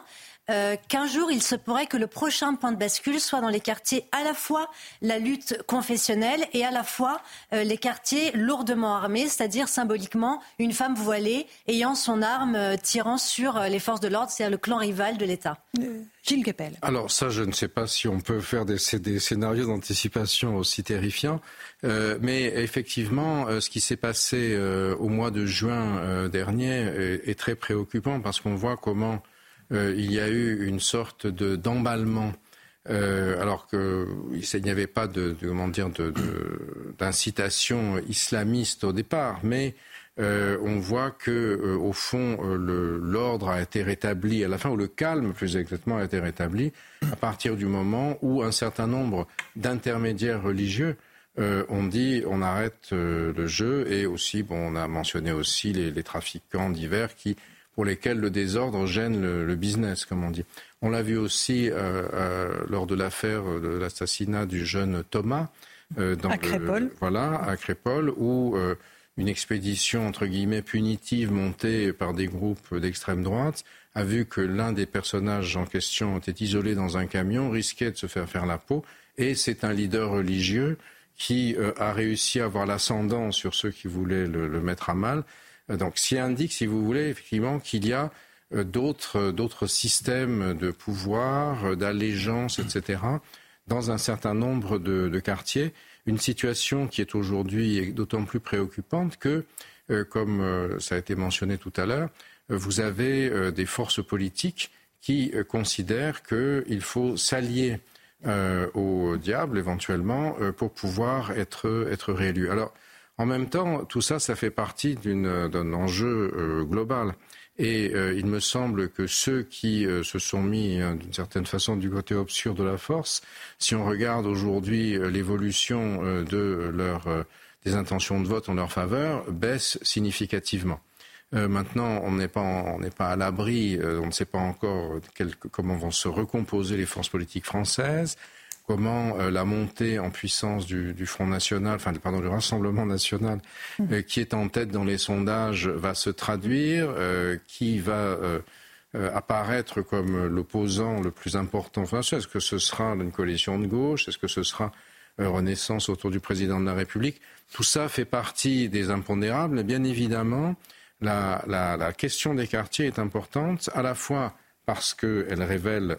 euh, qu'un jour, il se pourrait que le prochain point de bascule soit dans les quartiers à la fois la lutte confessionnelle et à la fois euh, les quartiers lourdement armés, c'est-à-dire symboliquement une femme voilée ayant son arme euh, tirant sur euh, les forces de l'ordre, c'est-à-dire le clan rival de l'État. Euh, Gilles Kepel. Alors ça, je ne sais pas si on peut faire des, des scénarios d'anticipation aussi terrifiants, euh, mais effectivement, euh, ce qui s'est passé euh, au mois de juin euh, dernier est, est très préoccupant parce qu'on voit comment euh, il y a eu une sorte de, d'emballement. Euh, alors qu'il n'y avait pas de, de, comment dire, de, de, d'incitation islamiste au départ, mais euh, on voit que, euh, au fond, euh, le, l'ordre a été rétabli à la fin, ou le calme, plus exactement, a été rétabli à partir du moment où un certain nombre d'intermédiaires religieux euh, ont dit on arrête euh, le jeu, et aussi, bon, on a mentionné aussi les, les trafiquants divers qui pour lesquels le désordre gêne le, le business, comme on dit. On l'a vu aussi euh, euh, lors de l'affaire de l'assassinat du jeune Thomas. Euh, dans à Crépol. Le, voilà, à Crépol, où euh, une expédition, entre guillemets, punitive montée par des groupes d'extrême droite a vu que l'un des personnages en question était isolé dans un camion, risquait de se faire faire la peau, et c'est un leader religieux qui euh, a réussi à avoir l'ascendant sur ceux qui voulaient le, le mettre à mal. Donc, ce qui indique, si vous voulez, effectivement, qu'il y a euh, d'autres, d'autres systèmes de pouvoir, euh, d'allégeance, et cetera, dans un certain nombre de, de quartiers. Une situation qui est aujourd'hui d'autant plus préoccupante que, euh, comme euh, ça a été mentionné tout à l'heure, euh, vous avez euh, des forces politiques qui euh, considèrent qu'il faut s'allier euh, au diable, éventuellement, euh, pour pouvoir être, être réélu. Alors, en même temps, tout ça, ça fait partie d'une, d'un enjeu euh, global. Et euh, il me semble que ceux qui euh, se sont mis, hein, d'une certaine façon, du côté obscur de la force, si on regarde aujourd'hui euh, l'évolution euh, de leur, euh, des intentions de vote en leur faveur, baisse significativement. Euh, maintenant, on n'est pas, en, on n'est pas à l'abri, euh, on ne sait pas encore quel, comment vont se recomposer les forces politiques françaises. Comment euh, la montée en puissance du, du Front National, enfin pardon, du Rassemblement National, euh, qui est en tête dans les sondages, va se traduire, euh, qui va euh, euh, apparaître comme l'opposant le plus important. Enfin, est-ce que ce sera une coalition de gauche? Est-ce que ce sera euh, Renaissance autour du président de la République? Tout ça fait partie des impondérables. Et bien évidemment, la, la, la question des quartiers est importante, à la fois parce qu'elle révèle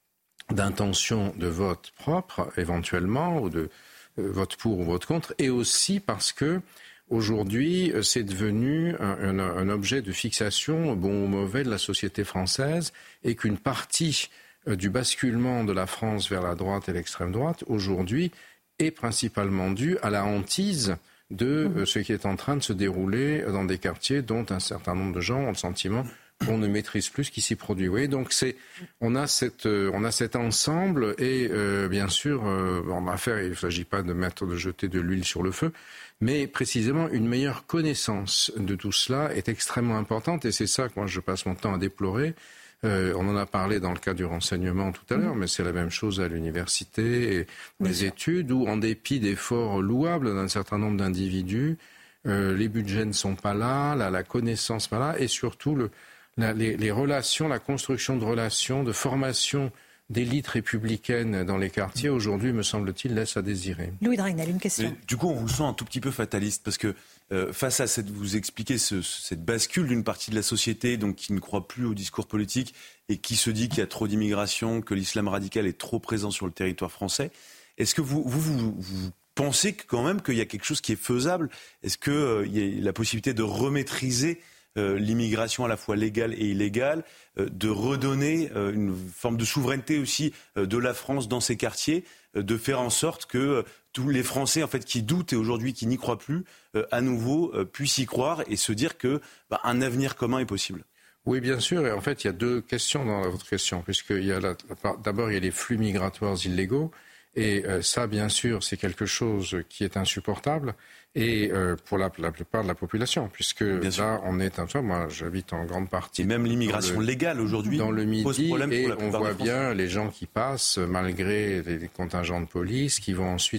d'intention de vote propre, éventuellement, ou de euh, vote pour ou vote contre, et aussi parce que aujourd'hui, c'est devenu un, un, un objet de fixation, bon ou mauvais, de la société française, et qu'une partie euh, du basculement de la France vers la droite et l'extrême droite, aujourd'hui, est principalement due à la hantise de euh, ce qui est en train de se dérouler dans des quartiers dont un certain nombre de gens ont le sentiment qu'on ne maîtrise plus ce qui s'y produit. Oui, donc c'est, on a cette, euh, on a cet ensemble et euh, bien sûr, euh, en affaire, il ne s'agit pas de mettre, de jeter de l'huile sur le feu, mais précisément une meilleure connaissance de tout cela est extrêmement importante et c'est ça que moi je passe mon temps à déplorer. Euh, on en a parlé dans le cas du renseignement tout à l'heure, mais c'est la même chose à l'université et les études où, en dépit d'efforts louables d'un certain nombre d'individus, euh, les budgets ne sont pas là, la, la connaissance pas là et surtout le La, les, les relations, la construction de relations, de formation d'élites républicaines dans les quartiers, aujourd'hui, me semble-t-il, laisse à désirer. Louis Dragnel, une question. Mais, du coup, on vous sent un tout petit peu fataliste, parce que euh, face à cette, vous expliquez ce, cette bascule d'une partie de la société donc, qui ne croit plus au discours politique et qui se dit qu'il y a trop d'immigration, que l'islam radical est trop présent sur le territoire français. Est-ce que vous, vous, vous, vous pensez quand même qu'il y a quelque chose qui est faisable? Est-ce qu'il euh, y a la possibilité de remaîtriser Euh, l'immigration à la fois légale et illégale, euh, de redonner euh, une forme de souveraineté aussi euh, de la France dans ces quartiers, euh, de faire en sorte que euh, tous les Français en fait qui doutent et aujourd'hui qui n'y croient plus, euh, à nouveau euh, puissent y croire et se dire que bah, un avenir commun est possible. Oui, bien sûr. Et en fait, il y a deux questions dans votre question, puisqu'il y a la, d'abord il y a les flux migratoires illégaux. Et euh, ça, bien sûr, c'est quelque chose qui est insupportable, et euh, pour la, la plupart de la population, puisque bien là, sûr. on est un peu. Moi, j'habite en grande partie. Et même l'immigration le, légale aujourd'hui dans le Midi, problème et pour la on voit bien les gens qui passent malgré les, les contingents de police, qui vont ensuite,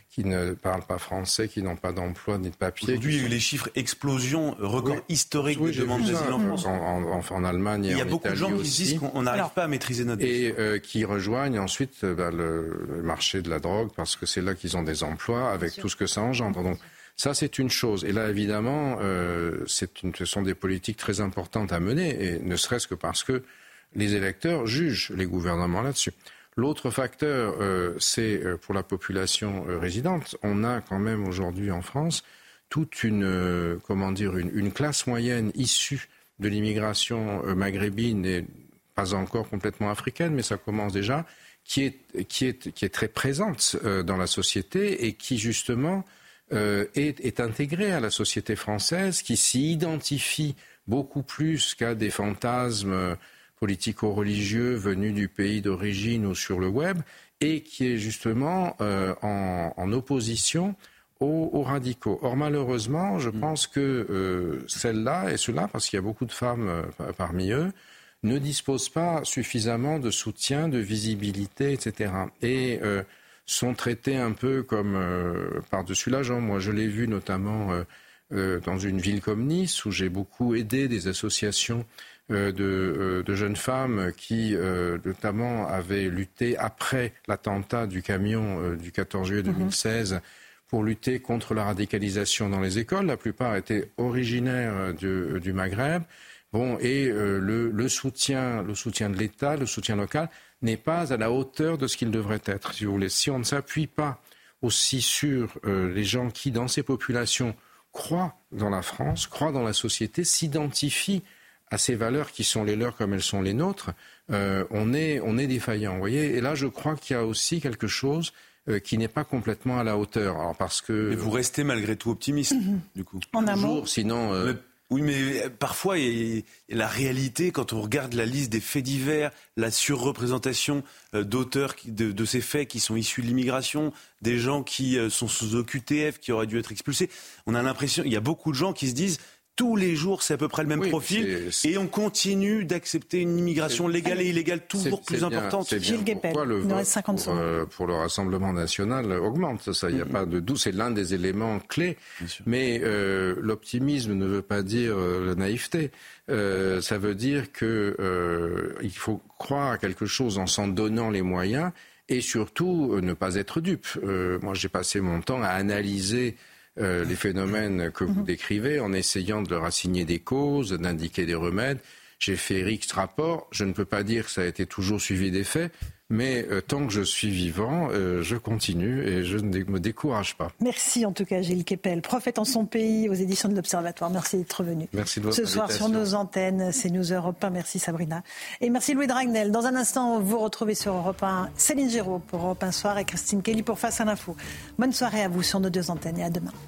qui ne parlent pas français, qui n'ont pas d'emploi ni de papier. Aujourd'hui, il y a eu sont... les chiffres explosion, record oui. historique oui, de demandes d'asile en France. En, en, en Allemagne et en Italie. Il y a beaucoup de gens aussi. qui se disent qu'on n'arrive pas à maîtriser notre Et euh, qui rejoignent ensuite euh, bah, le, le marché de la drogue parce que c'est là qu'ils ont des emplois avec tout ce que ça engendre. Donc ça, c'est une chose. Et là, évidemment, euh, c'est une, ce sont des politiques très importantes à mener, et ne serait-ce que parce que les électeurs jugent les gouvernements là-dessus. L'autre facteur, euh, c'est euh, pour la population euh, résidente. On a quand même aujourd'hui en France toute une, euh, comment dire, une, une classe moyenne issue de l'immigration euh, maghrébine et pas encore complètement africaine, mais ça commence déjà, qui est, qui est, qui est très présente euh, dans la société et qui justement euh, est, est intégrée à la société française, qui s'y identifie beaucoup plus qu'à des fantasmes euh, politico-religieux venus du pays d'origine ou sur le web, et qui est justement euh, en, en opposition aux, aux radicaux. Or, malheureusement, je pense que euh, celles-là et ceux-là, parce qu'il y a beaucoup de femmes euh, parmi eux, ne disposent pas suffisamment de soutien, de visibilité, et cetera. Et euh, sont traités un peu comme euh, par-dessus la jambe. Moi, je l'ai vu notamment euh, euh, dans une ville comme Nice, où j'ai beaucoup aidé des associations Euh, de, euh, de jeunes femmes qui, euh, notamment, avaient lutté après l'attentat du camion euh, du quatorze juillet deux mille seize mmh. pour lutter contre la radicalisation dans les écoles. La plupart étaient originaires du, du Maghreb. Bon, et euh, le, le soutien, le soutien de l'État, le soutien local n'est pas à la hauteur de ce qu'il devrait être. Si vous voulez, si on ne s'appuie pas aussi sur euh, les gens qui, dans ces populations, croient dans la France, croient dans la société, s'identifient à ces valeurs qui sont les leurs comme elles sont les nôtres, euh, on est, on est défaillant. Vous voyez, et là, je crois qu'il y a aussi quelque chose euh, qui n'est pas complètement à la hauteur. Alors, parce que... Mais vous restez malgré tout optimiste, mmh. du coup. En Toujours, sinon... Euh... Mais, oui, mais parfois, il y a la réalité, quand on regarde la liste des faits divers, la surreprésentation euh, d'auteurs qui, de, de ces faits qui sont issus de l'immigration, des gens qui euh, sont sous O Q T F, qui auraient dû être expulsés, on a l'impression, il y a beaucoup de gens qui se disent... Tous les jours, c'est à peu près le même oui, profil. C'est... Et on continue d'accepter une immigration légale et illégale toujours c'est, plus c'est bien, importante. C'est bien pourquoi le vote pour, euh, pour le Rassemblement national augmente. Ça, il n'y a mm-hmm. pas de doute. C'est l'un des éléments clés. Mais euh, l'optimisme ne veut pas dire euh, la naïveté. Euh, ça veut dire que euh, il faut croire à quelque chose en s'en donnant les moyens et surtout euh, ne pas être dupe. Euh, moi, j'ai passé mon temps à analyser Euh, les phénomènes que vous décrivez en essayant de leur assigner des causes, d'indiquer des remèdes. J'ai fait X rapports. Je ne peux pas dire que ça a été toujours suivi des faits, mais euh, tant que je suis vivant, euh, je continue et je ne me décourage pas. Merci en tout cas Gilles Kepel, prophète en son pays aux éditions de l'Observatoire. Merci d'être venu. Merci de votre Ce soir sur nos antennes, c'est News Europe un. Merci Sabrina. Et merci Louis Dragnel. Dans un instant, vous retrouvez sur Europe un Céline Géraud pour Europe un Soir et Christine Kelly pour Face à l'info. Bonne soirée à vous sur nos deux antennes et à demain.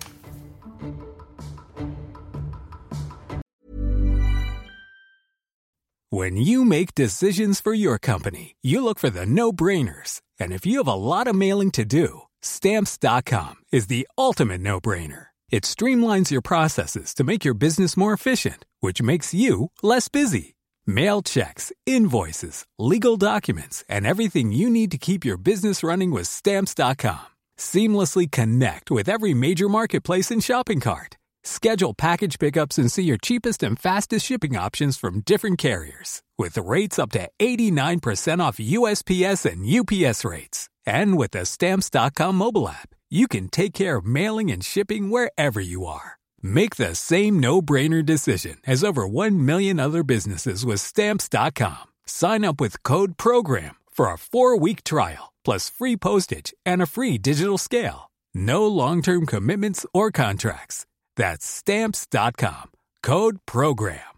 When you make decisions for your company, you look for the no-brainers. And if you have a lot of mailing to do, Stamps dot com is the ultimate no-brainer. It streamlines your processes to make your business more efficient, which makes you less busy. Mail checks, invoices, legal documents, and everything you need to keep your business running with Stamps dot com. Seamlessly connect with every major marketplace and shopping cart. Schedule package pickups and see your cheapest and fastest shipping options from different carriers. With rates up to eighty-nine percent off U S P S and U P S rates. And with the Stamps dot com mobile app, you can take care of mailing and shipping wherever you are. Make the same no-brainer decision as over one million other businesses with Stamps dot com. Sign up with code PROGRAM for a four-week trial, plus free postage and a free digital scale. No long-term commitments or contracts. That's Stamps dot com. Code PROGRAM.